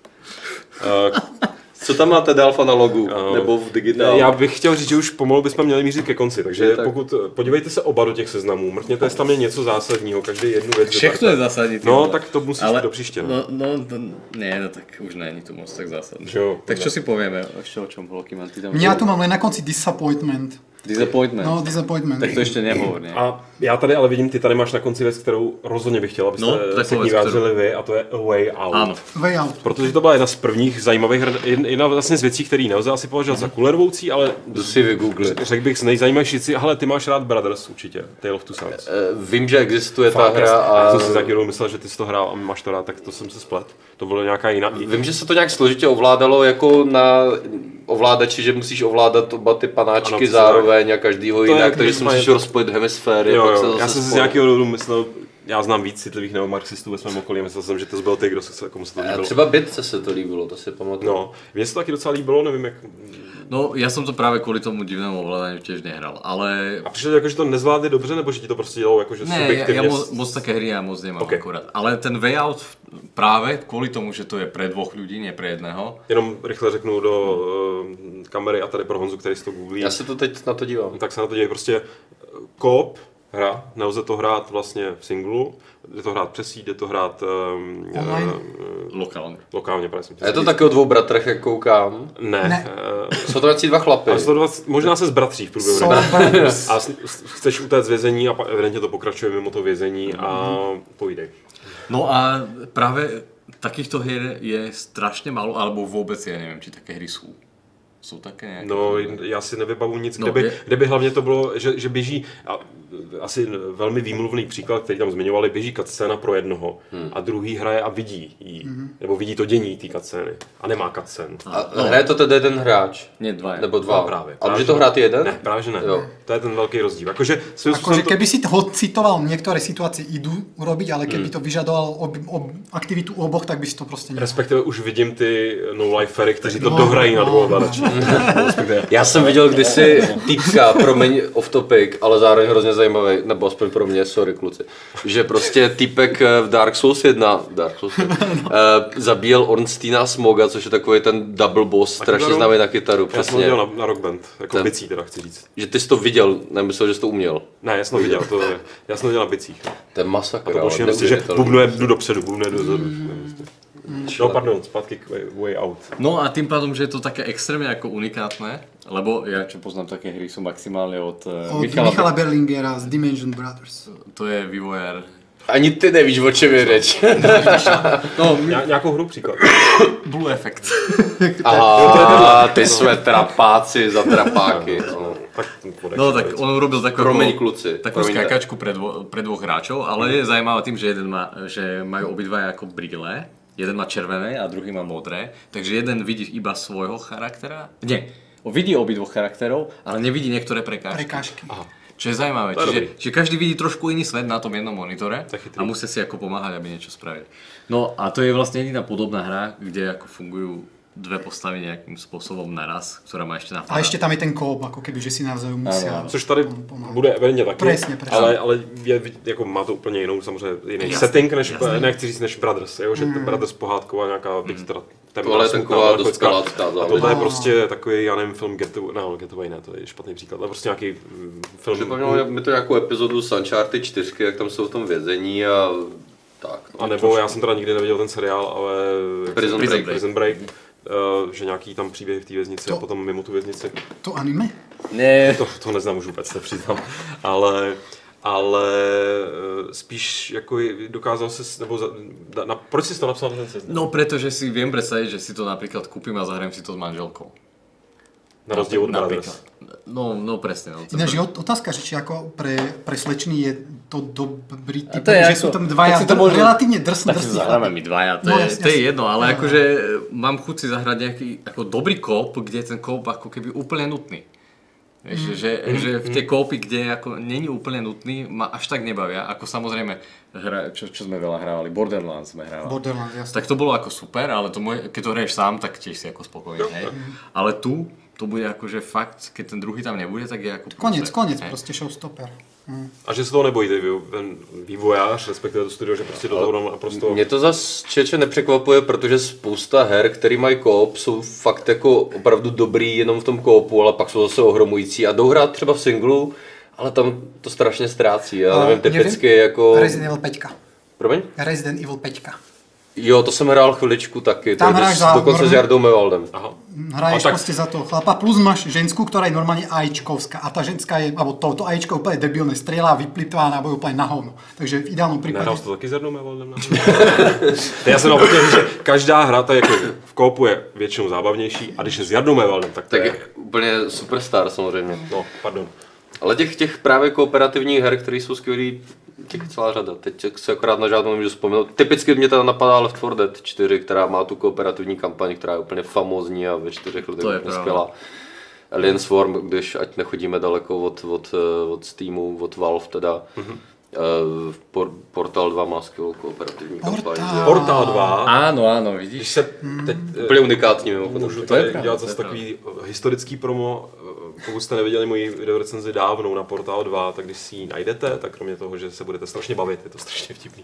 S1: uh,
S2: Co tam máte dál v analogu, uh, nebo v digitálu?
S1: Já bych chtěl říct, že už pomalu bychom měli mířit ke konci, takže je, tak. pokud, podívejte se oba do těch seznamů, mrkněte, jestli tam je něco zásadního, každý jednu věc.
S3: Všechno je zásadní.
S1: No, vole. Tak to musíš ale, do příště.
S3: No, no, to, ne, no tak už není to moc tak zásadné. Jo, tak čo si povieme, ešte o čom bolo, kým ty tam...
S4: Ja tu mám len na konci disappointment.
S3: Disappointment.
S4: No, disappointment.
S3: Tak to ještě nehovor, ne?
S1: A já tady ale vidím, ty tady máš na konci věc, kterou rozhodně bych chtěl, abyste
S3: No,
S1: se k ní vyjádřili vy, a to je A Way Out.
S3: Ano.
S4: Way Out.
S1: Protože to byla jedna z prvních zajímavých, jedna vlastně z věcí, které nelze asi považovat za kulervoucí, ale
S2: To si vygooglit.
S1: řekl bych z nejzajímavějších, ale ty máš rád Brothers určitě, Tale of Two Sons.
S2: Vím, že existuje ta
S1: Fakt,
S2: hra
S1: a...
S2: a
S1: Já jsem si taky myslel, že ty jsi to hrál a máš to rád, tak to jsem se splet. To bylo nějaká jiná...
S2: vím, že se to nějak složitě ovládalo jako na ovládači, že musíš ovládat oba ty panáčky
S1: ano,
S2: zároveň a každýho
S1: je
S2: jinak,
S1: jako
S2: takže si
S1: úplně-
S2: musíš rozpojit hemisféry.
S1: Jo,
S2: pak se
S1: jo.
S2: zase
S1: Já jsem si z
S2: spojit.
S1: nějakého důvodu myslel, já znám víc citlivých neomarxistů ve svém okolí, myslel jsem, že to byl ty, kdo se, komu se to
S2: A
S1: líbilo.
S2: třeba Bitce se to líbilo, to si pamatuju.
S1: No, mně se to taky docela líbilo, nevím jak...
S3: No, ja som to práve kvôli tomu divnému ovládaniu tiež nehral, ale...
S1: A přišlo jako, že to nezvládli dobře, nebo že ti to prostě dělalo jako, že
S3: Ne, ja,
S1: subjektivně...
S3: ja mo- moc také hry ja moc nemám
S1: Okay.
S3: akurát. Ale ten Way Out práve kvôli tomu, že to je pre dvoch ľudí, nie pre jedného.
S1: Jenom rychle řeknu do uh, kamery a tady pro Honzu, který si to googlí.
S2: Já se to teď na to dívám.
S1: Tak se na to děje prostě co-op hra, nelze to hrát vlastně v singlu, jde to hrát přes síť, jde to hrát um,
S4: Online?
S1: uh,
S3: Lokálne.
S1: lokálně, právě jsem
S2: A je to taky o dvou bratrech, jak koukám.
S1: Ne.
S4: Ne.
S1: Uh,
S2: Jsou to nějaký dva chlapy.
S1: ale sledovat, možná se zbratří v průběhu.
S4: Soul
S1: hry.
S4: Brothers.
S1: A s- s- chceš utéct z vězení a pa- evidentně to pokračuje mimo to vězení a povídej.
S3: No a práve takýchto hier je strašne málo, alebo vôbec ja neviem, či také hry sú. Sú také nejaké?
S1: No, já si nevybavu nic,
S3: No,
S1: kde by,
S3: je-
S1: kde by hlavně to bylo, že, že běží, a asi velmi výmluvný příklad, který tam zmiňovali, běží cutscéna pro jednoho
S2: Hmm.
S1: a druhý hraje a vidí jí, nebo vidí to dění té cutscény a nemá cutscén.
S2: A hraje to tedy jeden hráč?
S3: Nie, dva.
S2: Nebo dva?
S1: No, právě.
S2: A
S1: Právě,
S2: může
S1: že
S2: to
S1: ne.
S2: hrát jeden?
S1: Ne, právě že ne.
S2: Jo.
S1: To je ten velký rozdíl. Akože, svým
S4: Akože
S1: způsobem to-
S4: keby si ho citoval, niektoré situácie idú urobiť, ale keby to vyžadovalo ob, ob, aktivitu oboch, tak by si to proste nemohol.
S1: respektive už vidím ty no-lifery, kteří to
S4: No,
S1: dohrají na
S4: no,
S1: dvou
S4: no.
S1: ovladači. Respektive-
S2: Já jsem viděl kdysi týpka, promiň off topic, ale zároveň hrozně zajímavý, nebo aspoň pro mě, sorry kluci, že prostě týpek v Dark Souls jedna, Dark Souls jedna uh, zabíjel Ornsteina a Smoga, což je takový ten double boss, strašně
S1: kytaru?
S2: známý na kytaru,
S1: Já jsem to
S2: přesně.
S1: dělal na, na Rock Band, jako
S2: Ten-
S1: bicí teda chci říct.
S2: Že ty jsi to viděl, nemyslel, že jsi to uměl.
S1: Ne, já jsem to viděl, to je, já jsem to dělal na bicích. No.
S2: To je masakr,
S1: A to
S2: ale
S1: bylo prostě, že
S2: neuvěřitelný.
S1: bubnuje jdu dopředu, bubnuje dozadu. No pardon, zpátky k way, way Out.
S3: No a tým pádom, že je to také extrémne ako unikátne, lebo ja čo poznám také hry sú maximálne od, eh,
S4: Od
S3: Michala,
S4: Michala Berlingera z Dimension Brothers.
S3: to je vývojár.
S2: Ani ty nevíš, o čem je řeč.
S3: No,
S1: Ně, nějakou hru příklad.
S3: Blue Effect.
S2: Aha, ty jsme trapáci za trapáky. No.
S1: Tak, podej,
S3: No tak on urobil takú,
S2: Promiň,
S3: ako-
S2: kluci,
S3: takú
S2: promiňte.
S3: skákačku pre, dvo, pre dvoch hráčov, ale je zaujímavé tým, že jeden má, že majú obidva ako brýle, jeden má červené a druhý má modré, takže jeden vidí iba svojho charaktera, nie, on vidí obidvoch charakterov, ale nevidí niektoré prekážky.
S4: Prekážky.
S3: Čo je zaujímavé,
S1: To je
S3: čiže,
S1: dobrý.
S3: čiže každý vidí trošku iný svet na tom jednom monitore
S1: To je chytrý.
S3: a musí si ako pomáhať, aby niečo spravili. No a to je vlastne jediná podobná hra, kde ako fungujú dve postavy nejakým spôsobom naraz, ktorá má ešte napadá.
S4: A ešte tam je ten kóp, ako keby, že si navzájom musia...
S3: áno.
S1: Což tady
S4: pomáhat.
S1: bude evidentně taky,
S4: Presně, presně.
S1: ale, ale je, jako má to úplně jinou samozřejmě jiný
S3: Jasný,
S1: setting, než,
S3: jasný.
S1: nechci říct než Brothers, jo? Že mm. Brothers pohádková nějaká, byť teda temná,
S2: Tohle je
S1: smutná,
S2: taková
S1: melancholická.
S2: dospělá
S1: A
S2: záležitost.
S1: tohle je prostě takový, já nevím, film Getaway, no Getaway ne, to je špatný příklad, ale prostě nějaký mm, film.
S2: Připomnělo mi to nějakou epizodu z Uncharted čtyři, jak tam jsou v tom vězení a tak.
S1: A nebo já jsem teda nikdy neviděl ten seriál, ale
S2: Prison
S1: Prison
S2: Break.
S1: Break, Prison Break uh, že nějaký tam příběh v té věznici
S4: To-
S1: a potom mimo tu věznici.
S4: To anime?
S3: Ne,
S1: To, to neznám už vůbec, se přiznám, ale, ale eh, spíš jako je- dokázal se, nebo za, na, na, proč jsi to napsal na ten seznam?
S3: no pretože si viem predstaviť, že si to napríklad kúpim a zahrajem si to s manželkou.
S1: Na rozdíl od
S3: Napríklad.
S1: Brothers.
S3: No, no presne. No,
S4: Ináč je ot- otázka, že či ako pre, pre slečny je to dobrý typ,
S3: to je
S4: že
S3: ako-
S4: sú tam dvaja
S3: tak si to
S4: dr-
S3: môžem-
S4: relatívne drsní.
S3: Tak si zahráme my dvaja, to,
S4: No,
S3: je,
S4: jasne,
S3: to je
S4: jasne.
S3: jedno, ale
S4: No.
S3: akože mám chuť si zahrať nejaký ako dobrý kóp, kde je ten kóp ako keby úplne nutný. Vieš,
S4: Mm.
S3: že, že v tie kópy, kde ako není úplne nutný, ma až tak nebavia, ako samozrejme, hra, čo, čo sme veľa hrávali, Borderlands sme hrávali.
S4: Borderlands, jasne.
S3: Tak to bolo ako super, ale to môj, keď to hraješ sám, tak tiež si ako spokojný, hej. Ale tu, to bude akože fakt, keď ten druhý tam nebude, tak je ako...
S4: Konec,
S3: prúser,
S4: konec,
S3: hej.
S4: proste showstopper. Hm.
S1: A že se toho nebojí ty, vý- ten vývojář, respektive to studio, že prostě do toho dal naprosto...
S2: Mě to zase čeče nepřekvapuje, protože spousta her, který mají koop, jsou fakt jako opravdu dobrý jenom v tom koopu, ale pak jsou zase ohromující a jdou hrát třeba v singlu, ale tam to strašně ztrácí. Já
S4: A
S2: nevím, typicky jako...
S4: Resident Evil päť.
S2: Promiň?
S4: Resident Evil päť.
S2: Jo, to jsem hrál chviličku taky,
S4: Tam hráš za
S2: dokonce
S4: norm...
S2: s Jardou Mevaldem.
S1: Aha.
S4: Hraješ
S1: tak...
S4: proste za toho chlapa, plus máš žensku, ktorá je normálne AIčkovská a tá ženská je, alebo to, to AIčko je úplne debilné, strieľa, vyplýtvá na boj úplne na hovno. Takže v ideálnom prípade...
S1: Nehrál to taky s Jardou Mevaldem? Já jsem naopak, že každá hra ta jako v koopu je většinou zábavnější a když je s Jardou Mevaldem, tak to
S2: Tak
S1: je...
S2: je úplně superstar samozřejmě.
S1: No, pardon.
S2: Ale těch, těch právě kooperativních her, které jsou skvělý, těch je celá řada. Teď se akorát na žádnou nemůžu vzpomenout. Typicky mě teda napadá Left four Dead čtyři, která má tu kooperativní kampaň, která je úplně famózní a ve čtyřech lidech je úplně skvělá. Alien Swarm, když ať nechodíme daleko od, od, od Steamu, od Valve teda. Mm-hmm. Uh, Portal dva má skvělou kooperativní kampaň.
S1: Portal dva.
S3: Áno, áno, vidíš.
S1: Když se teď
S2: Úplně unikátní mimochodem.
S1: můžu tady dělat zase takový historický promo. Pokud jste neviděli moji videorecenzi dávnou na Portal dva, tak když si ji najdete, tak kromě toho, že se budete strašně bavit, je to strašně vtipný,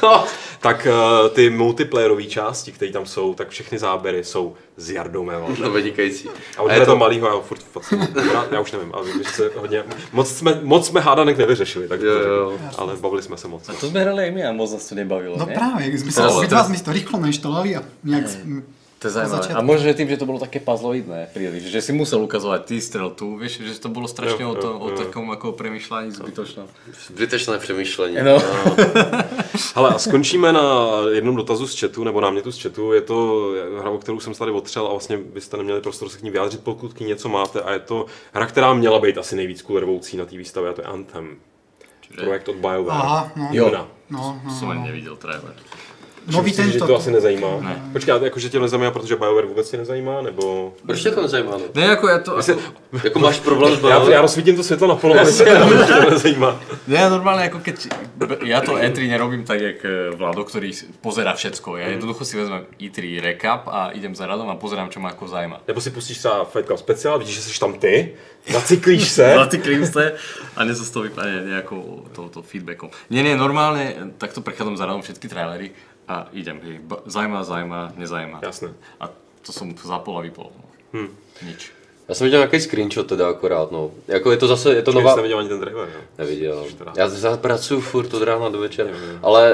S1: tak uh, ty multiplayerové části, které tam jsou, tak všechny záběry jsou s Jardou Mevaldem.
S2: To vynikající.
S1: A on je to malýho, já furt já už nevím, ale víš, se hodně, moc jsme, moc jsme hádanek nevyřešili, tak
S2: jo, jo.
S1: ale bavili jsme se moc.
S3: A to jsme hrali aj my a moc nás to nebavilo,
S4: No
S3: ne?
S4: práve, sme sa obidva sme si to rýchlo nainštalovali a nejak...
S3: To je zaujímavé. A možno tým, že to bolo také puzzloidné príliš, že si musel ukazovať ty strel tu, vieš, že to bolo strašne jo, o, to, jo, o takom ako premýšľaní zbytočnom.
S2: Zbytečné přemýšlení.
S3: No.
S1: Hele, a skončíme na jednom dotazu z chatu, nebo námětu z chatu. Je to hra, o kterou jsem se tady otřel a vlastně byste neměli prostor se k ní vyjádřit, pokud k ní něco máte. A je to hra, která měla být asi nejvíc kulervoucí na té výstavě, a to je Anthem. Čiže... Projekt od BioWare.
S4: Aha, no.
S3: Jo,
S4: no, no,
S3: to jsem
S4: no.
S3: ani neviděl trailer.
S4: Nový
S1: Myslíš,
S4: tento...
S1: že to asi nezajímá?
S3: Ne.
S1: Počkej, jakože tě nezajímá, protože BioWare vůbec tě nezajímá, nebo...
S2: Proč tě to nezajímá? Ne,
S3: Ne, jako já to...
S1: Jestli...
S2: jako máš problém s
S1: Já,
S2: BioWare?
S1: já rozsvítím to světlo na polo, ale se to nezajímá.
S3: Ne, normálne ako keď... Ja to E tri nerobím tak, jak Vlado, ktorý pozerá všetko. Ja jednoducho si vezmem E tri recap a idem za radom a pozerám, čo ma ako zaujíma.
S1: Nebo si pustíš třeba Fight Club speciál, vidíš, že jsi tam ty, nacyklíš se.
S3: Zacyklím se a nezastaví pane nejakou touto feedbackom. Nie, nie, normálne takto prechádzam za radom všetky trailery a idem. Hej, zaujíma, zaujíma, nezajíma.
S1: Jasné.
S3: A to som zapol a vypol. No.
S1: Hmm.
S3: Nič.
S2: Já jsem viděl nějaký screenshot teda akorát, no. Jako je to zase, je to
S1: Nová...
S2: nová...
S1: Jsi neviděl ani ten trailer, jo?
S2: Neviděl. Já zapracuju furt od rána do večera, ale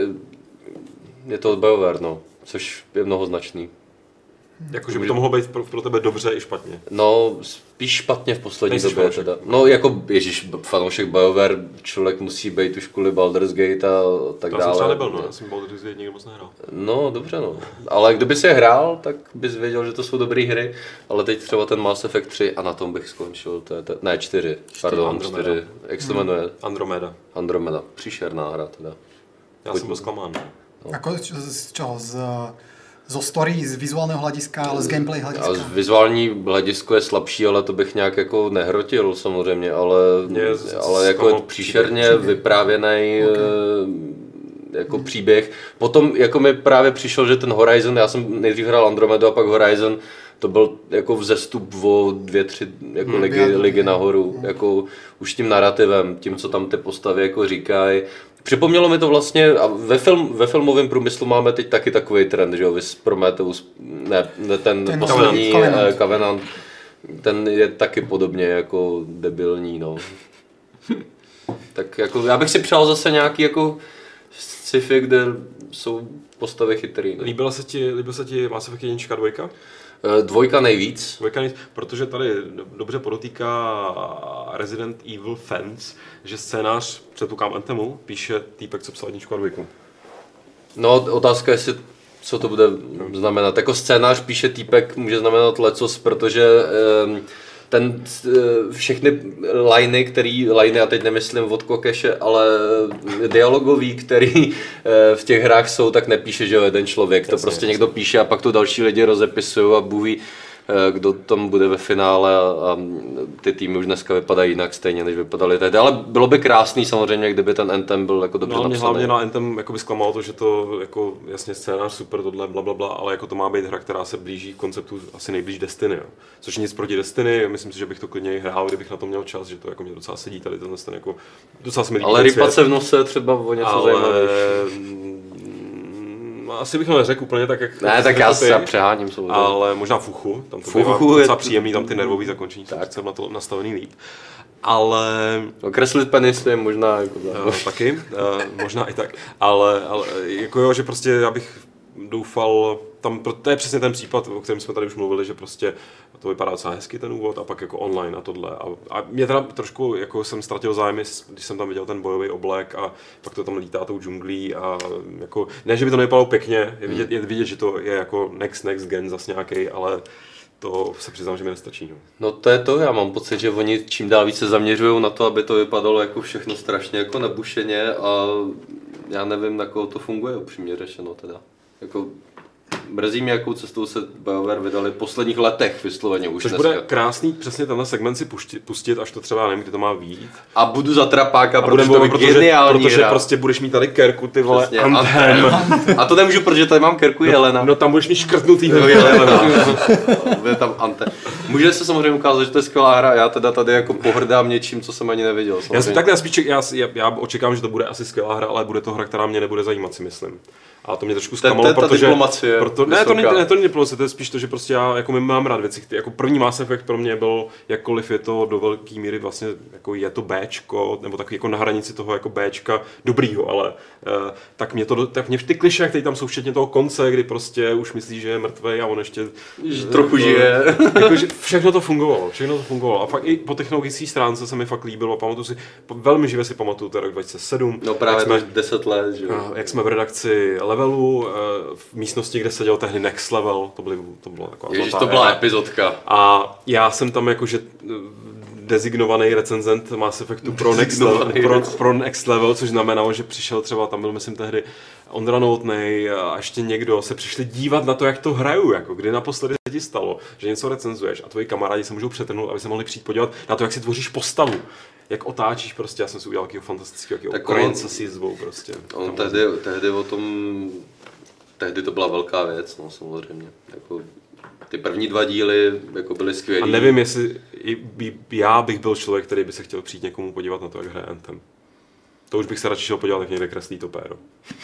S2: je to od BioWare, no. Což je mnohoznačný.
S1: Jakože by to mohlo být pro, pro tebe dobře i špatně.
S2: No, spíš špatně v poslední
S1: Nejsi
S2: době
S1: fanoušek.
S2: teda. No jako, ježíš, fanoušek BioWare, člověk musí být už kvůli Baldur's Gate a tak
S1: To
S2: dále.
S1: jsem třeba nebyl, no, já jsem Baldur's Gate nikdy moc nehrál.
S2: No, dobře no. Ale kdyby si je hrál, tak bys věděl, že to jsou dobré hry, ale teď třeba ten Mass Effect tři a na tom bych skončil. To je, to, ne, čtyři, pardon,
S1: Andromeda.
S2: čtyři. Jak se to jmenuje?
S1: Andromeda.
S2: Andromeda. Příšerná hra teda.
S1: Já
S2: Pojď-
S1: jsem byl zklamán.
S4: Ako z čoho? Z, zo story, z vizuálneho hľadiska, ale z gameplay
S2: A
S4: hľadiska?
S2: vizuální hledisko je slabší, ale to bych nějak jako nehrotil samozřejmě, ale,
S1: Mě z-
S2: ale jako je
S1: zklamal
S2: příšerně
S4: příběh.
S2: vyprávěný okay. jako příběh. Potom jako mi právě přišel, že ten Horizon, já jsem nejdřív hrál Andromedu a pak Horizon, to byl jako vzestup o dvě, tři jako
S1: Hmm,
S2: ligy,
S4: vyjádření.
S2: ligy nahoru, jako už tím narrativem, tím, co tam ty postavy jako říkají. Připomnělo mi to vlastně, a ve, film, ve filmovém průmyslu máme teď taky takový trend, že jo, vys Prometheus, ne, ne ten,
S4: Ten
S2: poslední
S4: Covenant.
S2: Covenant. Covenant, ten je taky podobně jako debilní, no. Tak jako, já bych si přál zase nějaký jako sci-fi, kde jsou postavy chytrý. No.
S1: Líbila se ti, líbil se ti Mass Effect jednička, dvojka?
S2: Eh, Dvojka nejvíc.
S1: Dvojka nic, protože tady dobře podotýká Resident Evil fans, že scénář, předpokládám Anthemu, píše týpek, co psal jedničku a dvojku.
S2: No, otázka je, jestli, co to bude znamenat. Jako scénář píše týpek, může znamenat lecos, protože um, ten, uh, všechny liney, který, liney, a teď nemyslím od Kokeše, ale dialogový, který uh, v těch hrách jsou, tak nepíše, že jo, jeden člověk. Jasně, to prostě jasně. Někdo píše a pak to další lidi rozepisují a Bůh ví, kdo tam bude ve finále a, a ty týmy už dneska vypadají jinak stejně, než vypadaly tehdy. Ale bylo by krásný samozřejmě, kdyby ten Anthem byl jako dobře
S1: no, mě
S2: napsaný.
S1: hlavně na Anthem jako by zklamalo to, že to jako jasně scénář super, tohle bla, bla, bla, ale jako to má být hra, která se blíží konceptu asi nejblíž Destiny. Jo. Což nic proti Destiny, myslím si, že bych to klidně i hrál, kdybych na to měl čas, že to jako mě docela sedí tady tenhle ten jako docela se mi líbí
S2: Ale
S1: ten
S2: rypat
S1: svět.
S2: se v nose třeba o něco
S1: Ale...
S2: zajímavější.
S1: Asi bych to neřekl úplně tak, jak...
S2: Ne, tak já se přeháním samozřejmě.
S1: Ale možná Fuchu, tam to
S2: Fuchu
S1: bývá
S2: je-
S1: docela příjemný, tam ty nervový zakončení, tak jsem na to nastavený líp. Ale...
S2: Okreslit penis je možná jako
S1: Uh, taky, uh, možná i tak, ale, ale jako jo, že prostě já bych doufal, tam, to je přesně ten případ, o kterém jsme tady už mluvili, že prostě to vypadá docela hezky ten úvod a pak jako online a tohle. A, a mě teda trošku, jako jsem ztratil zájem, když jsem tam viděl ten bojový oblek a pak to tam lítá tou džunglí a jako, ne, že by to nevypadalo pěkně, je vidět, je vidět, že to je jako next, next gen zas nějaký, ale to se přiznám, že mi nestačí. No.
S2: no to je to, já mám pocit, že oni čím dál více zaměřují na to, aby to vypadalo jako všechno strašně jako nabušeně a já nevím, na koho to funguje, upřímně řečeno teda. Jako, mrzí mě, jakou cestou se BioWare vydali v posledních letech vysloveně už.
S1: Což
S2: dneska.
S1: bude krásný přesně tenhle segment si pustit, pustit, až to třeba nevím, kdy to má vyjít.
S2: A budu za trapáka,
S1: a
S2: protože to je
S1: protože,
S2: geniální
S1: protože
S2: hra.
S1: prostě budeš mít tady Kerku, ty vole,
S2: Přesně,
S1: Anthem.
S2: Anthem. A to nemůžu, protože tady mám Kerku Jelena.
S1: No, no tam budeš mít škrtnutýho
S2: no, Jelena. Bude tam Anthem. Může se samozřejmě ukázat, že to je skvělá hra, já teda tady jako pohrdám něčím, co jsem ani neviděl.
S1: Já si takhle spíš, já, já, já očekávám, že to bude asi skvělá hra, ale bude to hra, která mě nebude zajímat, si myslím. A to mě trošku zklamalo, protože... Proto, ne, to není, ne, to není diplomacie, to je spíš to, že prostě já jako mám rád věci, jako první Mass Effect pro mě byl, jakkoliv je to do velké míry vlastně, jako je to Bčko, nebo takový jako na hranici toho jako Bčka dobrýho, ale uh, tak mě to, tak mě ty klišé, které tam jsou včetně toho konce, kdy prostě už myslí, že je mrtvej a on ještě...
S2: Že trochu žije.
S1: Jako, že všechno to fungovalo, všechno to fungovalo a fakt i po technologické stránce se mi fakt líbilo, pamatuju si, velmi živě si pamatuju, to je rok dva tisíce sedm.
S2: No právě jsme, deset let, že jo.
S1: Jak jsme v redakci Levelu, v místnosti, kde seděl tehdy Next Level, to, byly, to bylo taková
S2: Ježiš, to byla epizodka.
S1: A já jsem tam jakože designovaný recenzent Mass Effectu pro Next, level, pro, pro Next Level, což znamenalo, že přišel třeba, tam byl myslím tehdy Ondra Novotnej a ještě někdo se přišli dívat na to, jak to hraju, jako kdy naposledy se ti stalo, že něco recenzuješ a tvoji kamarádi se můžou přetrhnout, aby se mohli přijít podívat na to, jak si tvoříš postavu. Jak otáčíš prostě, já jsem si udělal takového fantastického, takového Ukrajince si zvou prostě.
S2: On tehdy, tehdy o tom, tehdy to byla velká věc, no samozřejmě. Jako, ty první dva díly jako byly skvělý.
S1: A nevím, jestli já bych byl člověk, který by se chtěl přijít někomu podívat na to, jak hraje Anthem. To už bych se radši šel podívat, jak někde kreslí to péro.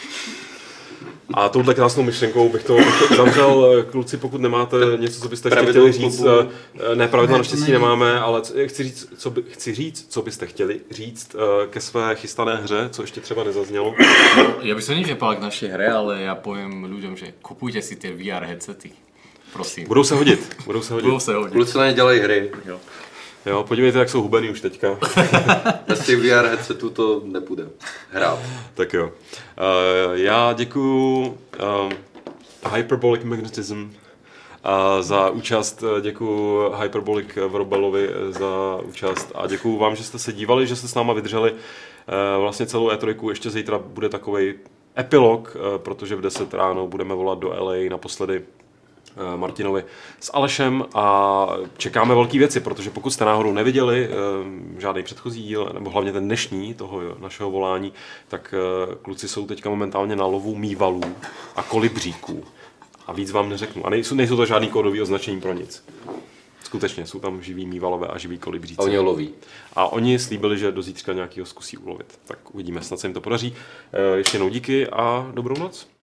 S1: A touhle krásnou myšlenkou bych to, bych to zavřel. Kluci, pokud nemáte něco, co byste chtěli říct, ne, pravidla naštěstí nemáme, ale chci říct, co by, chci říct, co byste chtěli říct ke své chystané hře, co ještě třeba nezaznělo.
S3: Ja by som nič nepal k našej hre, ale ja poviem ľuďom, že kupujte si tie vé er headsety. Prosím.
S1: Budou se hodit. Budou se hodit.
S3: Budou se hodit.
S2: Kluci na ně dělají hry.
S3: Jo.
S1: Jo, podívejte, jak jsou hubený už teďka.
S2: Bez těch vé er headsetů to nebude hrát.
S1: Tak jo. Uh, já děkuju uh, Hyperbolic Magnetism uh, za účast, děkuju Hyperbolic Vrobelovi za účast a děkuju vám, že jste se dívali, že jste s náma vydrželi uh, vlastně celou E tři. Ještě zítra bude takovej epilog, uh, protože v deset ráno budeme volat do L A naposledy Martinovi s Alešem a čekáme velké věci, protože pokud jste náhodou neviděli e, žádný předchozí díl, nebo hlavně ten dnešní toho našeho volání, tak e, kluci jsou teďka momentálně na lovu mývalů a kolibříků. A víc vám neřeknu. A nejsou, nejsou to žádný kódový označení pro nic. Skutečně, jsou tam živí mývalové a živí kolibříci.
S2: A oni ho loví.
S1: A oni slíbili, že do zítřka nějakýho zkusí ulovit. Tak uvidíme, snad se jim to podaří. E, ještě jednou díky a dobrou noc.